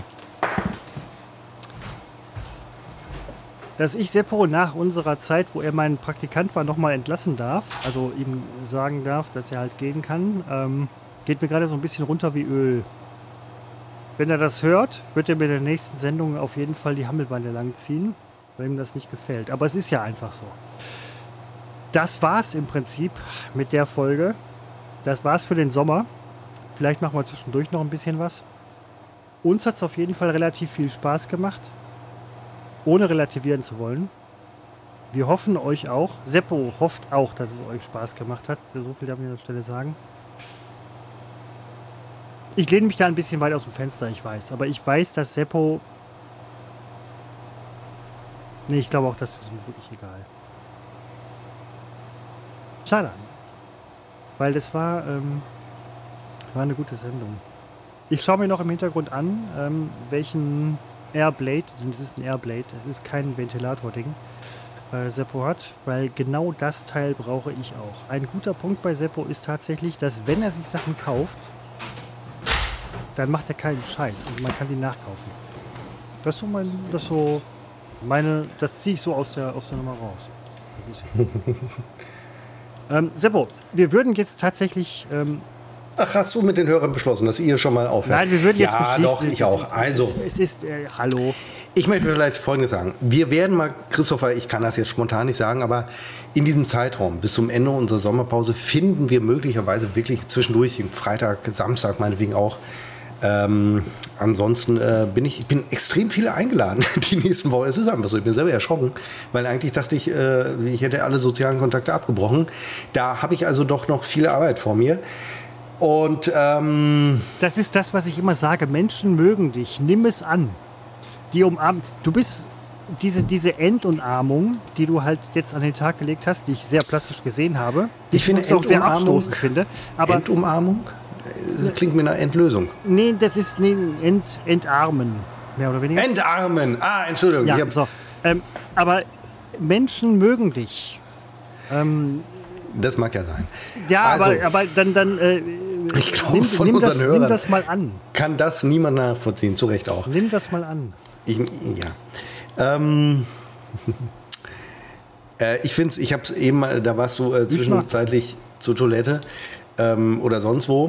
Dass ich Seppo nach unserer Zeit, wo er mein Praktikant war, nochmal entlassen darf, also ihm sagen darf, dass er halt gehen kann, ähm, geht mir gerade so ein bisschen runter wie Öl. Wenn er das hört, wird er mir in der nächsten Sendung auf jeden Fall die Hammelbeine langziehen, weil ihm das nicht gefällt. Aber es ist ja einfach so. Das war's im Prinzip mit der Folge. Das war's für den Sommer. Vielleicht machen wir zwischendurch noch ein bisschen was. Uns hat's auf jeden Fall relativ viel Spaß gemacht, ohne relativieren zu wollen. Wir hoffen euch auch. Seppo hofft auch, dass es euch Spaß gemacht hat. So viel darf ich an der Stelle sagen. Ich lehne mich da ein bisschen weit aus dem Fenster, ich weiß. Aber ich weiß, dass Seppo... Nee, ich glaube auch, das ist ihm wirklich egal. Schade. Weil das war, ähm, war eine gute Sendung. Ich schaue mir noch im Hintergrund an, ähm, welchen Airblade, das ist ein Airblade, das ist kein Ventilator-Ding, äh, Seppo hat, weil genau das Teil brauche ich auch. Ein guter Punkt bei Seppo ist tatsächlich, dass wenn er sich Sachen kauft, dann macht er keinen Scheiß und man kann die nachkaufen. Das ist so mein, das ist so meine, das ziehe ich so aus der, aus der Nummer raus. ähm, Seppo, wir würden jetzt tatsächlich ähm, Ach, hast du mit den Hörern beschlossen, dass ihr schon mal aufhört? Nein, wir würden jetzt ja, beschließen. doch, es ich ist- auch. Es Also, ist, es ist äh, hallo. ich möchte vielleicht Folgendes sagen. Wir werden mal, Christopher, ich kann das jetzt spontan nicht sagen, aber in diesem Zeitraum bis zum Ende unserer Sommerpause finden wir möglicherweise wirklich zwischendurch, Freitag, Samstag meinetwegen auch. Ähm, ansonsten äh, bin ich, ich bin extrem viele eingeladen die nächsten Wochen. Es ist einfach so, ich bin selber erschrocken, weil eigentlich dachte ich, äh, ich hätte alle sozialen Kontakte abgebrochen. Da habe ich also doch noch viel Arbeit vor mir. Und ähm, Das ist das, was ich immer sage. Menschen mögen dich. Nimm es an. Die umarmen. Du bist diese, diese Endumarmung, die du halt jetzt an den Tag gelegt hast, die ich sehr plastisch gesehen habe, die Ich finde übrigens auch sehr Endumarmung- abstoßend finde. Aber Endumarmung? Das klingt mir nach Entlösung. nee, das ist nee, Ent, Entarmen. Mehr oder weniger. Entarmen! Ah, Entschuldigung. ich ja, hab, so. Ähm, aber Menschen mögen dich. Ähm, Das mag ja sein. ja, Also, aber, aber dann, dann äh, Ich glaube, nimm, von nimm, unseren das, nimm Hörern- das mal an. kann das niemand nachvollziehen, zu Recht auch. Nimm das mal an. Ich, ja. Ähm, äh, ich finde es, ich habe es eben mal, da warst du äh, zwischenzeitlich zur Toilette ähm, oder sonst wo.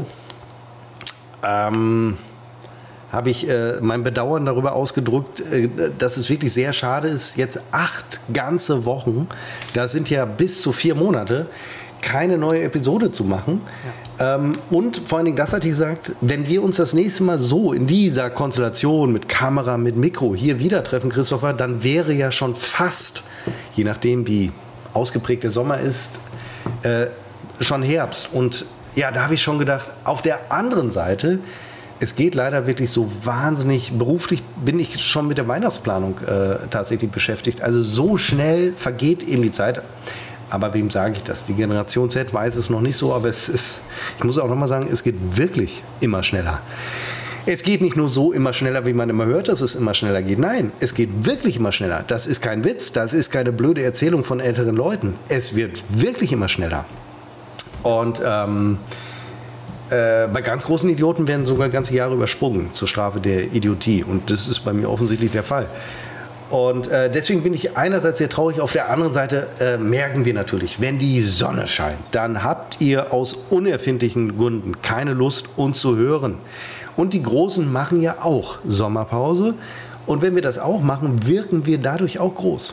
Ähm, habe ich äh, mein Bedauern darüber ausgedrückt, äh, dass es wirklich sehr schade ist, jetzt acht ganze Wochen, das sind ja bis zu vier Monate, keine neue Episode zu machen. Ähm, und vor allen Dingen, das hatte ich gesagt, wenn wir uns das nächste Mal so in dieser Konstellation mit Kamera, mit Mikro hier wieder treffen, Christopher, dann wäre ja schon fast, je nachdem wie ausgeprägt der Sommer ist, äh, schon Herbst. Und ja, da habe ich schon gedacht, auf der anderen Seite, es geht leider wirklich so wahnsinnig, beruflich bin ich schon mit der Weihnachtsplanung äh, tatsächlich beschäftigt. Also so schnell vergeht eben die Zeit. Aber wem sage ich das? Die Generation Z weiß es noch nicht so, aber es ist, ich muss auch noch mal sagen, es geht wirklich immer schneller. Es geht nicht nur so immer schneller, wie man immer hört, dass es immer schneller geht. Nein, es geht wirklich immer schneller. Das ist kein Witz, das ist keine blöde Erzählung von älteren Leuten. Es wird wirklich immer schneller. Und ähm, äh, bei ganz großen Idioten werden sogar ganze Jahre übersprungen zur Strafe der Idiotie. Und das ist bei mir offensichtlich der Fall. Und äh, deswegen bin ich einerseits sehr traurig, auf der anderen Seite äh, merken wir natürlich, wenn die Sonne scheint, dann habt ihr aus unerfindlichen Gründen keine Lust, uns zu hören. Und die Großen machen ja auch Sommerpause. Und wenn wir das auch machen, wirken wir dadurch auch groß.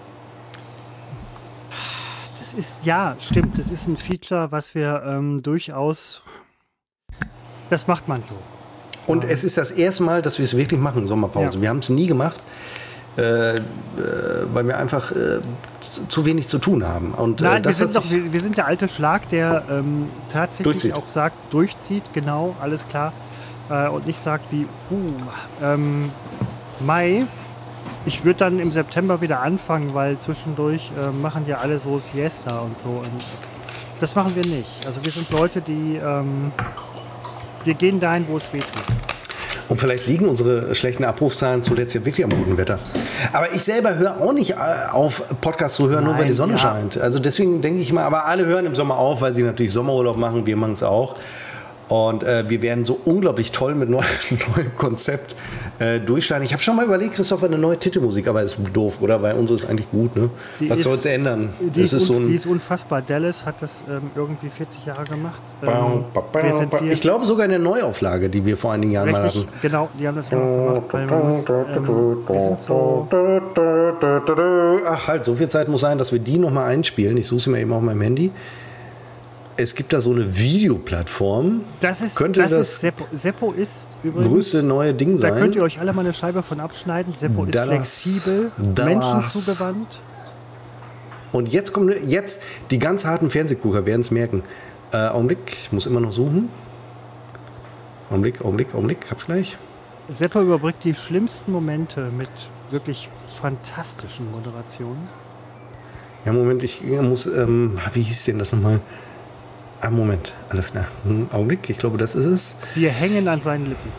Das ist, ja, stimmt, das ist ein Feature, was wir ähm, durchaus, das macht man so. Und ja. Es ist das erste Mal, dass wir es wirklich machen, Sommerpause. Ja. Wir haben es nie gemacht. Äh, äh, weil wir einfach äh, zu wenig zu tun haben. Und, Nein, äh, das wir, sind doch, wir, wir sind der alte Schlag, der ähm, tatsächlich durchzieht. auch sagt, durchzieht, genau, alles klar. Äh, und nicht sagt wie, uh, ähm, Mai, ich würde dann im September wieder anfangen, weil zwischendurch äh, machen ja alle so Siesta und so. Und das machen wir nicht. Also wir sind Leute, die, ähm, wir gehen dahin, wo es weh tut. Und vielleicht liegen unsere schlechten Abrufzahlen zuletzt ja wirklich am guten Wetter. Aber ich selber höre auch nicht auf, Podcasts zu hören, Nein, nur weil die Sonne ja. scheint. Also deswegen denke ich mal, aber alle hören im Sommer auf, weil sie natürlich Sommerurlaub machen. Wir machen es auch. Und äh, wir werden so unglaublich toll mit neuem neue Konzept äh, durchstarten. Ich habe schon mal überlegt, Christopher, eine neue Titelmusik, aber das ist doof, oder? Weil unsere ist eigentlich gut, ne? Die Was soll es ändern? Die ist, ist, so ein, die ist unfassbar. Dallas hat das ähm, irgendwie vierzig Jahre gemacht. Ähm, wir sind ich glaube sogar in der Neuauflage, die wir vor einigen Jahren Richtig, mal hatten. Genau, die haben das gemacht. Weil muss, ähm, wir sind so Ach halt, so viel Zeit muss sein, dass wir die nochmal einspielen. Ich suche sie mir eben auf meinem Handy. Es gibt da so eine Videoplattform. Das ist, Könnte das das ist Seppo. Seppo ist übrigens größte neue Ding sein. Da könnt ihr euch alle mal eine Scheibe von abschneiden. Seppo ist Dallas, flexibel, Dallas. Menschen zugewandt. Und jetzt kommen jetzt die ganz harten Fernsehgucker werden es merken. Äh, Augenblick, ich muss immer noch suchen. Augenblick, Augenblick, Augenblick, hab's gleich. Seppo überbrückt die schlimmsten Momente mit wirklich fantastischen Moderationen. Ja, Moment, ich muss, ähm, wie hieß denn das nochmal? Ah, Moment, alles klar. Hm, Augenblick, ich glaube, das ist es. Wir hängen an seinen Lippen.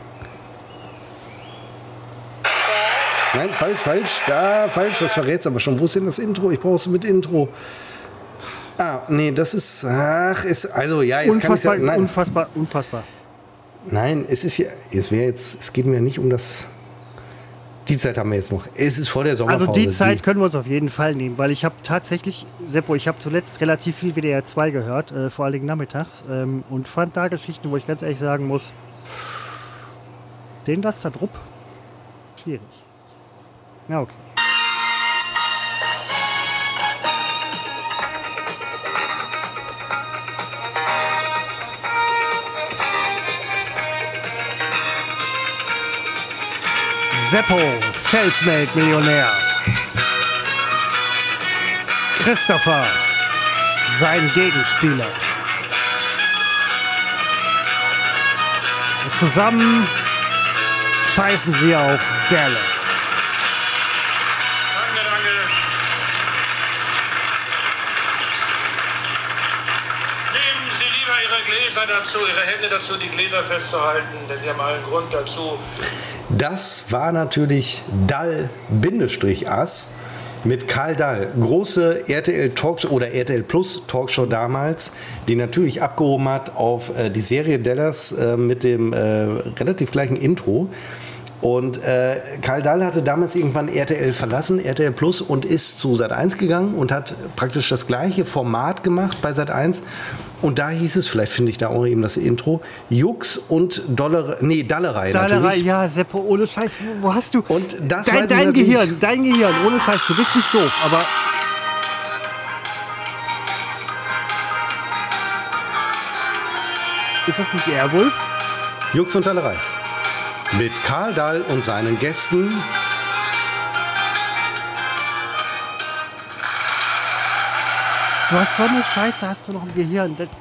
Nein, falsch, falsch, da, falsch, das verrät's aber schon. Wo ist denn das Intro? Ich brauche es mit Intro. Ah, nee, das ist, ach, ist, also, ja, jetzt unfassbar, kann ich sagen, unfassbar, unfassbar. Nein, es ist ja, es wäre jetzt, es geht mir nicht um das, die Zeit haben wir jetzt noch. Es ist vor der Sommerpause. Also die Zeit können wir uns auf jeden Fall nehmen, weil ich habe tatsächlich, Seppo, ich habe zuletzt relativ viel W D R zwei gehört, äh, vor allen Dingen nachmittags, ähm, und fand da Geschichten, wo ich ganz ehrlich sagen muss, den das da drupp, schwierig. Ja, okay. Seppo, Selfmade-Millionär. Christopher, sein Gegenspieler. Und zusammen scheißen sie auf Dallas. Danke, danke. Nehmen Sie lieber Ihre Gläser dazu, Ihre Hände dazu, die Gläser festzuhalten, denn Sie haben allen Grund dazu. Das war natürlich Dall-Ass mit Karl Dall. Große R T L-Talkshow oder R T L Plus Talkshow damals, die natürlich abgehoben hat auf äh, die Serie Dallas äh, mit dem äh, relativ gleichen Intro. Und äh, Karl Dall hatte damals irgendwann R T L verlassen, R T L Plus, und ist zu Sat eins gegangen und hat praktisch das gleiche Format gemacht bei Sat eins. Und da hieß es, vielleicht finde ich da auch eben das Intro, Jux und Dollar, nee, Dallerei Dallerei, natürlich. ja, Seppo, ohne Scheiß, wo, wo hast du... Und das dein, weiß ich dein natürlich- Gehirn, dein Gehirn, ohne Scheiß, du bist nicht doof, aber... Ist das nicht Airwolf? Jux und Dallerei. Mit Karl Dall und seinen Gästen. Du hast so eine Scheiße, hast du noch im Gehirn. Das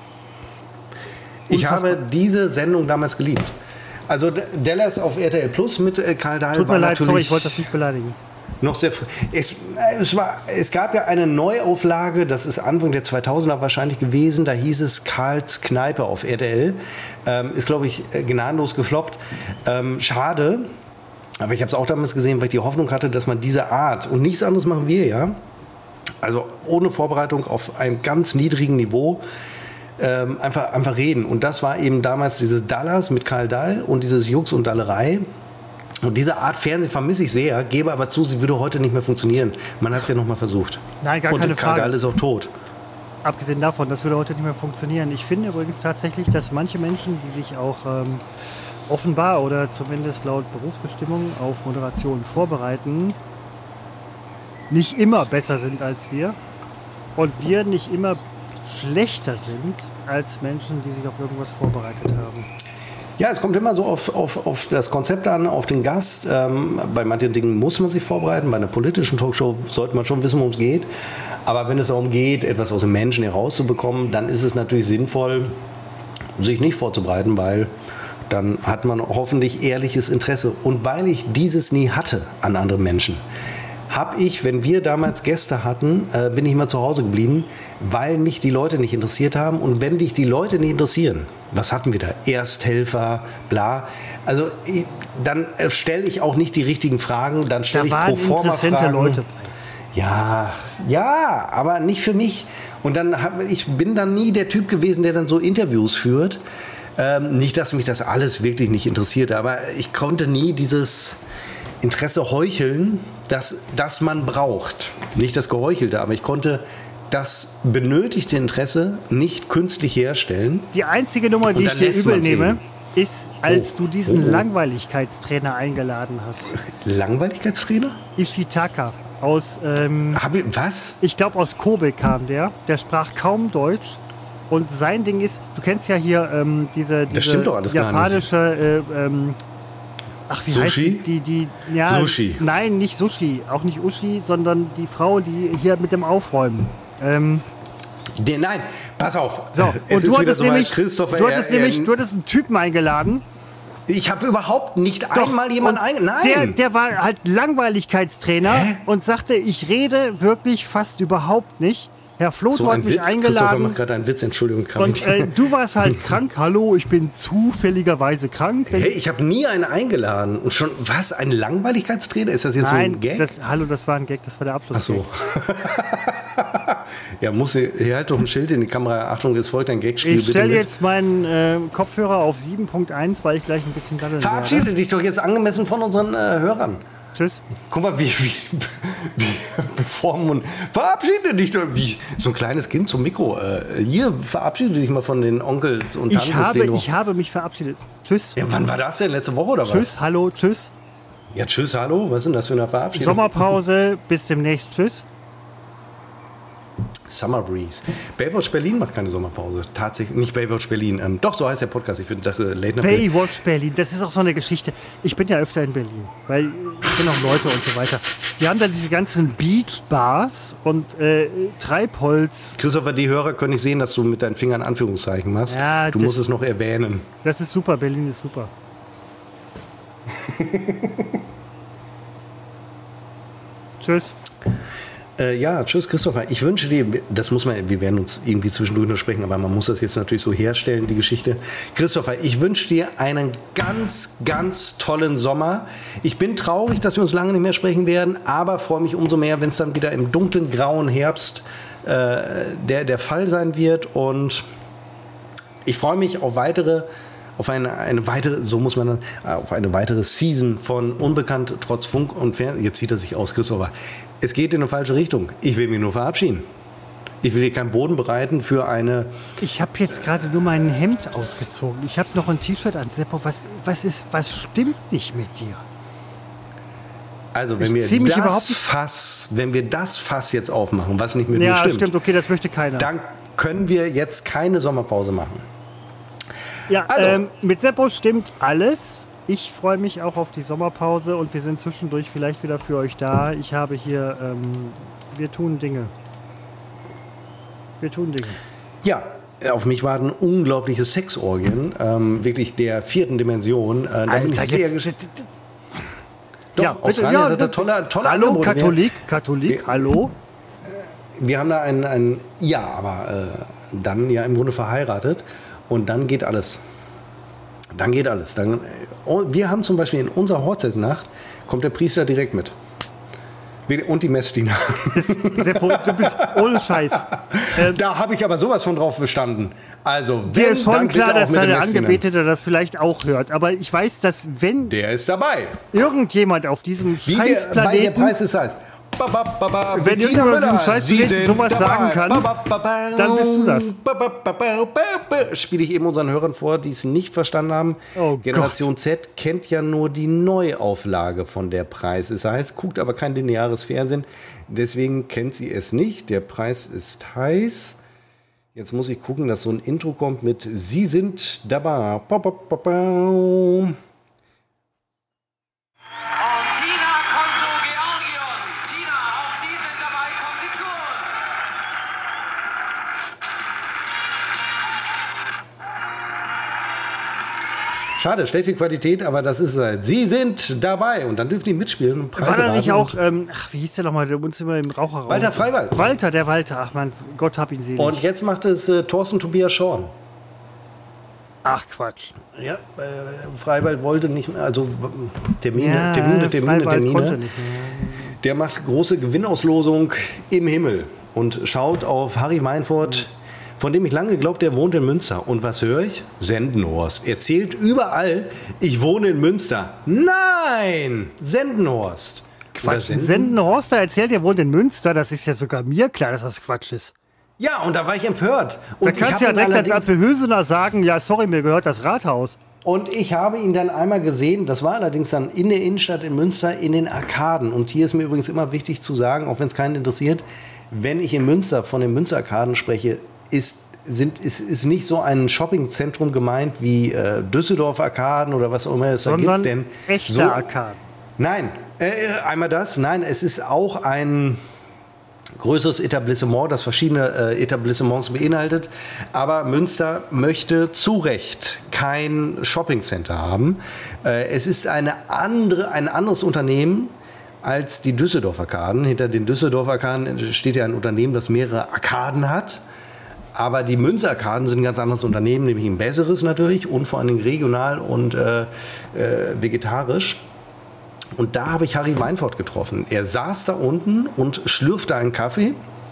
ich habe diese Sendung damals geliebt. Also Dallas auf R T L Plus mit äh, Karl Dahl. Tut mir leid, sorry, ich wollte das nicht beleidigen. Noch sehr es, es, war, es gab ja eine Neuauflage, das ist Anfang der zweitausender wahrscheinlich gewesen, da hieß es Karls Kneipe auf R T L. Ähm, ist, glaube ich, gnadenlos gefloppt. Ähm, schade, aber ich habe es auch damals gesehen, weil ich die Hoffnung hatte, dass man diese Art, und nichts anderes machen wir ja, also ohne Vorbereitung auf einem ganz niedrigen Niveau, Ähm, einfach, einfach reden. Und das war eben damals dieses Dallas mit Karl Dall und dieses Jux und Dallerei. Und diese Art Fernsehen vermisse ich sehr, gebe aber zu, sie würde heute nicht mehr funktionieren. Man hat es ja noch mal versucht. Nein, gar und keine Karl Frage. Dall ist auch tot. Abgesehen davon, das würde heute nicht mehr funktionieren. Ich finde übrigens tatsächlich, dass manche Menschen, die sich auch ähm, offenbar oder zumindest laut Berufsbestimmung auf Moderation vorbereiten, nicht immer besser sind als wir. Und wir nicht immer schlechter sind als Menschen, die sich auf irgendwas vorbereitet haben. Ja, es kommt immer so auf, auf, auf das Konzept an, auf den Gast. Ähm, bei manchen Dingen muss man sich vorbereiten. Bei einer politischen Talkshow sollte man schon wissen, worum es geht. Aber wenn es darum geht, etwas aus dem Menschen herauszubekommen, dann ist es natürlich sinnvoll, sich nicht vorzubereiten, weil dann hat man hoffentlich ehrliches Interesse. Und weil ich dieses nie hatte an anderen Menschen, habe ich, wenn wir damals Gäste hatten, äh, bin ich immer zu Hause geblieben, weil mich die Leute nicht interessiert haben. Und wenn dich die Leute nicht interessieren, was hatten wir da? Ersthelfer, bla. Also ich, dann stelle ich auch nicht die richtigen Fragen, dann stelle ich pro forma Fragen. Leute. Ja, ja, aber nicht für mich. Und dann hab, ich bin dann nie der Typ gewesen, der dann so Interviews führt. Ähm, nicht, dass mich das alles wirklich nicht interessierte, aber ich konnte nie dieses Interesse heucheln, das, das man braucht. Nicht das Geheuchelte, aber ich konnte das benötigte Interesse nicht künstlich herstellen. Die einzige Nummer, die ich dir übel nehme, ist, als oh. du diesen oh. Langweiligkeitstrainer eingeladen hast. Langweiligkeitstrainer? Ishitaka aus... Ähm, Hab ich, was? Ich glaube, aus Kobe kam der. Der sprach kaum Deutsch. Und sein Ding ist, du kennst ja hier ähm, diese, diese das stimmt doch alles japanische... Äh, ähm, Ach, wie Sushi? heißt die? die, die ja, Sushi. Nein, nicht Sushi. Auch nicht Uschi, sondern die Frau, die hier mit dem Aufräumen. Ähm, der, nein, pass auf. So, es und du hattest, so nämlich, Christopher, du, hattest er, nämlich, er, du hattest einen Typen eingeladen. Ich habe überhaupt nicht Doch, einmal jemanden eingeladen. Nein. Der, der war halt Langweiligkeitstrainer Hä? und sagte, ich rede wirklich fast überhaupt nicht. Herr Floto so hat mich Witz. eingeladen. Christopher macht gerade einen Witz, Entschuldigung. Und äh, du warst halt krank. Hallo, ich bin zufälligerweise krank. Hey, ich habe nie einen eingeladen. Und schon, was, ein Langweiligkeitstrainer? Ist das jetzt Nein, so ein Gag? Das, hallo, das war ein Gag, das war der Abschluss. Ach so. Ja, muss hier, hier halt doch ein Schild in die Kamera. Achtung, es folgt ein Gagspiel. Ich stelle jetzt meinen äh, Kopfhörer auf sieben Punkt eins, weil ich gleich ein bisschen daddeln werde. Verabschiede dich doch jetzt angemessen von unseren äh, Hörern. Tschüss. Guck mal, wie, wie, wie beformen und verabschiede dich doch. Wie so ein kleines Kind zum Mikro. Äh, hier, verabschiede dich mal von den Onkels und Tanten. Ich habe, ich habe mich verabschiedet. Tschüss. Ja, wann war das denn? Letzte Woche oder was? Tschüss, hallo, tschüss. Ja, tschüss, hallo. Was ist denn das für eine Verabschiedung? Sommerpause, bis demnächst. Tschüss. Summer Breeze. Baywatch Berlin macht keine Sommerpause. Tatsächlich, nicht Baywatch Berlin. Ähm, doch, so heißt der Podcast. Ich dachte, Late Night Baywatch Berlin, das ist auch so eine Geschichte. Ich bin ja öfter in Berlin, weil ich kenne auch Leute und so weiter. Die haben da diese ganzen Beach-Bars und äh, Treibholz. Christopher, die Hörer können nicht sehen, dass du mit deinen Fingern Anführungszeichen machst. Ja, du musst es noch erwähnen. Das ist super, Berlin ist super. Tschüss. Äh, ja, tschüss Christopher. Ich wünsche dir, das muss man, wir werden uns irgendwie zwischendurch noch sprechen, aber man muss das jetzt natürlich so herstellen, die Geschichte. Christopher, ich wünsche dir einen ganz, ganz tollen Sommer. Ich bin traurig, dass wir uns lange nicht mehr sprechen werden, aber freue mich umso mehr, wenn es dann wieder im dunklen, grauen Herbst äh, der, der Fall sein wird. Und ich freue mich auf weitere auf eine, eine weitere, so muss man dann, auf eine weitere Season von Unbekannt trotz Funk und Fernsehen. Jetzt zieht er sich aus, Christopher. Es geht in eine falsche Richtung. Ich will mich nur verabschieden. Ich will hier keinen Boden bereiten für eine... Ich habe jetzt gerade nur mein Hemd ausgezogen. Ich habe noch ein T-Shirt an. Seppo, was, was, ist, was stimmt nicht mit dir? Also wenn ich wir das Fass, wenn wir das Fass jetzt aufmachen, was nicht mit mir ja, stimmt... Ja, stimmt. Okay, das möchte keiner. Dann können wir jetzt keine Sommerpause machen. Ja, Also. ähm, mit Seppo stimmt alles. Ich freue mich auch auf die Sommerpause und wir sind zwischendurch vielleicht wieder für euch da. Ich habe hier, ähm, wir tun Dinge. Wir tun Dinge. Ja, auf mich warten unglaubliche Sexorgien, ähm, wirklich der vierten Dimension. Äh, da bin ich sehr gespannt. Doch, ja, bitte, Australien ja, hat da tolle, tolle Hallo, Angebote. Katholik, Katholik, wir, hallo. Wir haben da ein, ein ja, aber äh, dann ja im Grunde verheiratet und dann geht alles. Dann geht alles. Dann, wir haben zum Beispiel in unserer Hochzeitsnacht, kommt der Priester direkt mit. Und die Messdiener. Seppo, du bist ohne Scheiß. Ähm, da habe ich aber sowas von drauf bestanden. Also, wenn, dir ist schon dann klar, bitte auch dass mit den deine Messdienern. Angebetete das vielleicht auch hört. Aber ich weiß, dass wenn Der ist dabei. irgendjemand auf diesem Wie der, scheiß bei der Planeten, Preis ist heiß. Ba, ba, ba, ba, wenn Bettina irgendjemand auf diesem Müller, scheiß Sie Planeten sind sowas dabei. sagen kann, Ba, ba, ba, ba, dann bist du das. Ba, ba, ba, ba, ba, ba. Spiele ich eben unseren Hörern vor, die es nicht verstanden haben. Oh Generation Z kennt ja nur die Neuauflage von Der Preis ist heiß, guckt aber kein lineares Fernsehen. Deswegen kennt sie es nicht. Der Preis ist heiß. Jetzt muss ich gucken, dass so ein Intro kommt mit Sie sind dabei. Ba, ba, ba, ba. Und Tina Konto Georgion. Tina, auch die sind dabei, kommen Sie zu uns. Schade, schlechte Qualität, aber das ist halt. Sie sind dabei und dann dürfen die mitspielen. Und Preise war da nicht raten. auch, ähm, ach, wie hieß der nochmal, der uns immer im Raucherraum. Walter Freiwald. Walter, der Walter, ach man, Gott hab ihn selig. Und jetzt macht es äh, Thorsten Tobias Schorn. Ach Quatsch. Ja, äh, Freiwald wollte nicht mehr, also Termine, Ja, Termine, Termine, Freiwald Termine. konnte nicht mehr. Der macht große Gewinnauslosung im Himmel und schaut auf Harry Meinfort, von dem ich lange geglaubt, der wohnt in Münster. Und was höre ich? Sendenhorst. Er zählt überall, ich wohne in Münster. Nein! Sendenhorst. Oder Quatsch, Senden- Sendenhorst, der erzählt, er wohnt in Münster. Das ist ja sogar mir klar, dass das Quatsch ist. Ja, und da war ich empört. Und Da ich kannst du ja habe ihn direkt als allerdings- Apfelhülsener sagen, ja, sorry, mir gehört das Rathaus. Und ich habe ihn dann einmal gesehen, das war allerdings dann in der Innenstadt in Münster, in den Arkaden. Und hier ist mir übrigens immer wichtig zu sagen, auch wenn es keinen interessiert, wenn ich in Münster von den Münsterarkaden spreche, ist, sind, ist, ist nicht so ein Shoppingzentrum gemeint wie äh, Düsseldorf-Arkaden oder was auch immer es da Sondern gibt. Denn echte so, Arkaden. Nein, äh, einmal das. Nein, es ist auch ein größeres Etablissement, das verschiedene äh, Etablissements beinhaltet. Aber Münster möchte zu Recht kein Shoppingcenter haben. Äh, es ist eine andere, ein anderes Unternehmen als die Düsseldorf-Arkaden. Hinter den Düsseldorf-Arkaden steht ja ein Unternehmen, das mehrere Arkaden hat. Aber die Münster-Arkaden sind ein ganz anderes Unternehmen, nämlich ein besseres natürlich und vor allen Dingen regional und äh, äh, vegetarisch. Und da habe ich Harry Meinfort getroffen. Er saß da unten und schlürfte einen Kaffee.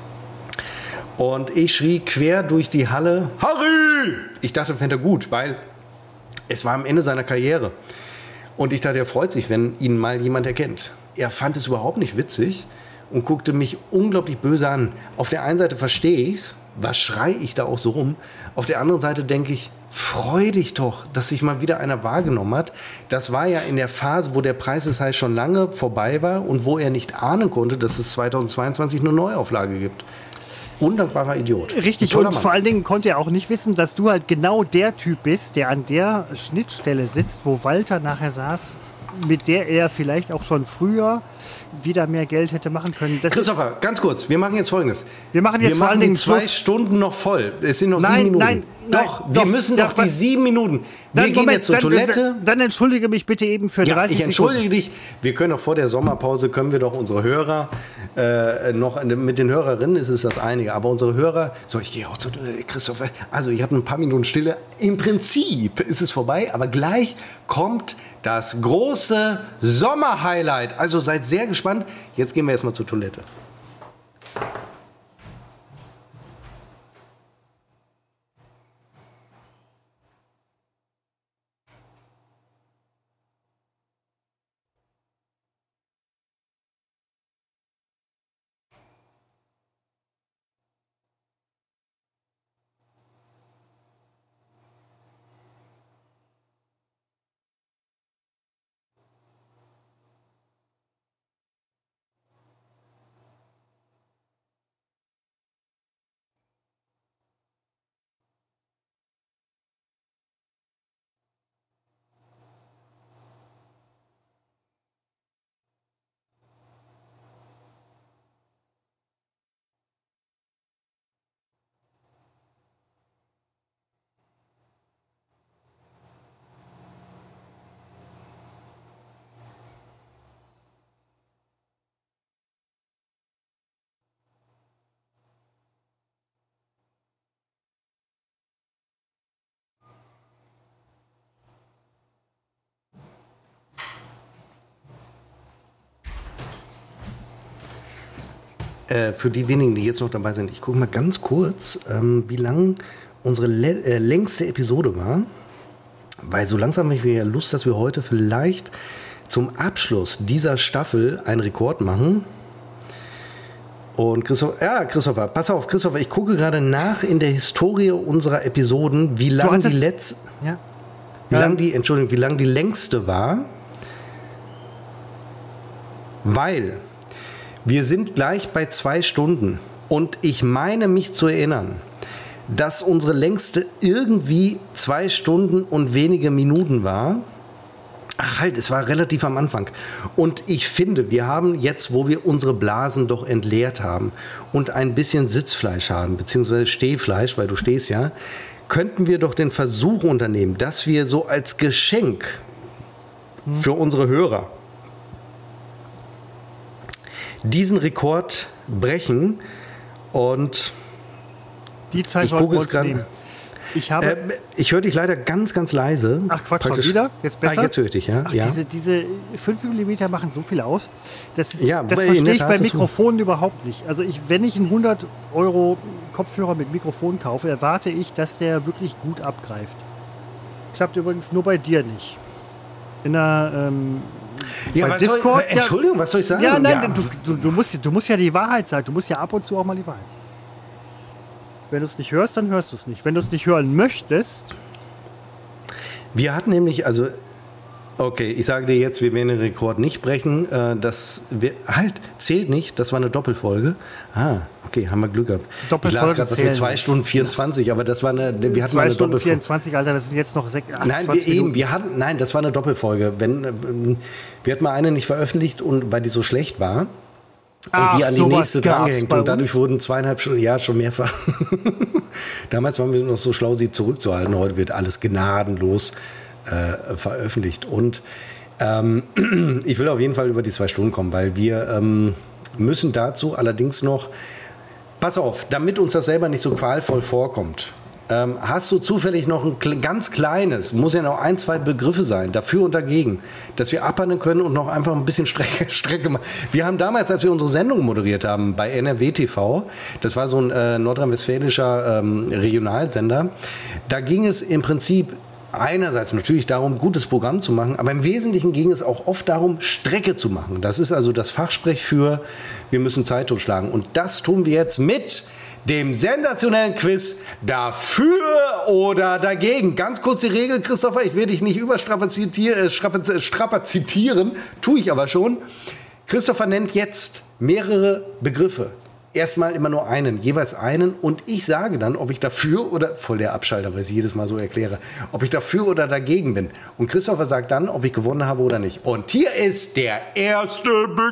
Und ich schrie quer durch die Halle, Harry! Ich dachte, fände er gut, weil es war am Ende seiner Karriere. Und ich dachte, er freut sich, wenn ihn mal jemand erkennt. Er fand es überhaupt nicht witzig und guckte mich unglaublich böse an. Auf der einen Seite verstehe ich es, was schrei ich da auch so rum. Auf der anderen Seite denke ich, freu dich doch, dass sich mal wieder einer wahrgenommen hat. Das war ja in der Phase, wo der Preis ist heißt schon lange vorbei war und wo er nicht ahnen konnte, dass es zweitausendzweiundzwanzig eine Neuauflage gibt. Undankbarer Idiot. Richtig, Ein toller und Mann. vor allen Dingen konnte er auch nicht wissen, dass du halt genau der Typ bist, der an der Schnittstelle sitzt, wo Walter nachher saß, mit der er vielleicht auch schon früher wieder mehr Geld hätte machen können. Das Christopher, ganz kurz, wir machen jetzt Folgendes. Wir machen jetzt wir vor machen allen die Dingen zwei Schluss. Stunden noch voll. Es sind noch Nein, sieben Minuten. nein, doch, nein, wir doch. müssen Ja, doch die was- sieben Minuten. Wir Dann, gehen Moment, jetzt zur dann, Toilette. Dann, dann entschuldige mich bitte eben für Ja, dreißig ich entschuldige Sekunden. dich. Wir können doch vor der Sommerpause, können wir doch unsere Hörer äh, noch, mit den Hörerinnen ist es das einige, aber unsere Hörer, so ich gehe auch zu äh, Christopher, also ich habe ein paar Minuten Stille. Im Prinzip ist es vorbei, aber gleich kommt das große Sommerhighlight. Also seid sehr gespannt. Jetzt gehen wir erstmal zur Toilette. äh, für die wenigen, die jetzt noch dabei sind, ich gucke mal ganz kurz, ähm, wie lang unsere le- äh, längste Episode war. Weil so langsam habe ich wieder Lust, dass wir heute vielleicht zum Abschluss dieser Staffel einen Rekord machen. Und Christopher, ja, Christopher, pass auf, Christopher, ich gucke gerade nach in der Historie unserer Episoden, wie lang die letzte, ja. wie ähm, lang die, Entschuldigung, wie lang die längste war. Weil wir sind gleich bei zwei Stunden und ich meine mich zu erinnern, dass unsere längste irgendwie zwei Stunden und wenige Minuten war. Ach halt, es war relativ am Anfang. Und ich finde, wir haben jetzt, wo wir unsere Blasen doch entleert haben und ein bisschen Sitzfleisch haben, beziehungsweise Stehfleisch, weil du stehst ja, könnten wir doch den Versuch unternehmen, dass wir so als Geschenk für unsere Hörer diesen Rekord brechen und die Zeit ich gucke es gerade. Ich habe. Äh, ich höre dich leider ganz, ganz leise. Ach Quatsch, schon wieder? Jetzt besser? Ah, jetzt höre ich dich, ja. Ach, ja. Diese, diese fünf Millimeter machen so viel aus. Das, ist, Ja, das in verstehe der ich Tat bei ist so. Mikrofonen überhaupt nicht. Also ich, wenn ich einen hundert Euro Kopfhörer mit Mikrofon kaufe, erwarte ich, dass der wirklich gut abgreift. Klappt übrigens nur bei dir nicht. In der ähm, Ja, bei was soll, Discord. Entschuldigung, was soll ich sagen? Ja, nein, Ja. Du, du, du, musst, du musst ja die Wahrheit sagen. Du musst ja ab und zu auch mal die Wahrheit sagen. Wenn du es nicht hörst, dann hörst du es nicht. Wenn du es nicht hören möchtest. Wir hatten nämlich, also, okay, ich sage dir jetzt, wir werden den Rekord nicht brechen. Äh, das wir, halt, zählt nicht, das war eine Doppelfolge. Ah, okay, haben wir Glück gehabt. Ich las gerade, das mit zwei Stunden vierundzwanzig, aber das war eine, wir hatten mal eine Stunden Doppelfolge. vierundzwanzig, Alter, das sind jetzt noch sechs, Nein, wir eben, wir hatten, nein, das war eine Doppelfolge. Wenn, ähm, wir hatten mal eine nicht veröffentlicht, und weil die so schlecht war. Und Ach, die an die sowas nächste gab's drangehängt. bei Und dadurch uns? wurden zweieinhalb Stunden, ja, schon mehrfach. Damals waren wir noch so schlau, sie zurückzuhalten. Heute wird alles gnadenlos äh, veröffentlicht. Und ähm, ich will auf jeden Fall über die zwei Stunden kommen, weil wir ähm, müssen dazu allerdings noch, pass auf, damit uns das selber nicht so qualvoll vorkommt. Ähm, hast du zufällig noch ein kle- ganz kleines, muss ja noch ein, zwei Begriffe sein, dafür und dagegen, dass wir abhandeln können und noch einfach ein bisschen Strecke, Strecke machen. Wir haben damals, als wir unsere Sendung moderiert haben bei N R W T V, das war so ein äh, nordrhein-westfälischer ähm, Regionalsender, da ging es im Prinzip einerseits natürlich darum, gutes Programm zu machen, aber im Wesentlichen ging es auch oft darum, Strecke zu machen. Das ist also das Fachsprech für, wir müssen Zeit totschlagen. Und das tun wir jetzt mit dem sensationellen Quiz dafür oder dagegen. Ganz kurz die Regel, Christopher, ich will dich nicht überstrapazitieren, äh, strapaz- strapazitieren, tue ich aber schon. Christopher nennt jetzt mehrere Begriffe. Erstmal immer nur einen, jeweils einen, und ich sage dann, ob ich dafür oder, voll der Abschalter, weil ich es jedes Mal so erkläre, ob ich dafür oder dagegen bin. Und Christopher sagt dann, ob ich gewonnen habe oder nicht. Und hier ist der erste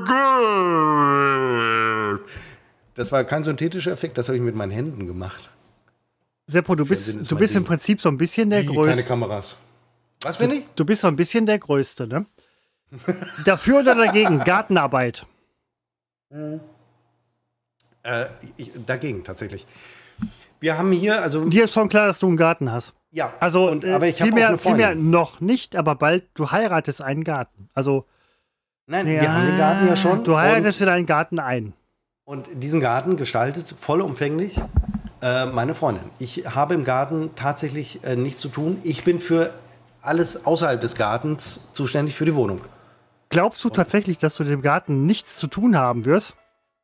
Begriff. Das war kein synthetischer Effekt, das habe ich mit meinen Händen gemacht. Seppo, du bist, du bist im Prinzip so ein bisschen der Wie, Größte. keine Kameras. Was bin ich? Du bist so ein bisschen der Größte, ne? Dafür oder dagegen? Gartenarbeit. Äh, ich, dagegen, tatsächlich. Wir haben hier, also... Dir ist schon klar, dass du einen Garten hast. Ja, Also, und, äh, aber ich habe auch vielmehr, eine Freundin. vielmehr noch nicht, aber bald, du heiratest einen Garten. Also, Nein, wir haben den Garten ja schon. Du heiratest in einen Garten ein. Und, und diesen Garten gestaltet vollumfänglich äh, meine Freundin. Ich habe im Garten tatsächlich äh, nichts zu tun. Ich bin für alles außerhalb des Gartens zuständig, für die Wohnung. Glaubst du tatsächlich, dass du dem Garten nichts zu tun haben wirst?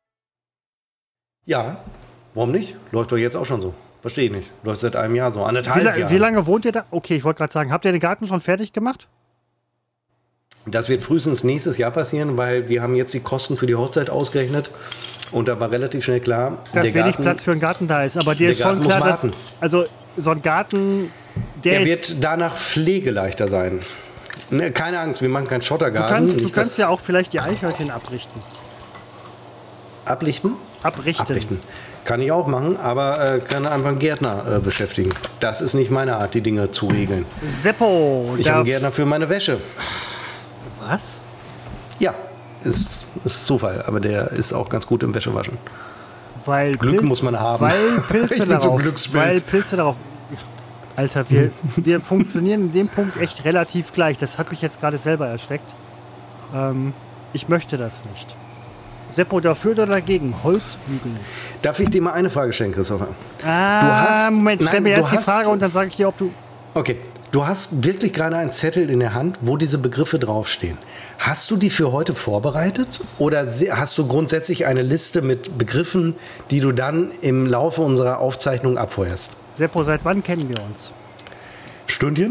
Ja, warum nicht? Läuft doch jetzt auch schon so. Verstehe ich nicht. Läuft seit einem Jahr so, Wie, anderthalb la- Jahre. wie lange wohnt ihr da? Okay, ich wollte gerade sagen, habt ihr den Garten schon fertig gemacht? Das wird frühestens nächstes Jahr passieren, weil wir haben jetzt die Kosten für die Hochzeit ausgerechnet. Und da war relativ schnell klar, Dass der wenig Garten, Platz für einen Garten da ist. Aber dir der ist schon Garten klar, muss dass. warten. Also, so ein Garten, der der ist. wird danach pflegeleichter sein. Ne, keine Angst, wir machen keinen Du Schottergarten. kannst, du Nicht, kannst dass- ja auch vielleicht die Eichhörnchen abrichten. ablichten. Abrichten. Abrichten. Kann ich auch machen, aber äh, kann einfach einen Gärtner äh, beschäftigen. Das ist nicht meine Art, die Dinge zu regeln. Seppo, Ich habe einen Gärtner für meine Wäsche. Was? Ja, ist, ist Zufall, aber der ist auch ganz gut im Wäschewaschen. Weil Glück muss man haben. Weil Pilze Ich bin so ein darauf. Glückspilz. Weil Pilze darauf. Alter, wir, wir funktionieren in dem Punkt echt relativ gleich. Das hat mich jetzt gerade selber erschreckt. Ähm, ich möchte das nicht. Seppo, dafür oder dagegen? Holzbügel. Darf ich dir mal eine Frage stellen, Christopher? Ah, Du hast- Moment, stell nein, mir du erst die hast- Frage und dann sage ich dir, ob du... Okay, du hast wirklich gerade einen Zettel in der Hand, wo diese Begriffe draufstehen. Hast du die für heute vorbereitet? Oder se- hast du grundsätzlich eine Liste mit Begriffen, die du dann im Laufe unserer Aufzeichnung abfeuerst? Seppo, seit wann kennen wir uns? Stündchen?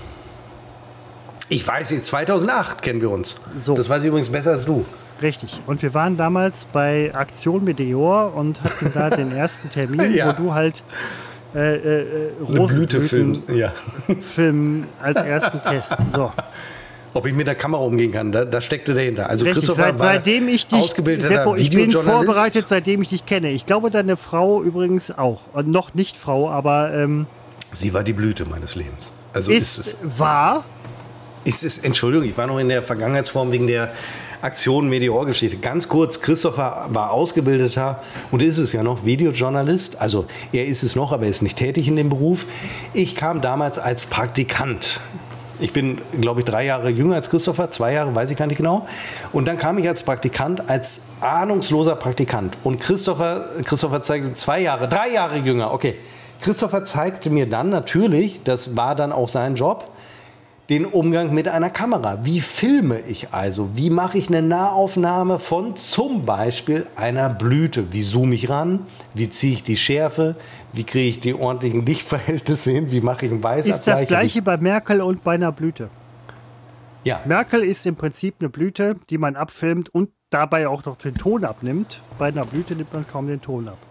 Ich weiß nicht, zweitausendacht kennen wir uns. So. Das weiß ich übrigens besser als du. Richtig. Und wir waren damals bei Aktion Meteor und hatten da den ersten Termin, Ja. wo du halt äh, äh, äh, Rosenblüten Ja. filmen als ersten Test. So. Ob ich mit der Kamera umgehen kann, da, da steckte dahinter. Also Richtig. Christopher Seit, war seitdem ich dich, ausgebildeter Seppo, ich bin Videojournalist. vorbereitet, seitdem ich dich kenne. Ich glaube, deine Frau übrigens auch. Und noch nicht Frau, aber ähm, Sie war die Blüte meines Lebens. Also ist, ist, es, wahr. ist es, Entschuldigung, ich war noch in der Vergangenheitsform wegen der Aktion Meteor-Geschichte. Ganz kurz, Christopher war ausgebildeter und ist es ja noch, Videojournalist. Also er ist es noch, aber er ist nicht tätig in dem Beruf. Ich kam damals als Praktikant. Ich bin, glaube ich, drei Jahre jünger als Christopher, zwei Jahre, weiß ich gar nicht genau. Und dann kam ich als Praktikant, als ahnungsloser Praktikant. Und Christopher, Christopher zeigte zwei Jahre, drei Jahre jünger, okay. Christopher zeigte mir dann natürlich, das war dann auch sein Job, den Umgang mit einer Kamera. Wie filme ich also? Wie mache ich eine Nahaufnahme von zum Beispiel einer Blüte? Wie zoome ich ran? Wie ziehe ich die Schärfe? Wie kriege ich die ordentlichen Lichtverhältnisse hin? Wie mache ich einen Weißabgleich? Ist das gleiche bei Merkel und bei einer Blüte. Ja. Merkel ist im Prinzip eine Blüte, die man abfilmt und dabei auch noch den Ton abnimmt. Bei einer Blüte nimmt man kaum den Ton ab.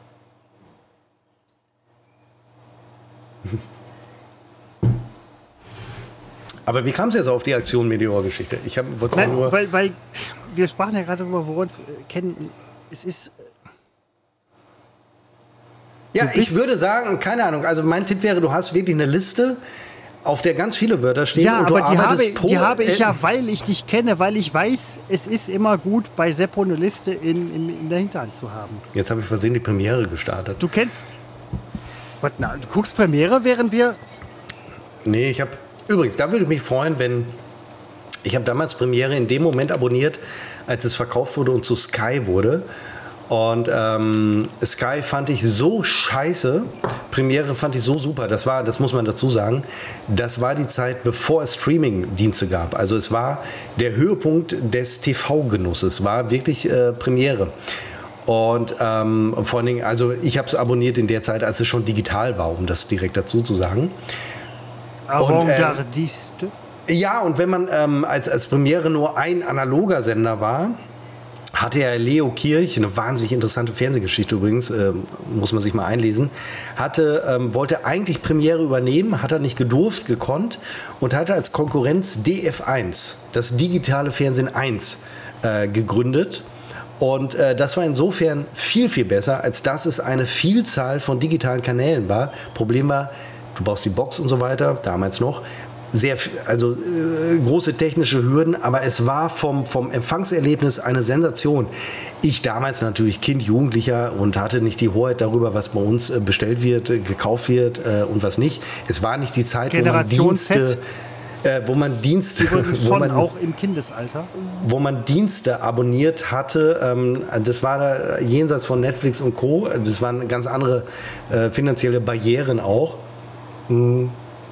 Aber wie kam es jetzt auf die Aktion Meteor-Geschichte? Ich hab, wollte Nein, nur... weil, weil wir sprachen ja gerade darüber, wo wir uns äh, kennen. Es ist. Ja, du bist- ich würde sagen, keine Ahnung, also mein Tipp wäre, du hast wirklich eine Liste, auf der ganz viele Wörter stehen Ja, und du aber die habe, arbeitest pro... die habe ich äh, ja, weil ich dich kenne, weil ich weiß, es ist immer gut, bei Seppo eine Liste in, in, in der Hinterhand zu haben. Jetzt habe ich versehen die Premiere gestartet. Du kennst. Was, na, du guckst Premiere, während wir. Nee, ich habe... Übrigens, da würde ich mich freuen, wenn... Ich habe damals Premiere in dem Moment abonniert, als es verkauft wurde und zu Sky wurde. Und ähm, Sky fand ich so scheiße, Premiere fand ich so super. Das war, das muss man dazu sagen, das war die Zeit, bevor es Streaming-Dienste gab. Also es war der Höhepunkt des T V-Genusses, war wirklich äh, Premiere. Und ähm, vor allen Dingen, also ich habe es abonniert in der Zeit, als es schon digital war, um das direkt dazu zu sagen. Avantgardiste. Ja, und wenn man ähm, als, als Premiere nur ein analoger Sender war, hatte ja Leo Kirch, eine wahnsinnig interessante Fernsehgeschichte übrigens, ähm, muss man sich mal einlesen, hatte, ähm, wollte eigentlich Premiere übernehmen, hat er nicht gedurft, gekonnt und hatte als Konkurrenz D F eins, das digitale Fernsehen eins, äh, gegründet. Und äh, das war insofern viel, viel besser, als dass es eine Vielzahl von digitalen Kanälen war. Problem war, du brauchst die Box und so weiter, damals noch. Sehr, also äh, große technische Hürden, aber es war vom, vom Empfangserlebnis eine Sensation. Ich damals natürlich Kind, Jugendlicher und hatte nicht die Hoheit darüber, was bei uns äh, bestellt wird, äh, gekauft wird äh, und was nicht. Es war nicht die Zeit, wo man Generation Dienste, äh, wo man Dienste, Übrigens wo schon man, auch im Kindesalter. wo man Dienste abonniert hatte. Ähm, das war da jenseits von Netflix und Co. Das waren ganz andere äh, finanzielle Barrieren auch. Hm.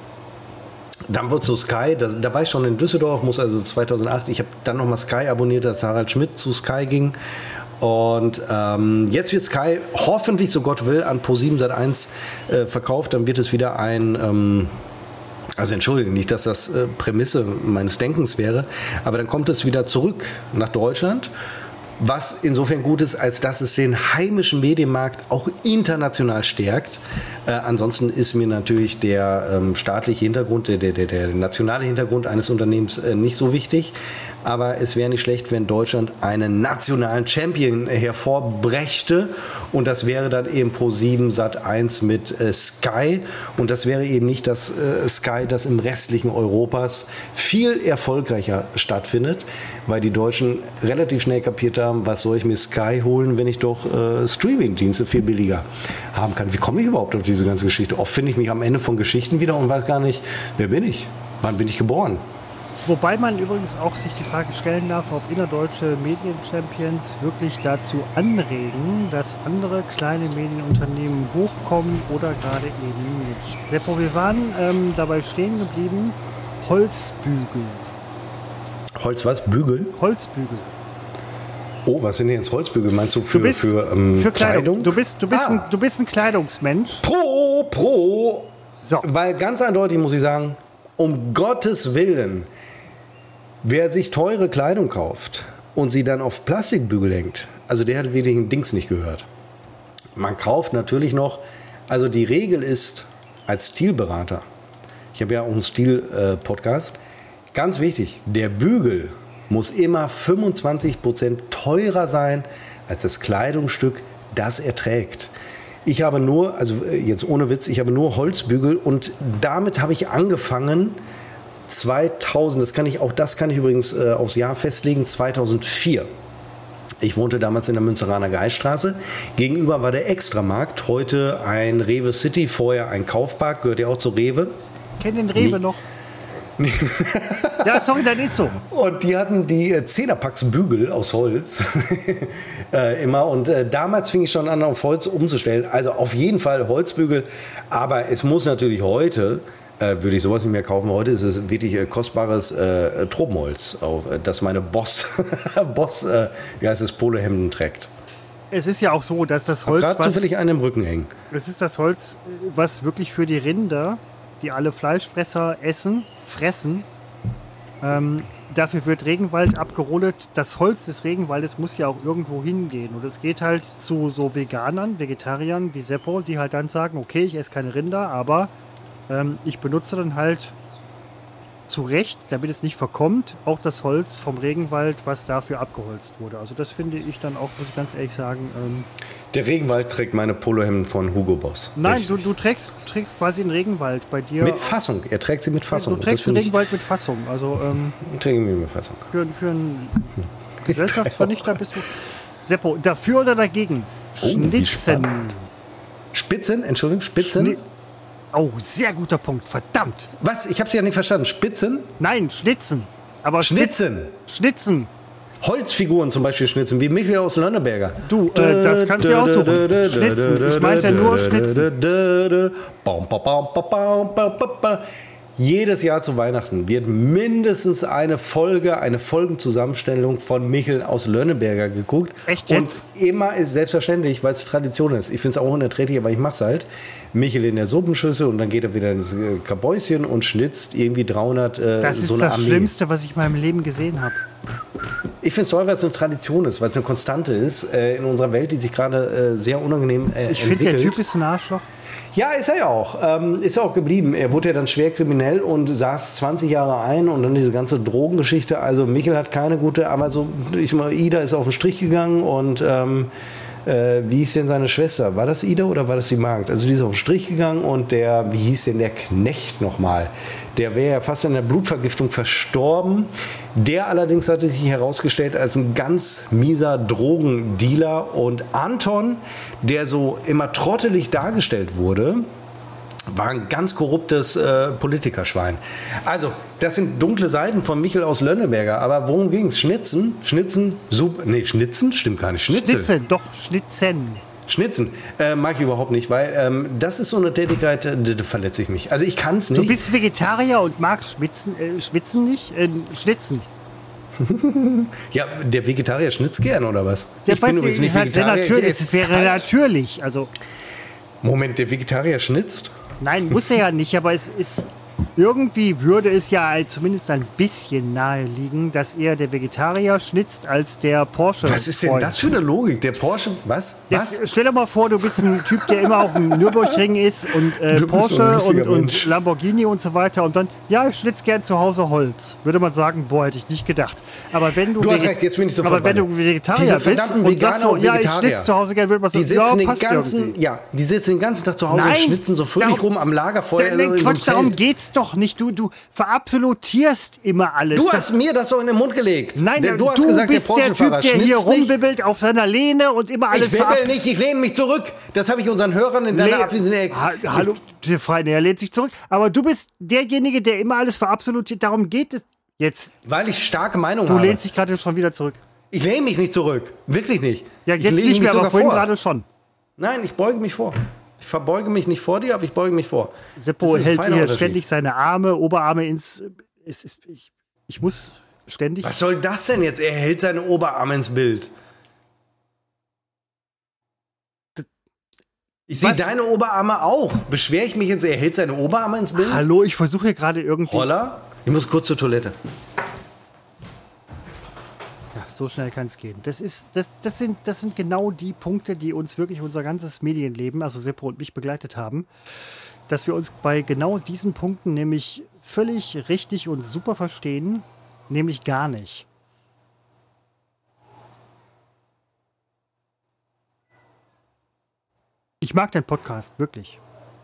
Dann wurde zu Sky, da, da war ich schon in Düsseldorf, muss also zweitausendacht, ich habe dann nochmal Sky abonniert, als Harald Schmidt zu Sky ging. Und ähm, jetzt wird Sky hoffentlich, so Gott will, an ProSieben Sat eins äh, verkauft. Dann wird es wieder ein, ähm, also entschuldigen, nicht, dass das äh, Prämisse meines Denkens wäre, aber dann kommt es wieder zurück nach Deutschland. Was insofern gut ist, als dass es den heimischen Medienmarkt auch international stärkt. Äh, ansonsten ist mir natürlich der ähm, staatliche Hintergrund, der, der, der nationale Hintergrund eines Unternehmens äh, nicht so wichtig. Aber es wäre nicht schlecht, wenn Deutschland einen nationalen Champion hervorbrächte. Und das wäre dann eben ProSieben Sat eins mit äh, Sky. Und das wäre eben nicht das äh, Sky, das im restlichen Europas viel erfolgreicher stattfindet, weil die Deutschen relativ schnell kapiert haben, was soll ich mir Sky holen, wenn ich doch äh, Streaming-Dienste viel billiger haben kann. Wie komme ich überhaupt auf diese ganze Geschichte? Oft finde ich mich am Ende von Geschichten wieder und weiß gar nicht, wer bin ich? Wann bin ich geboren? Wobei man übrigens auch sich die Frage stellen darf, ob innerdeutsche Medienchampions wirklich dazu anregen, dass andere kleine Medienunternehmen hochkommen oder gerade eben nicht. Seppo, wir waren ähm, dabei stehen geblieben, Holzbügel. Holz was? Bügel? Holzbügel. Oh, was sind denn jetzt Holzbügel? Meinst du für, Du bist für, ähm, für Kleidung. Kleidung? Du bist, du, bist Ah. ein, du bist ein Kleidungsmensch. Pro, pro. So. Weil ganz eindeutig muss ich sagen, um Gottes Willen, wer sich teure Kleidung kauft und sie dann auf Plastikbügel hängt, also der hat wirklich ein Dings nicht gehört. Man kauft natürlich noch, also die Regel ist als Stilberater, ich habe ja auch einen Stil-Podcast, ganz wichtig, der Bügel muss immer fünfundzwanzig Prozent teurer sein als das Kleidungsstück, das er trägt. Ich habe nur, also jetzt ohne Witz, ich habe nur Holzbügel und damit habe ich angefangen zweitausend, das kann ich auch das kann ich übrigens äh, aufs Jahr festlegen, zweitausendvier. Ich wohnte damals in der Münsteraner Geiststraße. Gegenüber war der Extramarkt, heute ein Rewe City, vorher ein Kaufpark, gehört ja auch zu Rewe. Kenn den Rewe Nee. noch. Ja, sorry, das ist so. Und die hatten die äh, Zehnerpacks Bügel aus Holz äh, immer. Und äh, damals fing ich schon an, auf Holz umzustellen. Also auf jeden Fall Holzbügel. Aber es muss natürlich heute, äh, würde ich sowas nicht mehr kaufen. Heute ist es wirklich äh, kostbares äh, Tropenholz, auf, äh, das meine Boss, Boss äh, wie heißt es, Polohemden trägt. Es ist ja auch so, dass das Hab Holz, gerade was, zufällig einen im Rücken hängen. es ist das Holz, was wirklich für die Rinder, die alle Fleischfresser essen, fressen, ähm, dafür wird Regenwald abgerollt. Das Holz des Regenwaldes muss ja auch irgendwo hingehen. Und es geht halt zu so Veganern, Vegetariern wie Seppo, die halt dann sagen, okay, ich esse keine Rinder, aber ähm, ich benutze dann halt zu Recht, damit es nicht verkommt, auch das Holz vom Regenwald, was dafür abgeholzt wurde. Also das finde ich dann auch, muss ich ganz ehrlich sagen, ähm, Der Regenwald trägt meine Polohemden von Hugo Boss. nein, Richtig. du, du trägst, trägst quasi einen Regenwald bei dir. Mit Fassung. Er trägt sie mit Fassung. Du trägst Das einen finde ich- Regenwald mit Fassung. Also ähm, Träge mir mit Fassung. für, für einen Gesellschaftsvernichter bist du. Seppo, dafür oder dagegen? Oh, wie Schnitzen. spannend. Spitzen, Entschuldigung, Spitzen. Schni oh, sehr guter Punkt. Verdammt. Was? Ich habe Sie ja nicht verstanden. Spitzen? Nein, Schnitzen. Aber Schnitzen. Schnitz- Schnitzen. Holzfiguren zum Beispiel schnitzen, wie Michael aus Lönneberger. Du, äh, das kannst du ja aussuchen. Schnitzen. Ich meinte nur schnitzen. Baum, baum, baum, baum, baum, baum, baum, baum. Jedes Jahr zu Weihnachten wird mindestens eine Folge, eine Folgenzusammenstellung von Michael aus Lönneberger geguckt. Echt Und jetzt? immer ist selbstverständlich, weil es Tradition ist. Ich finde es auch unerträglich, aber ich mache es halt. Michael in der Suppenschüssel und dann geht er wieder ins äh, Kabäuschen und schnitzt irgendwie dreihundert äh, Das ist so eine das Armee. Schlimmste, was ich in meinem Leben gesehen habe. Ich finde es toll, weil es eine Tradition ist, weil es eine Konstante ist äh, in unserer Welt, die sich gerade äh, sehr unangenehm äh, Ich finde, entwickelt. der Typ ist ein Arschloch. Ja, ist er ja auch. Ähm, ist er auch geblieben. Er wurde ja dann schwer kriminell und saß zwanzig Jahre ein und dann diese ganze Drogengeschichte. Also Michael hat keine gute, aber so, ich mal, Ida ist auf den Strich gegangen und ähm, äh, wie hieß denn seine Schwester? War das Ida oder war das die Magd? Also die ist auf den Strich gegangen und der, wie hieß denn der Knecht nochmal? Der wäre ja fast an der Blutvergiftung verstorben. Der allerdings hatte sich herausgestellt als ein ganz mieser Drogendealer. Und Anton, der so immer trottelig dargestellt wurde, war ein ganz korruptes äh, Politikerschwein. Also, das sind dunkle Seiten von Michael aus Lönneberger. Aber worum ging es? Schnitzen? Schnitzen? Sup nee, Schnitzen? Stimmt gar nicht. Schnitzel. Schnitzen, doch, Schnitzen. Schnitzen äh, mag ich überhaupt nicht, weil ähm, das ist so eine Tätigkeit, äh, da verletze ich mich. Also ich kann es nicht. Du bist Vegetarier und magst schwitzen, äh, schwitzen nicht? Äh, schnitzen. Ja, der Vegetarier schnitzt gern, oder was? Ja, ich bin weißt du, übrigens nicht ist halt sehr Vegetarier. natürlich. ich esse Es wäre halt. natürlich. Also, Moment, der Vegetarier schnitzt? nein, muss er ja nicht, aber es ist. Irgendwie würde es ja halt zumindest ein bisschen nahe liegen, dass eher der Vegetarier schnitzt als der Porsche. Was ist denn das für eine Logik? Der Porsche, was? Was? Jetzt stell dir mal vor, du bist ein Typ, der immer auf dem Nürburgring ist und äh, Du bist so ein Porsche lustiger und, Mensch. und Lamborghini und so weiter und dann, ja, ich schnitz gern zu Hause Holz. Würde man sagen, boah, hätte ich nicht gedacht. Aber wenn du, Du hast Veget- recht, jetzt bin ich sofort aber wenn bei du dir. Vegetarier Diese bist verdammten und sagst Veganer so, und ja, ich Vegetarier. schnitz zu Hause gern, würde man Die sagen, sitzen, ja, den passt ganzen, irgendwie. ja, die sitzen den ganzen Tag zu Hause Nein, und schnitzen so fröhlich darum- rum am Lagerfeuer. Dann, in so einem Quatsch, darum Zelt. geht's doch nicht. Du, du verabsolutierst immer alles. Du Das- hast mir das so in den Mund gelegt. Nein, Der- du, du hast gesagt, der bist der Porsche-Fahrer Typ, der hier schnitzt nicht. rumwibbelt auf seiner Lehne und immer alles Ich wibbel nicht, ich lehne mich zurück. Das habe ich unseren Hörern in deiner Nee, Abwesenheit. ha hallo, der Freie, er lehnt sich zurück. Aber du bist derjenige, der immer alles verabsolutiert. Darum geht es. Jetzt, Weil ich starke Meinung du habe. lehnst dich gerade schon wieder zurück. Ich lehne mich nicht zurück. Wirklich nicht. Ja, Ich jetzt lehne nicht mich mehr, aber sogar vorhin vor. gerade schon. Nein, ich beuge mich vor. Ich verbeuge mich nicht vor dir, aber ich beuge mich vor. Seppo Das ist ein hält feiner hier Unterschied. ständig seine Arme, Oberarme ins. Es ist, ich, ich muss ständig. Was soll das denn jetzt? Er hält seine Oberarme ins Bild. Ich sehe Was? deine Oberarme auch. Beschwere ich mich jetzt, er hält seine Oberarme ins Bild? Hallo, ich versuche hier gerade irgendwie. Holla? Ich muss kurz zur Toilette. Ja, so schnell kann es gehen. Das, ist, das, das, sind, das sind genau die Punkte, die uns wirklich unser ganzes Medienleben, also Seppo und mich, begleitet haben. Dass wir uns bei genau diesen Punkten nämlich völlig richtig und super verstehen, nämlich gar nicht. Ich mag den Podcast, wirklich.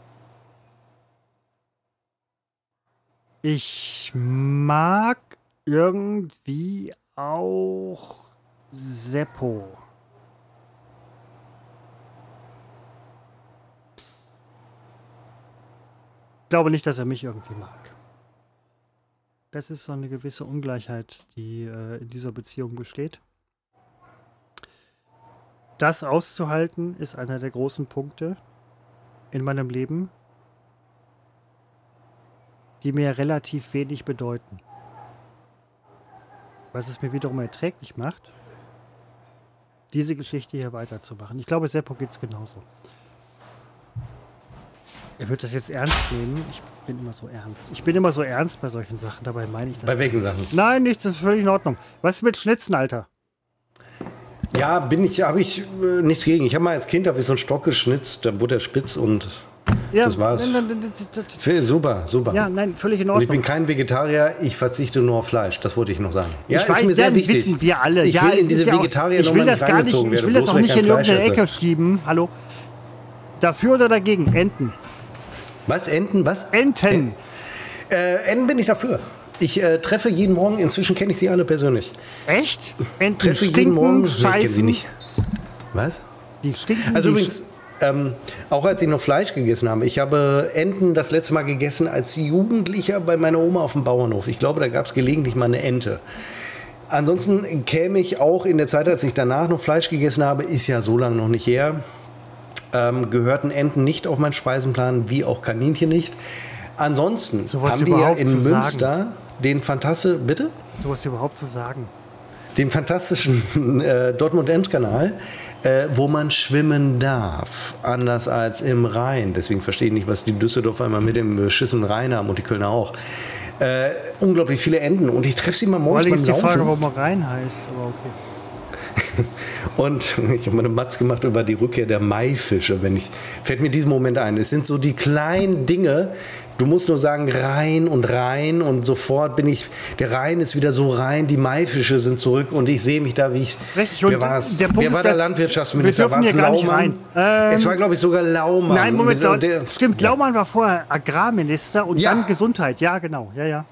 Ich mag irgendwie auch Seppo. Ich glaube nicht, dass er mich irgendwie mag. Das ist so eine gewisse Ungleichheit, die äh, in dieser Beziehung besteht. Das auszuhalten ist einer der großen Punkte in meinem Leben, die mir relativ wenig bedeuten. Was es mir wiederum erträglich macht, diese Geschichte hier weiterzumachen. Ich glaube, Seppo geht es genauso. Er wird das jetzt ernst nehmen. Ich bin immer so ernst. Ich bin immer so ernst bei solchen Sachen. Dabei meine ich das. Bei welchen Sachen? Nein, nichts, das ist völlig in Ordnung. Was ist mit Schnitzen, Alter? Ja, bin ich, habe ich äh, nichts gegen. Ich habe mal als Kind hab ich so einen Stock geschnitzt, dann wurde er spitz und Ja, das war's. nein, nein, nein, das- das- Viel- super, super. Ja, nein, völlig in Und ich bin Ordnung. kein Vegetarier, ich verzichte nur auf Fleisch. Das wollte ich noch sagen. Ja, Ich weiß, ist mir sehr ja, wichtig. wissen wir alle. Ich Ja, will es in ist diese ja auch- Vegetarier Ich will Nummer das nicht gar nicht, reingezogen ich werden, will das bloß auch weil nicht ich in kein Fleisch irgendeine esse. Ecke schieben. Hallo? Dafür oder dagegen? Enten. Was? Enten? Was? Enten. Äh, Enten bin ich dafür. Ich äh, treffe jeden Morgen, inzwischen kenne ich sie alle persönlich. Echt? Enten Treffe jeden stinken, Morgen. Nee, ich kenne scheißen. sie nicht. Was? Die stinken. Also die übrigens, ähm, auch als ich noch Fleisch gegessen habe, ich habe Enten das letzte Mal gegessen als Jugendlicher bei meiner Oma auf dem Bauernhof. Ich glaube, da gab es gelegentlich mal eine Ente. Ansonsten käme ich auch in der Zeit, als ich danach noch Fleisch gegessen habe, ist ja so lange noch nicht her, ähm, gehörten Enten nicht auf meinen Speisenplan, wie auch Kaninchen nicht. Ansonsten Sowas haben wir ja überhaupt in zu Münster sagen. den fantastischen, bitte? Sowas überhaupt zu sagen. Den fantastischen äh, Dortmund-Ems-Kanal, äh, wo man schwimmen darf, anders als im Rhein. Deswegen verstehe ich nicht, was die Düsseldorfer immer mit dem beschissenen Rhein haben und die Kölner auch. Äh, unglaublich viele Enten und ich treffe sie mal morgens Vor allem beim ist die Laufen. Frage, warum man rein heißt. Aber okay. Und ich habe mal eine Matz gemacht über die Rückkehr der Maifische. Wenn ich, fällt mir diesen Moment ein. Es sind so die kleinen Dinge. Du musst nur sagen Rhein und Rhein und sofort bin ich, der Rhein ist wieder so rein, die Maifische sind zurück und ich sehe mich da, wie ich, Richtig, wer und war es? der Punkt Wer ist, war der wir- Landwirtschaftsminister? wir dürfen War es hier gar nicht Laumann? rein. Ähm, es war, glaube ich, sogar Laumann. Nein, Moment, Und der- stimmt, ja. Laumann war vorher Agrarminister und Ja. dann Gesundheit. Ja, genau. Ja, ja.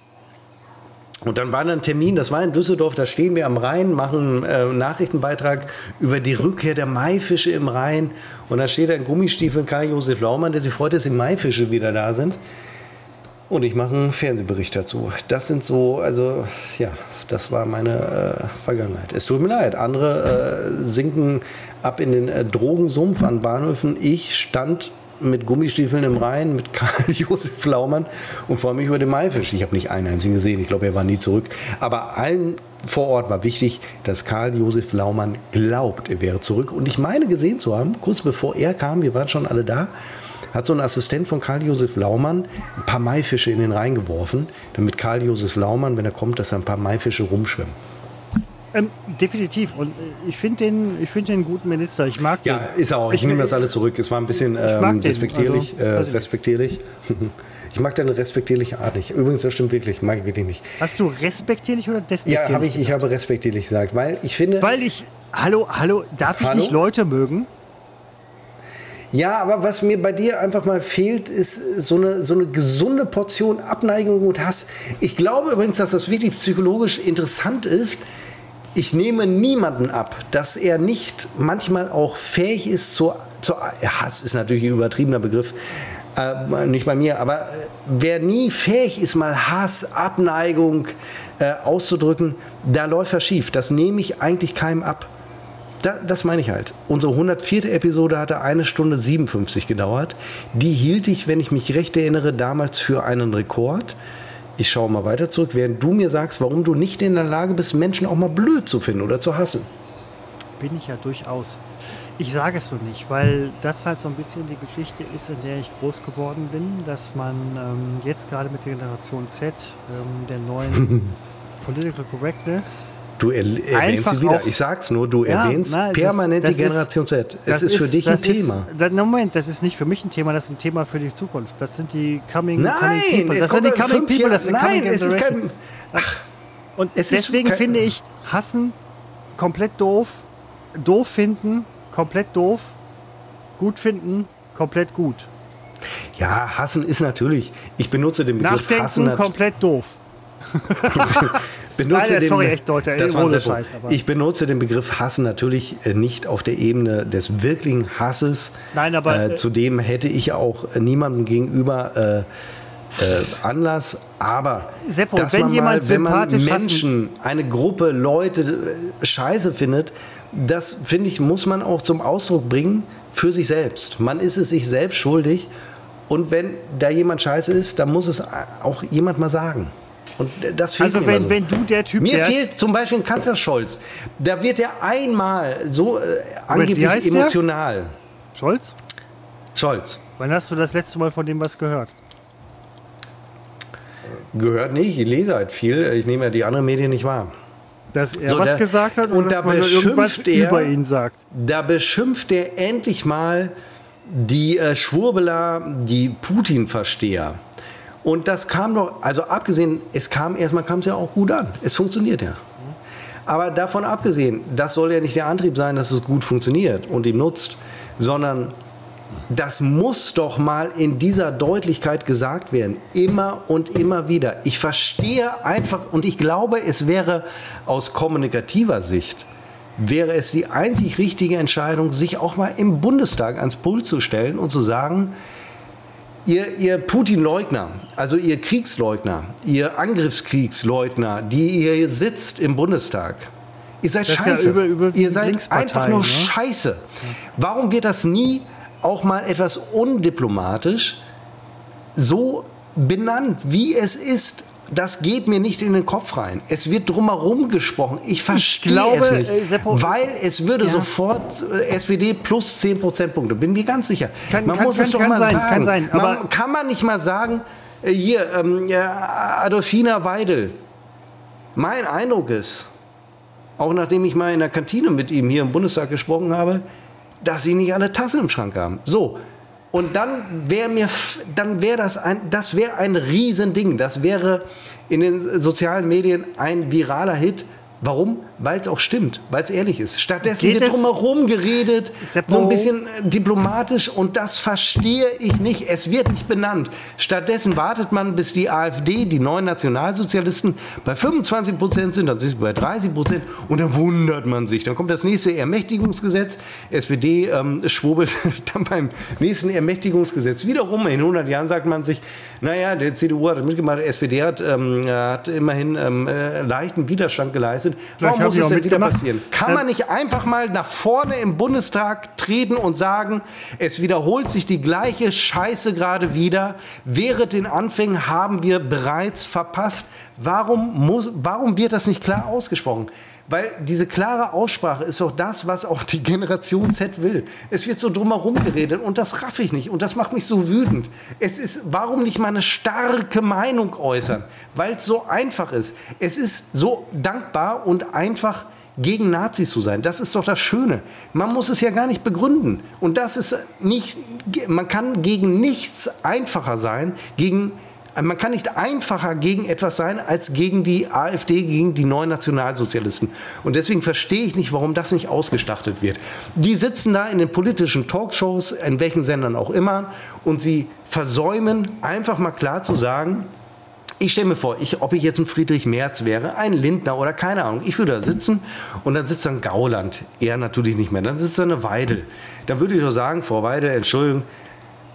Und dann war ein Termin, das war in Düsseldorf, da stehen wir am Rhein, machen äh, einen Nachrichtenbeitrag über die Rückkehr der Maifische im Rhein. Und da steht ein Gummistiefel Karl-Josef Laumann, der sich freut, dass die Maifische wieder da sind. Und ich mache einen Fernsehbericht dazu. Das sind so, also ja, das war meine äh, Vergangenheit. Es tut mir leid, andere äh, sinken ab in den äh, Drogensumpf an Bahnhöfen. Ich stand mit Gummistiefeln im Rhein, mit Karl-Josef Laumann und freue mich über den Maifisch. Ich habe nicht einen einzigen gesehen, ich glaube, er war nie zurück. Aber allen vor Ort war wichtig, dass Karl-Josef Laumann glaubt, er wäre zurück. Und ich meine gesehen zu haben, kurz bevor er kam, wir waren schon alle da, hat so ein Assistent von Karl-Josef Laumann ein paar Maifische in den Rhein geworfen, damit Karl-Josef Laumann, wenn er kommt, dass da ein paar Maifische rumschwimmen. Ähm, definitiv. Und äh, ich finde den, ich find den einen guten Minister. Ich mag den. Ja, ist er auch. Ich, Ich- nehme das alles zurück. Es war ein bisschen mag ähm, den, respektierlich. also, weiß ich äh, nicht. respektierlich. Ich mag deine respektierliche Art nicht. Übrigens, das stimmt wirklich. Mag ich wirklich nicht. Hast du respektierlich oder despektierlich? Ja, habe ich. Ich habe respektierlich gesagt, weil ich finde. Weil ich. Hallo, hallo, darf ich Hallo? nicht Leute mögen? Ja, aber was mir bei dir einfach mal fehlt, ist so eine, so eine gesunde Portion Abneigung und Hass. Ich glaube übrigens, dass das wirklich psychologisch interessant ist. Ich nehme niemanden ab, dass er nicht manchmal auch fähig ist zur, zur Hass ist natürlich ein übertriebener Begriff, Äh, nicht bei mir, aber wer nie fähig ist, mal Hass, Abneigung äh, auszudrücken, da läuft er schief. Das nehme ich eigentlich keinem ab. Da, das meine ich halt. Unsere hundertvierte Episode hatte eine Stunde siebenundfünfzig gedauert. Die hielt ich, wenn ich mich recht erinnere, damals für einen Rekord. Ich schaue mal weiter zurück, während du mir sagst, warum du nicht in der Lage bist, Menschen auch mal blöd zu finden oder zu hassen. Bin ich ja durchaus. Ich sage es so nicht, weil das halt so ein bisschen die Geschichte ist, in der ich groß geworden bin, dass man ähm, jetzt gerade mit der Generation Z, ähm, der neuen Political Correctness, du er erwähnst sie wieder. Ich sag's nur, du ja, erwähnst na, permanent das, das die Generation ist, Z. Es ist für dich ein Thema. Ist, Moment, das ist nicht für mich ein Thema, das ist ein Thema für die Zukunft. Das sind die Coming, nein, coming People. Das sind die Coming People. Das sind nein, es ist kein... Ach, und es deswegen kein, finde ich, hassen komplett doof, doof finden, komplett doof, gut finden, komplett gut. Ja, hassen ist natürlich, ich benutze den Begriff Nachdenken, hassen. komplett doof. benutze Nein, den, sorry, echt, Leute, das war ein Scheiß, ich benutze den Begriff Hassen natürlich nicht auf der Ebene des wirklichen Hasses. Nein, aber äh, zudem hätte ich auch niemandem gegenüber äh, äh, Anlass. Aber Seppo, dass wenn man jemand mal, wenn man Menschen, hassen, eine Gruppe Leute äh, scheiße findet, das finde ich, muss man auch zum Ausdruck bringen für sich selbst. Man ist es sich selbst schuldig. Und wenn da jemand scheiße ist, dann muss es auch jemand mal sagen. Und das fehlt also mir wenn, so. wenn du der Typ Mir wärst, fehlt zum Beispiel Kanzler Scholz. Da wird er einmal so äh, angeblich emotional. Der? Scholz? Scholz. Wann hast du das letzte Mal von dem was gehört? Gehört nicht, ich lese halt viel. Ich nehme ja die anderen Medien nicht wahr. Dass er so, was da, gesagt hat und oder da dass man irgendwas er, über ihn sagt. Da beschimpft er endlich mal die äh, Schwurbeler, die Putin-Versteher. Und das kam doch, also abgesehen, es kam erstmal kam es ja auch gut an. Es funktioniert ja. Aber davon abgesehen, das soll ja nicht der Antrieb sein, dass es gut funktioniert und ihn nutzt, sondern das muss doch mal in dieser Deutlichkeit gesagt werden. Immer und immer wieder. Ich verstehe einfach und ich glaube, es wäre aus kommunikativer Sicht, wäre es die einzig richtige Entscheidung, sich auch mal im Bundestag ans Pult zu stellen und zu sagen, ihr, ihr Putin-Leugner, also ihr Kriegsleugner, ihr Angriffskriegsleugner, die ihr sitzt im Bundestag, ihr seid das scheiße. Ja über, über ihr seid einfach nur ne? scheiße. Warum wird das nie auch mal etwas undiplomatisch so benannt, wie es ist? Das geht mir nicht in den Kopf rein. Es wird drumherum gesprochen. Ich verstehe ich glaube, es nicht. Äh, Seppo, weil es würde ja. sofort äh, S P D plus zehn Prozentpunkte. Bin mir ganz sicher. Kann, man kann, muss kann, es doch kann mal sein, sagen. Kann, sein, aber man, kann man nicht mal sagen, äh, hier, ähm, ja, Adolfina Weidel. Mein Eindruck ist, auch nachdem ich mal in der Kantine mit ihm hier im Bundestag gesprochen habe, dass sie nicht alle Tassen im Schrank haben. So. Und dann wäre mir, dann wäre das ein, das wäre ein Riesending. Das wäre in den sozialen Medien ein viraler Hit. Warum? Weil es auch stimmt, weil es ehrlich ist. Stattdessen Geht wird drumherum geredet, Seppo, so ein bisschen diplomatisch und das verstehe ich nicht. Es wird nicht benannt. Stattdessen wartet man, bis die AfD, die neuen Nationalsozialisten, bei fünfundzwanzig Prozent sind, dann sind sie bei dreißig Prozent und dann wundert man sich. Dann kommt das nächste Ermächtigungsgesetz. S P D ähm, schwurbelt dann beim nächsten Ermächtigungsgesetz wiederum. In hundert Jahren sagt man sich, naja, der C D U hat mitgemacht, der S P D hat, ähm, hat immerhin ähm, äh, leichten Widerstand geleistet. Warum muss es denn wieder passieren? Kann man nicht einfach mal nach vorne im Bundestag treten und sagen, es wiederholt sich die gleiche Scheiße gerade wieder. Während den Anfängen haben wir bereits verpasst. Warum, muss, warum wird das nicht klar ausgesprochen? Weil diese klare Aussprache ist doch das, was auch die Generation Z will. Es wird so drumherum geredet und das raff ich nicht und das macht mich so wütend. Es ist, warum nicht mal eine starke Meinung äußern? Weil es so einfach ist. Es ist so dankbar und einfach, gegen Nazis zu sein. Das ist doch das Schöne. Man muss es ja gar nicht begründen. Und das ist nicht, man kann gegen nichts einfacher sein, gegen Man kann nicht einfacher gegen etwas sein, als gegen die AfD, gegen die neuen Nationalsozialisten. Und deswegen verstehe ich nicht, warum das nicht ausgeschlachtet wird. Die sitzen da in den politischen Talkshows, in welchen Sendern auch immer, und sie versäumen, einfach mal klar zu sagen, ich stelle mir vor, ich, ob ich jetzt ein Friedrich Merz wäre, ein Lindner oder keine Ahnung, ich würde da sitzen und dann sitzt da ein Gauland, er natürlich nicht mehr, dann sitzt da eine Weidel. Dann würde ich doch sagen, Frau Weidel, Entschuldigung,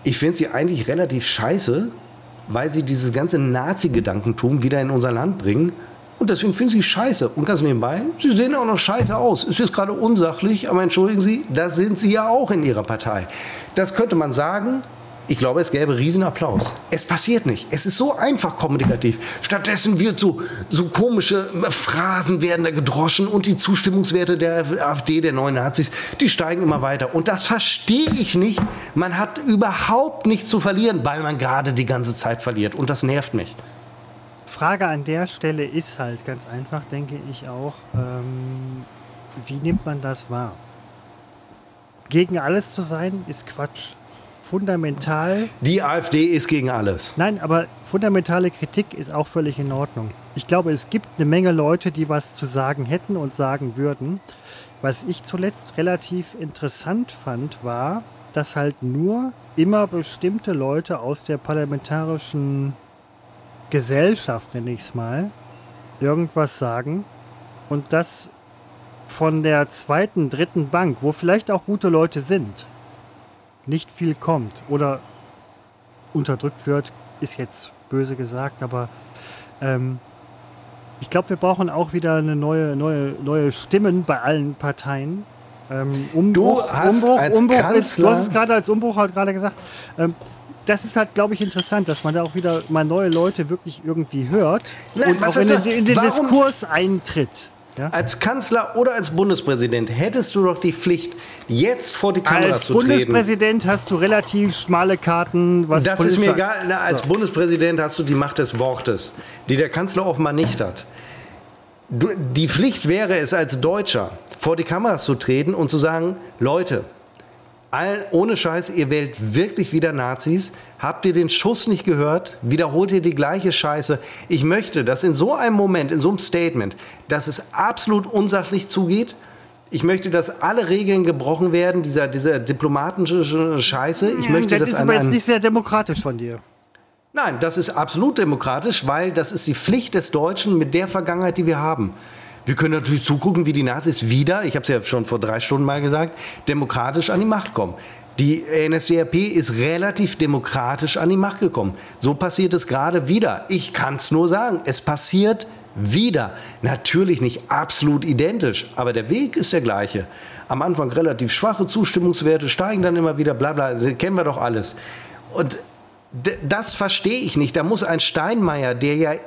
Ich finde sie eigentlich relativ scheiße, weil sie dieses ganze Nazi-Gedankentum wieder in unser Land bringen. Und deswegen finde ich sie scheiße. Und ganz nebenbei, sie sehen auch noch scheiße aus. Ist jetzt gerade unsachlich, aber entschuldigen Sie, das sind sie ja auch in Ihrer Partei. Das könnte man sagen. Ich glaube, es gäbe Riesenapplaus. Es passiert nicht. Es ist so einfach kommunikativ. Stattdessen wird so, so komische Phrasen werden da gedroschen und die Zustimmungswerte der AfD, der neuen Nazis, die steigen immer weiter. Und das verstehe ich nicht. Man hat überhaupt nichts zu verlieren, weil man gerade die ganze Zeit verliert. Und das nervt mich. Frage an der Stelle ist halt ganz einfach, denke ich auch, ähm, wie nimmt man das wahr? Gegen alles zu sein, ist Quatsch. Fundamental. Die AfD ist gegen alles. Nein, aber fundamentale Kritik ist auch völlig in Ordnung. Ich glaube, es gibt eine Menge Leute, die was zu sagen hätten und sagen würden. Was ich zuletzt relativ interessant fand, war, dass halt nur immer bestimmte Leute aus der parlamentarischen Gesellschaft, nenne ich es mal, irgendwas sagen und das von der zweiten, dritten Bank, wo vielleicht auch gute Leute sind, nicht viel kommt oder unterdrückt wird, ist jetzt böse gesagt, aber ähm, ich glaube, wir brauchen auch wieder eine neue, neue, neue Stimmen bei allen Parteien. Ähm, Umbruch, du hast Umbruch, als Umbruch Kanzler ist, du hast es gerade als Umbruch halt gerade gesagt. Ähm, das ist halt, glaube ich, interessant, dass man da auch wieder mal neue Leute wirklich irgendwie hört Nein, und was auch in ist den, da- in den warum- Diskurs eintritt. Ja? Als Kanzler oder als Bundespräsident hättest du doch die Pflicht, jetzt vor die Kamera Als zu treten. Bundespräsident hast du relativ schmale Karten, was Das ist Politik- mir egal. Na, als So. Bundespräsident hast du die Macht des Wortes, die der Kanzler offenbar nicht hat. Du, die Pflicht wäre es, als Deutscher vor die Kameras zu treten und zu sagen, Leute, all, ohne Scheiß, ihr wählt wirklich wieder Nazis. Habt ihr den Schuss nicht gehört? Wiederholt ihr die gleiche Scheiße? Ich möchte, dass in so einem Moment, in so einem Statement, dass es absolut unsachlich zugeht. Ich möchte, dass alle Regeln gebrochen werden, dieser, dieser diplomatische Scheiße. Ich möchte, das dass ist an aber jetzt einen- nicht sehr demokratisch von dir. Nein, das ist absolut demokratisch, weil das ist die Pflicht des Deutschen mit der Vergangenheit, die wir haben. Wir können natürlich zugucken, wie die Nazis wieder, ich habe es ja schon vor drei Stunden mal gesagt, demokratisch an die Macht kommen. Die N S D A P ist relativ demokratisch an die Macht gekommen. So passiert es gerade wieder. Ich kann es nur sagen, es passiert wieder. Natürlich nicht absolut identisch, aber der Weg ist der gleiche. Am Anfang relativ schwache Zustimmungswerte, steigen dann immer wieder, bla bla, das kennen wir doch alles. Und d- das verstehe ich nicht. Da muss ein Steinmeier, der ja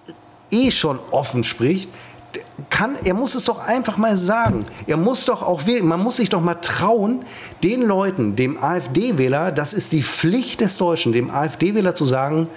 eh schon offen spricht, kann, er muss es doch einfach mal sagen. Er muss doch auch, wirklich- man muss sich doch mal trauen, den Leuten, dem AfD-Wähler, das ist die Pflicht des Deutschen, dem AfD-Wähler zu sagen,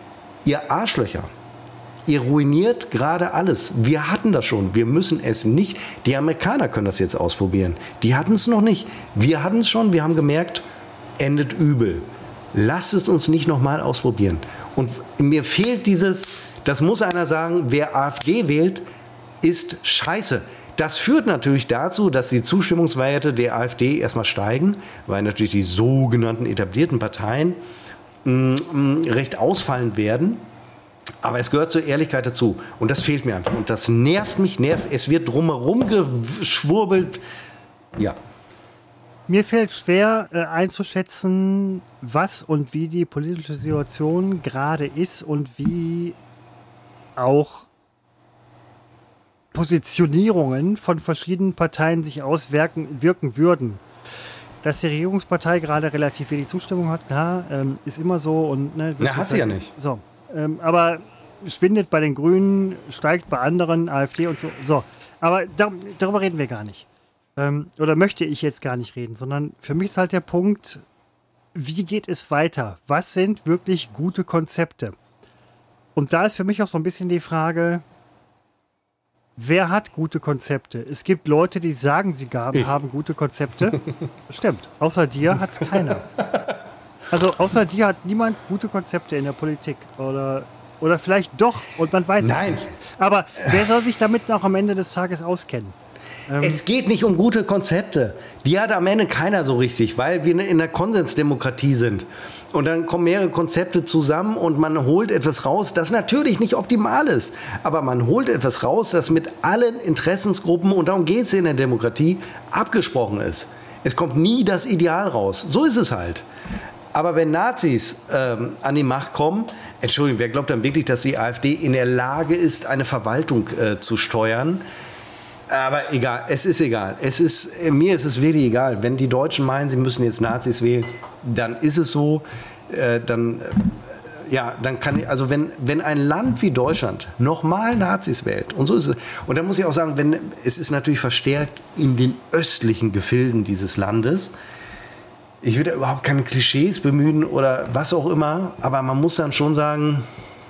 ihr Arschlöcher, ihr ruiniert gerade alles. Wir hatten das schon, wir müssen es nicht. Die Amerikaner können das jetzt ausprobieren. Die hatten es noch nicht. Wir hatten es schon, wir haben gemerkt, endet übel. Lasst es uns nicht nochmal ausprobieren. Und mir fehlt dieses, das muss einer sagen, wer AfD wählt, ist scheiße. Das führt natürlich dazu, dass die Zustimmungswerte der AfD erstmal steigen, weil natürlich die sogenannten etablierten Parteien mh, mh, recht ausfallend werden. Aber es gehört zur Ehrlichkeit dazu. Und das fehlt mir einfach. Und das nervt mich, nervt. Es wird drumherum geschwurbelt. Ja. Mir fällt schwer äh, einzuschätzen, was und wie die politische Situation gerade ist und wie auch Positionierungen von verschiedenen Parteien sich auswirken wirken würden. Dass die Regierungspartei gerade relativ wenig Zustimmung hat, klar, ähm, ist immer so. Und, ne, Na, hat sie ja nicht. So, ähm, aber schwindet bei den Grünen, steigt bei anderen, AfD und so. So, aber da, darüber reden wir gar nicht. Ähm, oder möchte ich jetzt gar nicht reden, sondern für mich ist halt der Punkt, wie geht es weiter? Was sind wirklich gute Konzepte? Und da ist für mich auch so ein bisschen die Frage, wer hat gute Konzepte? Es gibt Leute, die sagen, sie gar, haben gute Konzepte. Stimmt. Außer dir hat es keiner. Also außer dir hat niemand gute Konzepte in der Politik. Oder, oder vielleicht doch und man weiß Nein. es nicht. Aber wer soll sich damit noch am Ende des Tages auskennen? Es geht nicht um gute Konzepte. Die hat am Ende keiner so richtig, weil wir in einer Konsensdemokratie sind. Und dann kommen mehrere Konzepte zusammen und man holt etwas raus, das natürlich nicht optimal ist. Aber man holt etwas raus, das mit allen Interessensgruppen, und darum geht es in der Demokratie, abgesprochen ist. Es kommt nie das Ideal raus. So ist es halt. Aber wenn Nazis ähm, an die Macht kommen, Entschuldigung, wer glaubt dann wirklich, dass die AfD in der Lage ist, eine Verwaltung äh, zu steuern? Aber egal, es ist egal. Es ist, äh, mir ist es wirklich egal. Wenn die Deutschen meinen, sie müssen jetzt Nazis wählen, dann ist es so. Äh, dann, äh, ja, dann kann, also wenn, wenn ein Land wie Deutschland nochmal Nazis wählt, und so ist es. Und dann muss ich auch sagen, wenn, es ist natürlich verstärkt in den östlichen Gefilden dieses Landes. Ich würde überhaupt keine Klischees bemühen oder was auch immer, aber man muss dann schon sagen,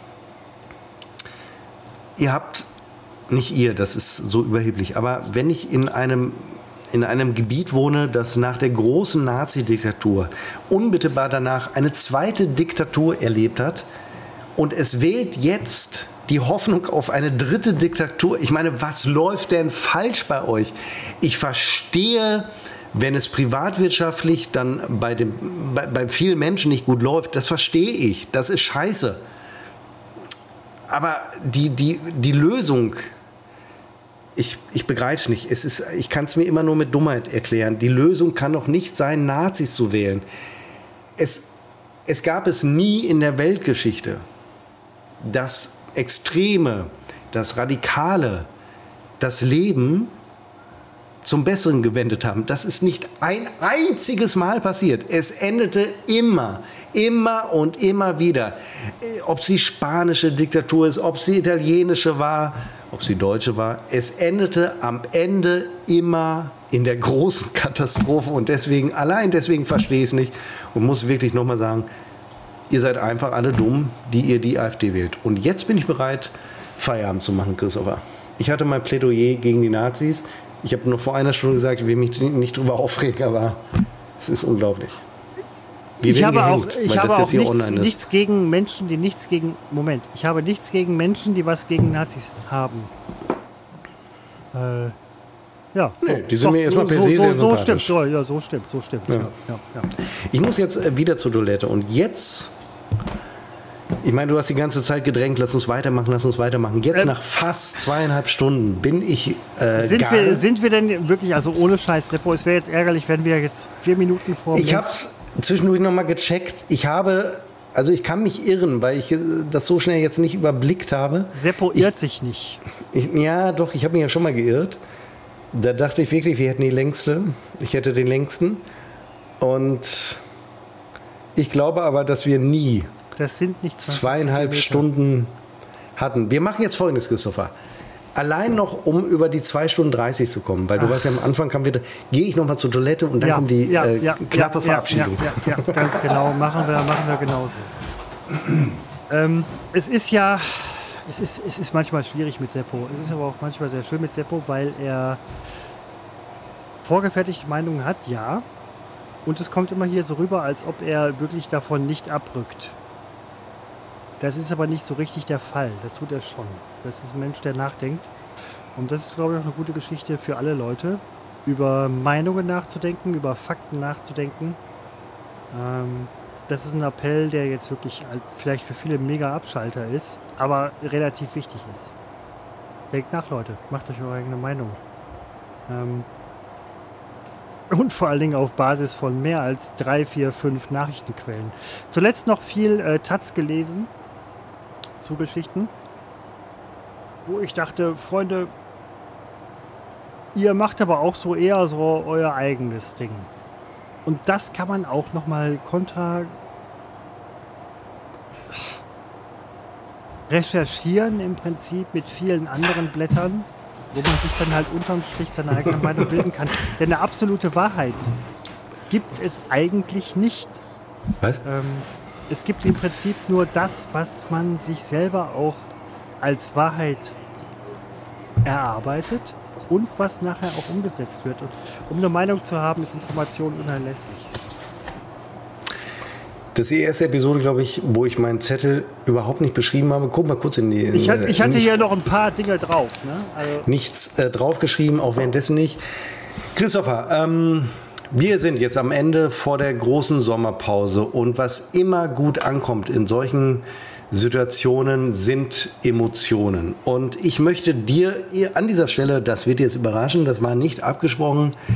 ihr habt, nicht ihr, das ist so überheblich, aber wenn ich in einem, in einem Gebiet wohne, das nach der großen Nazi-Diktatur unmittelbar danach eine zweite Diktatur erlebt hat und es wählt jetzt die Hoffnung auf eine dritte Diktatur, ich meine, was läuft denn falsch bei euch? Ich verstehe, wenn es privatwirtschaftlich dann bei, dem, bei, bei vielen Menschen nicht gut läuft, das verstehe ich, das ist scheiße. Aber die, die, die Lösung, ich, ich begreife es nicht, es ist, ich kann es mir immer nur mit Dummheit erklären, die Lösung kann doch nicht sein, Nazis zu wählen. Es, es gab es nie in der Weltgeschichte, das Extreme, das Radikale, das Leben zum Besseren gewendet haben. Das ist nicht ein einziges Mal passiert. Es endete immer, immer und immer wieder. Ob sie spanische Diktatur ist, ob sie italienische war, ob sie deutsche war. Es endete am Ende immer in der großen Katastrophe. Und deswegen, allein deswegen verstehe ich es nicht und muss wirklich nochmal sagen, ihr seid einfach alle dumm, die ihr die AfD wählt. Und jetzt bin ich bereit, Feierabend zu machen, Christopher. Ich hatte mein Plädoyer gegen die Nazis. Ich habe noch vor einer Stunde gesagt, ich will mich nicht drüber aufregen, aber es ist unglaublich. Wir ich habe gehängt, auch, ich habe auch nichts, nichts gegen Menschen, die nichts gegen... Moment, ich habe nichts gegen Menschen, die was gegen Nazis haben. Äh, ja. Nee, die sind doch, mir erstmal per so, se so, sehr so stimmt, sympathisch. so, ja, so stimmt, so stimmt. Ja. Ja, ja, ja. Ich muss jetzt äh, wieder zur Toilette und jetzt... Ich meine, du hast die ganze Zeit gedrängt, lass uns weitermachen, lass uns weitermachen. Jetzt Ähm, nach fast zweieinhalb Stunden bin ich äh, Sind gar... wir, sind wir denn wirklich, also ohne Scheiß, Seppo, es wäre jetzt ärgerlich, wenn wir jetzt vier Minuten vor... Ich habe es zwischendurch nochmal gecheckt. Ich habe... Also ich kann mich irren, weil ich äh, das so schnell jetzt nicht überblickt habe. Seppo ich, irrt sich nicht. Ich, ja, doch, ich habe mich ja schon mal geirrt. Da dachte ich wirklich, wir hätten die längste. Ich hätte den längsten. Und ich glaube aber, dass wir nie Das sind nicht zweieinhalb Zentimeter. Stunden hatten. Wir machen jetzt Folgendes, Christopher. Allein noch, um über die zwei Stunden dreißig zu kommen, weil du Ach. weißt ja, am Anfang kam wieder, gehe ich nochmal zur Toilette und dann Ja, kommt die ja, äh, ja, knappe ja, Verabschiedung. Ja, ja, ja, ganz genau. Machen wir, machen wir genauso. ähm, es ist ja, es ist, es ist manchmal schwierig mit Seppo. Es ist aber auch manchmal sehr schön mit Seppo, weil er vorgefertigte Meinungen hat, ja. Und es kommt immer hier so rüber, als ob er wirklich davon nicht abrückt. Das ist aber nicht so richtig der Fall. Das tut er schon. Das ist ein Mensch, der nachdenkt. Und das ist, glaube ich, auch eine gute Geschichte für alle Leute, über Meinungen nachzudenken, über Fakten nachzudenken. Ähm, das ist ein Appell, der jetzt wirklich halt vielleicht für viele mega Abschalter ist, aber relativ wichtig ist. Denkt nach, Leute. Macht euch eure eigene Meinung. Ähm, und vor allen Dingen auf Basis von mehr als drei, vier, fünf Nachrichtenquellen. Zuletzt noch viel äh, Taz gelesen zu Geschichten, wo ich dachte, Freunde, ihr macht aber auch so eher so euer eigenes Ding. Und das kann man auch nochmal kontra recherchieren im Prinzip mit vielen anderen Blättern, wo man sich dann halt unterm Strich seine eigene Meinung bilden kann. Denn eine absolute Wahrheit gibt es eigentlich nicht. Was? Ähm, es gibt im Prinzip nur das, was man sich selber auch als Wahrheit erarbeitet und was nachher auch umgesetzt wird. Und um eine Meinung zu haben, ist Information unerlässlich. Das ist die erste Episode, glaube ich, wo ich meinen Zettel überhaupt nicht beschrieben habe. Guck mal kurz in die... Ich, hat, ich hatte nicht, hier noch ein paar Dinge drauf. Ne? Also, nichts äh, draufgeschrieben, auch währenddessen nicht. Christopher, ähm, wir sind jetzt am Ende vor der großen Sommerpause und was immer gut ankommt in solchen Situationen sind Emotionen. Und ich möchte dir an dieser Stelle, das wird jetzt überraschen, das war nicht abgesprochen,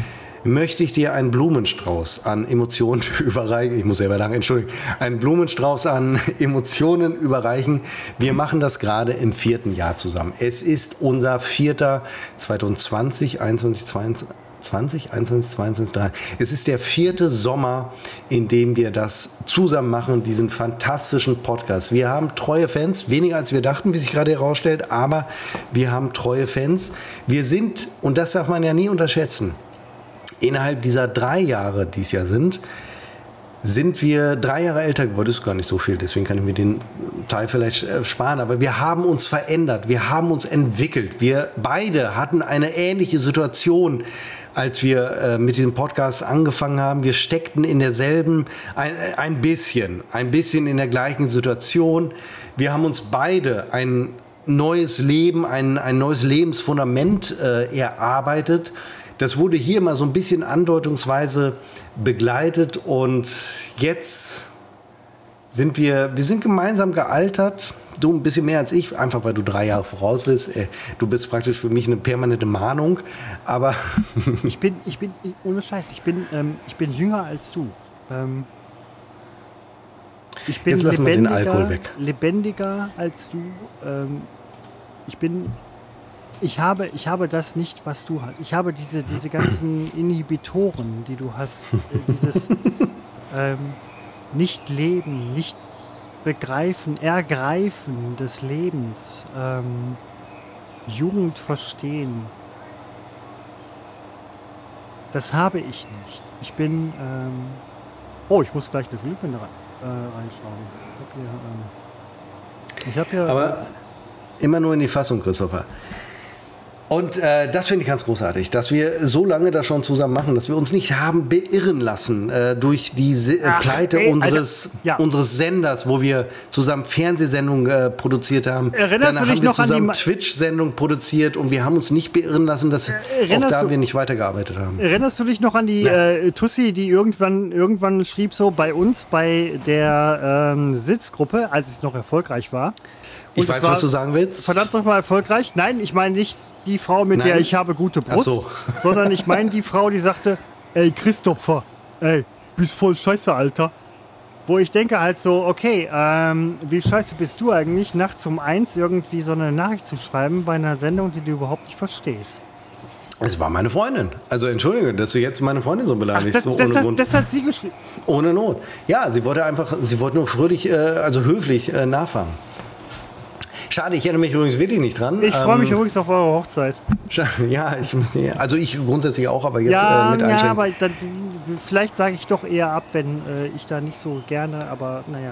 möchte ich dir einen Blumenstrauß an Emotionen überreichen. Ich muss selber lang entschuldigen. Einen Blumenstrauß an Emotionen überreichen. Wir machen das gerade im vierten Jahr zusammen. Es ist unser vierter zwanzig zwanzig, einundzwanzig, zweiundzwanzig. zwanzig, einundzwanzig, zweiundzwanzig, dreiundzwanzig. Es ist der vierte Sommer, in dem wir das zusammen machen, diesen fantastischen Podcast. Wir haben treue Fans, weniger als wir dachten, wie sich gerade herausstellt, aber wir haben treue Fans. Wir sind, und das darf man ja nie unterschätzen, innerhalb dieser drei Jahre, die es ja sind, sind wir drei Jahre älter geworden. Das ist gar nicht so viel, deswegen kann ich mir den Teil vielleicht sparen. Aber wir haben uns verändert, wir haben uns entwickelt. Wir beide hatten eine ähnliche Situation, als wir äh, mit diesem Podcast angefangen haben. Wir steckten in derselben, ein, ein bisschen, ein bisschen in der gleichen Situation. Wir haben uns beide ein neues Leben, ein, ein neues Lebensfundament äh, erarbeitet. Das wurde hier mal so ein bisschen andeutungsweise begleitet und jetzt sind wir, wir sind gemeinsam gealtert. Du ein bisschen mehr als ich, einfach weil du drei Jahre voraus bist. Du bist praktisch für mich eine permanente Mahnung, aber ich bin, ich bin, ohne Scheiß, ich bin, ähm, ich bin jünger als du. Ähm, ich bin Jetzt lassen wir den Alkohol weg. Lebendiger als du. Ähm, ich bin, ich habe, ich habe das nicht, was du hast. Ich habe diese, diese ganzen Inhibitoren, die du hast. Äh, dieses ähm, Nicht-Leben, nicht Begreifen, Ergreifen des Lebens, ähm, Jugend verstehen. Das habe ich nicht. Ich bin, ähm, oh, ich muss gleich eine Glühbirne rein, äh, reinschauen. Ich habe hier, ähm, ich habe hier, aber immer nur in die Fassung, Christopher. Und äh, das finde ich ganz großartig, dass wir so lange das schon zusammen machen, dass wir uns nicht haben beirren lassen äh, durch die Se Ach, Pleite ey, unseres, ja. unseres Senders, wo wir zusammen Fernsehsendungen äh, produziert haben. Erinnerst Dann du dich haben wir noch zusammen an die Twitch-Sendungen produziert und wir haben uns nicht beirren lassen, dass auch da du, wir nicht weitergearbeitet haben. Erinnerst du dich noch an die ja. äh, Tussi, die irgendwann, irgendwann schrieb so bei uns, bei der ähm, Sitzgruppe, als es noch erfolgreich war. Und ich weiß, was du sagen willst. Verdammt nochmal erfolgreich. Nein, ich meine nicht die Frau, mit Nein. der ich habe gute Brust, so. sondern ich meine die Frau, die sagte, ey Christopher, ey, bist voll scheiße, Alter. Wo ich denke halt so, okay, ähm, wie scheiße bist du eigentlich, nachts um eins irgendwie so eine Nachricht zu schreiben bei einer Sendung, die du überhaupt nicht verstehst. Es war meine Freundin. Also entschuldige, dass du jetzt meine Freundin so beleidigst. Ach, das, so das, ohne hat, Grund. das hat sie geschrieben. Ohne Not. Ja, sie wollte einfach, sie wollte nur fröhlich, äh, also höflich äh, nachfragen. Schade, ich erinnere mich übrigens wirklich nicht dran. Ich freue mich ähm, übrigens auf eure Hochzeit. Ja, ich, also ich grundsätzlich auch, aber jetzt ja, äh, mit Einschränkungen. Ja, aber dann, vielleicht sage ich doch eher ab, wenn äh, ich da nicht so gerne, aber naja.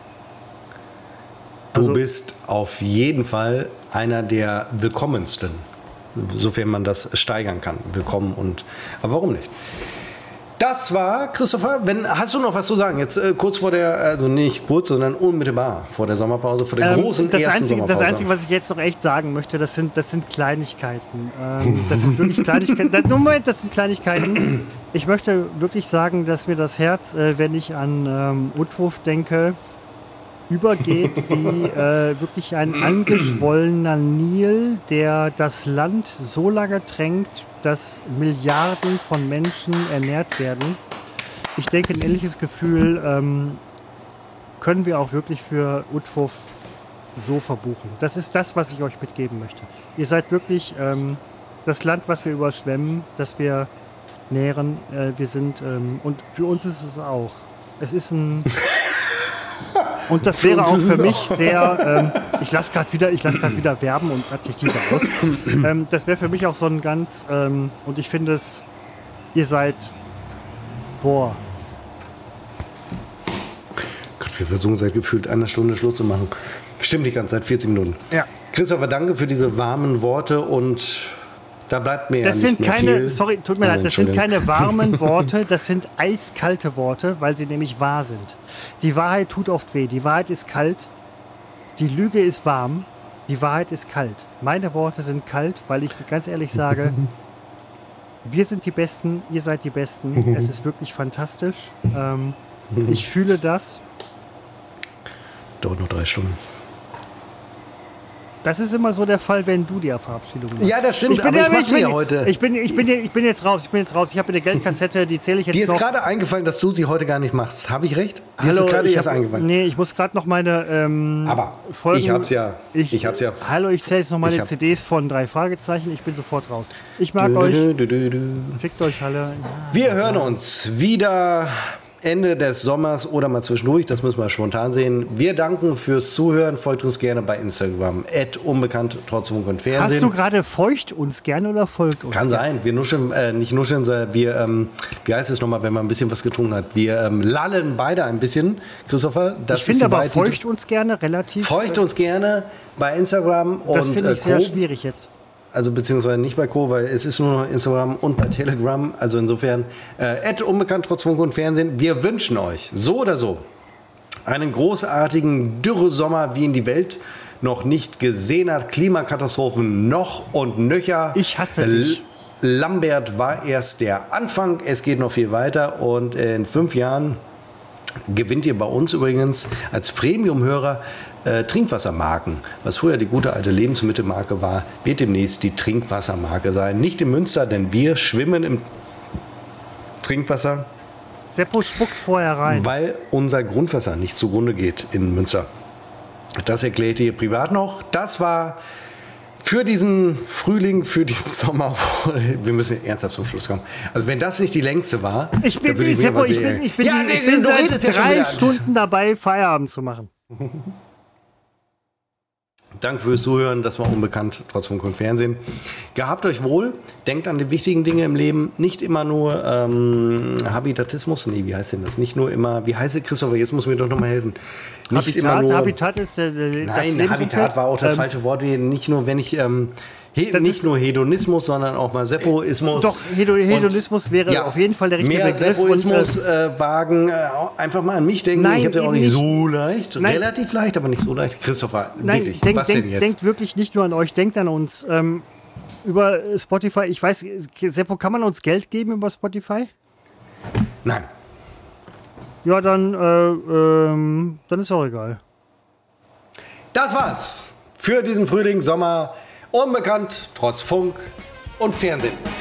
Also, du bist auf jeden Fall einer der willkommensten, sofern man das steigern kann. Willkommen und, aber warum nicht? Das war, Christopher, wenn, hast du noch was zu sagen? Jetzt äh, kurz vor der, also nicht kurz, sondern unmittelbar vor der Sommerpause, vor der ähm, großen das ersten Einzige, Sommerpause. Das Einzige, was ich jetzt noch echt sagen möchte, das sind, das sind Kleinigkeiten. Ähm, das sind wirklich Kleinigkeiten. Das, Moment, das sind Kleinigkeiten. Ich möchte wirklich sagen, dass mir das Herz, äh, wenn ich an ähm, Utwurf denke, übergeht wie äh, wirklich ein angeschwollener Nil, der das Land so lange tränkt, dass Milliarden von Menschen ernährt werden. Ich denke, ein ähnliches Gefühl ähm, können wir auch wirklich für Utwurf so verbuchen. Das ist das, was ich euch mitgeben möchte. Ihr seid wirklich ähm, das Land, was wir überschwemmen, das wir nähren. Äh, wir sind, ähm, und für uns ist es auch. Es ist ein... Und das wäre auch für mich sehr, ähm, ich lasse gerade wieder, ich lasse gerade wieder Verben und Adjektive aus. Ähm, das wäre für mich auch so ein ganz, ähm, und ich finde es, ihr seid, boah. Gott, wir versuchen seit gefühlt einer Stunde Schluss zu machen. Bestimmt die ganze Zeit, vierzig Minuten. Ja. Christopher, danke für diese warmen Worte und da bleibt mir das ja sind nicht mehr keine, viel. Sorry, tut mir leid, das sind keine warmen Worte, das sind eiskalte Worte, weil sie nämlich wahr sind. Die Wahrheit tut oft weh, die Wahrheit ist kalt, die Lüge ist warm, die Wahrheit ist kalt. Meine Worte sind kalt, weil ich ganz ehrlich sage, wir sind die Besten, ihr seid die Besten, es ist wirklich fantastisch. Ähm, ich fühle das. Dauert noch drei Stunden. Das ist immer so der Fall, wenn du die Verabschiedung machst. Ja, das stimmt, ich bin, aber ich ja, mach sie ja bin, heute. Ich bin, ich, bin, ich bin jetzt raus, ich bin jetzt raus. Ich habe eine Geldkassette, die zähle ich jetzt Dir ist noch. gerade eingefallen, dass du sie heute gar nicht machst. Habe ich recht? Dir Hallo, ist gerade ich erst hab, eingefallen. Nee, ich muss gerade noch meine ähm, Aber Folgen... ich hab's ja. Ich, Ich hab's ja. Hallo, ich zähle jetzt noch meine Ich hab- C Ds von drei Fragezeichen. Ich bin sofort raus. Ich mag Du, euch. du, du, du, du. Fickt euch alle. Ja. Wir hören uns wieder Ende des Sommers oder mal zwischendurch. Das müssen wir spontan sehen. Wir danken fürs Zuhören. Folgt uns gerne bei Instagram. at unbekannt trotz Funk und Fernsehen. Hast du gerade feucht uns gerne oder folgt uns Kann gerne? sein. Wir nuscheln, äh, nicht nuscheln, sondern wir, ähm, wie heißt es nochmal, wenn man ein bisschen was getrunken hat? Wir ähm, lallen beide ein bisschen, Christopher. Das Ich finde die aber Wahrheit, die- feucht uns gerne relativ... Feucht uns gerne bei Instagram Das und finde ich äh, sehr Co. schwierig jetzt. Also beziehungsweise nicht bei Co, weil es ist nur noch Instagram und bei Telegram. Also insofern, äh, unbekannt trotz Funk und Fernsehen. Wir wünschen euch so oder so einen großartigen Dürresommer, wie ihn die Welt noch nicht gesehen hat. Klimakatastrophen noch und nöcher. Ich hasse dich. L- Lambert war erst der Anfang. Es geht noch viel weiter und in fünf Jahren gewinnt ihr bei uns übrigens als Premium-Hörer äh, Trinkwassermarken. Was früher die gute alte Lebensmittelmarke war, wird demnächst die Trinkwassermarke sein. Nicht in Münster, denn wir schwimmen im Trinkwasser, Seppo spuckt vorher rein. weil unser Grundwasser nicht zugrunde geht in Münster. Das erklärt ihr privat noch. Das war für diesen Frühling, für diesen Sommer. Wir müssen ernsthaft zum Schluss kommen. Also wenn das nicht die längste war, Ich bin, dann würde ich mir Seppo, aber ich sehr- bin, ich bin, Ja, die- nee, ich bin du seit redest ja schon drei wieder. Stunden dabei, Feierabend zu machen. Danke fürs Zuhören. Das war unbekannt, trotz Funk und Fernsehen. Gehabt euch wohl. Denkt an die wichtigen Dinge im Leben. Nicht immer nur ähm, Habitatismus. Nee, wie heißt denn das? Nicht nur immer. Wie heißt es, Christopher? Jetzt muss mir doch noch mal helfen. Nicht immer Habitat, nur. Habitat ist der, der, das Nein, Lebensumfeld. Habitat war auch das Ähm, falsche Wort. Nicht nur, wenn ich. Ähm, he, Das nicht ist- nur Hedonismus, sondern auch mal Seppoismus. Doch, Hedo, Und- Hedonismus wäre ja, auf jeden Fall der richtige mehr Begriff. Seppoismus Und, äh, äh, wagen, äh, auch einfach mal an mich denken. Nein, ich habe ja auch eben nicht, nicht. so leicht. Nein. Relativ leicht, aber nicht so leicht. Christopher, Nein, wirklich. denkt was denn denk, jetzt? denkt wirklich nicht nur an euch, denkt an uns. Ähm, über Spotify, ich weiß, Seppo, kann man uns Geld geben über Spotify? Nein. Ja, dann, äh, ähm, dann ist auch egal. Das war's für diesen Frühling, Sommer. Unbekannt, trotz Funk und Fernsehen.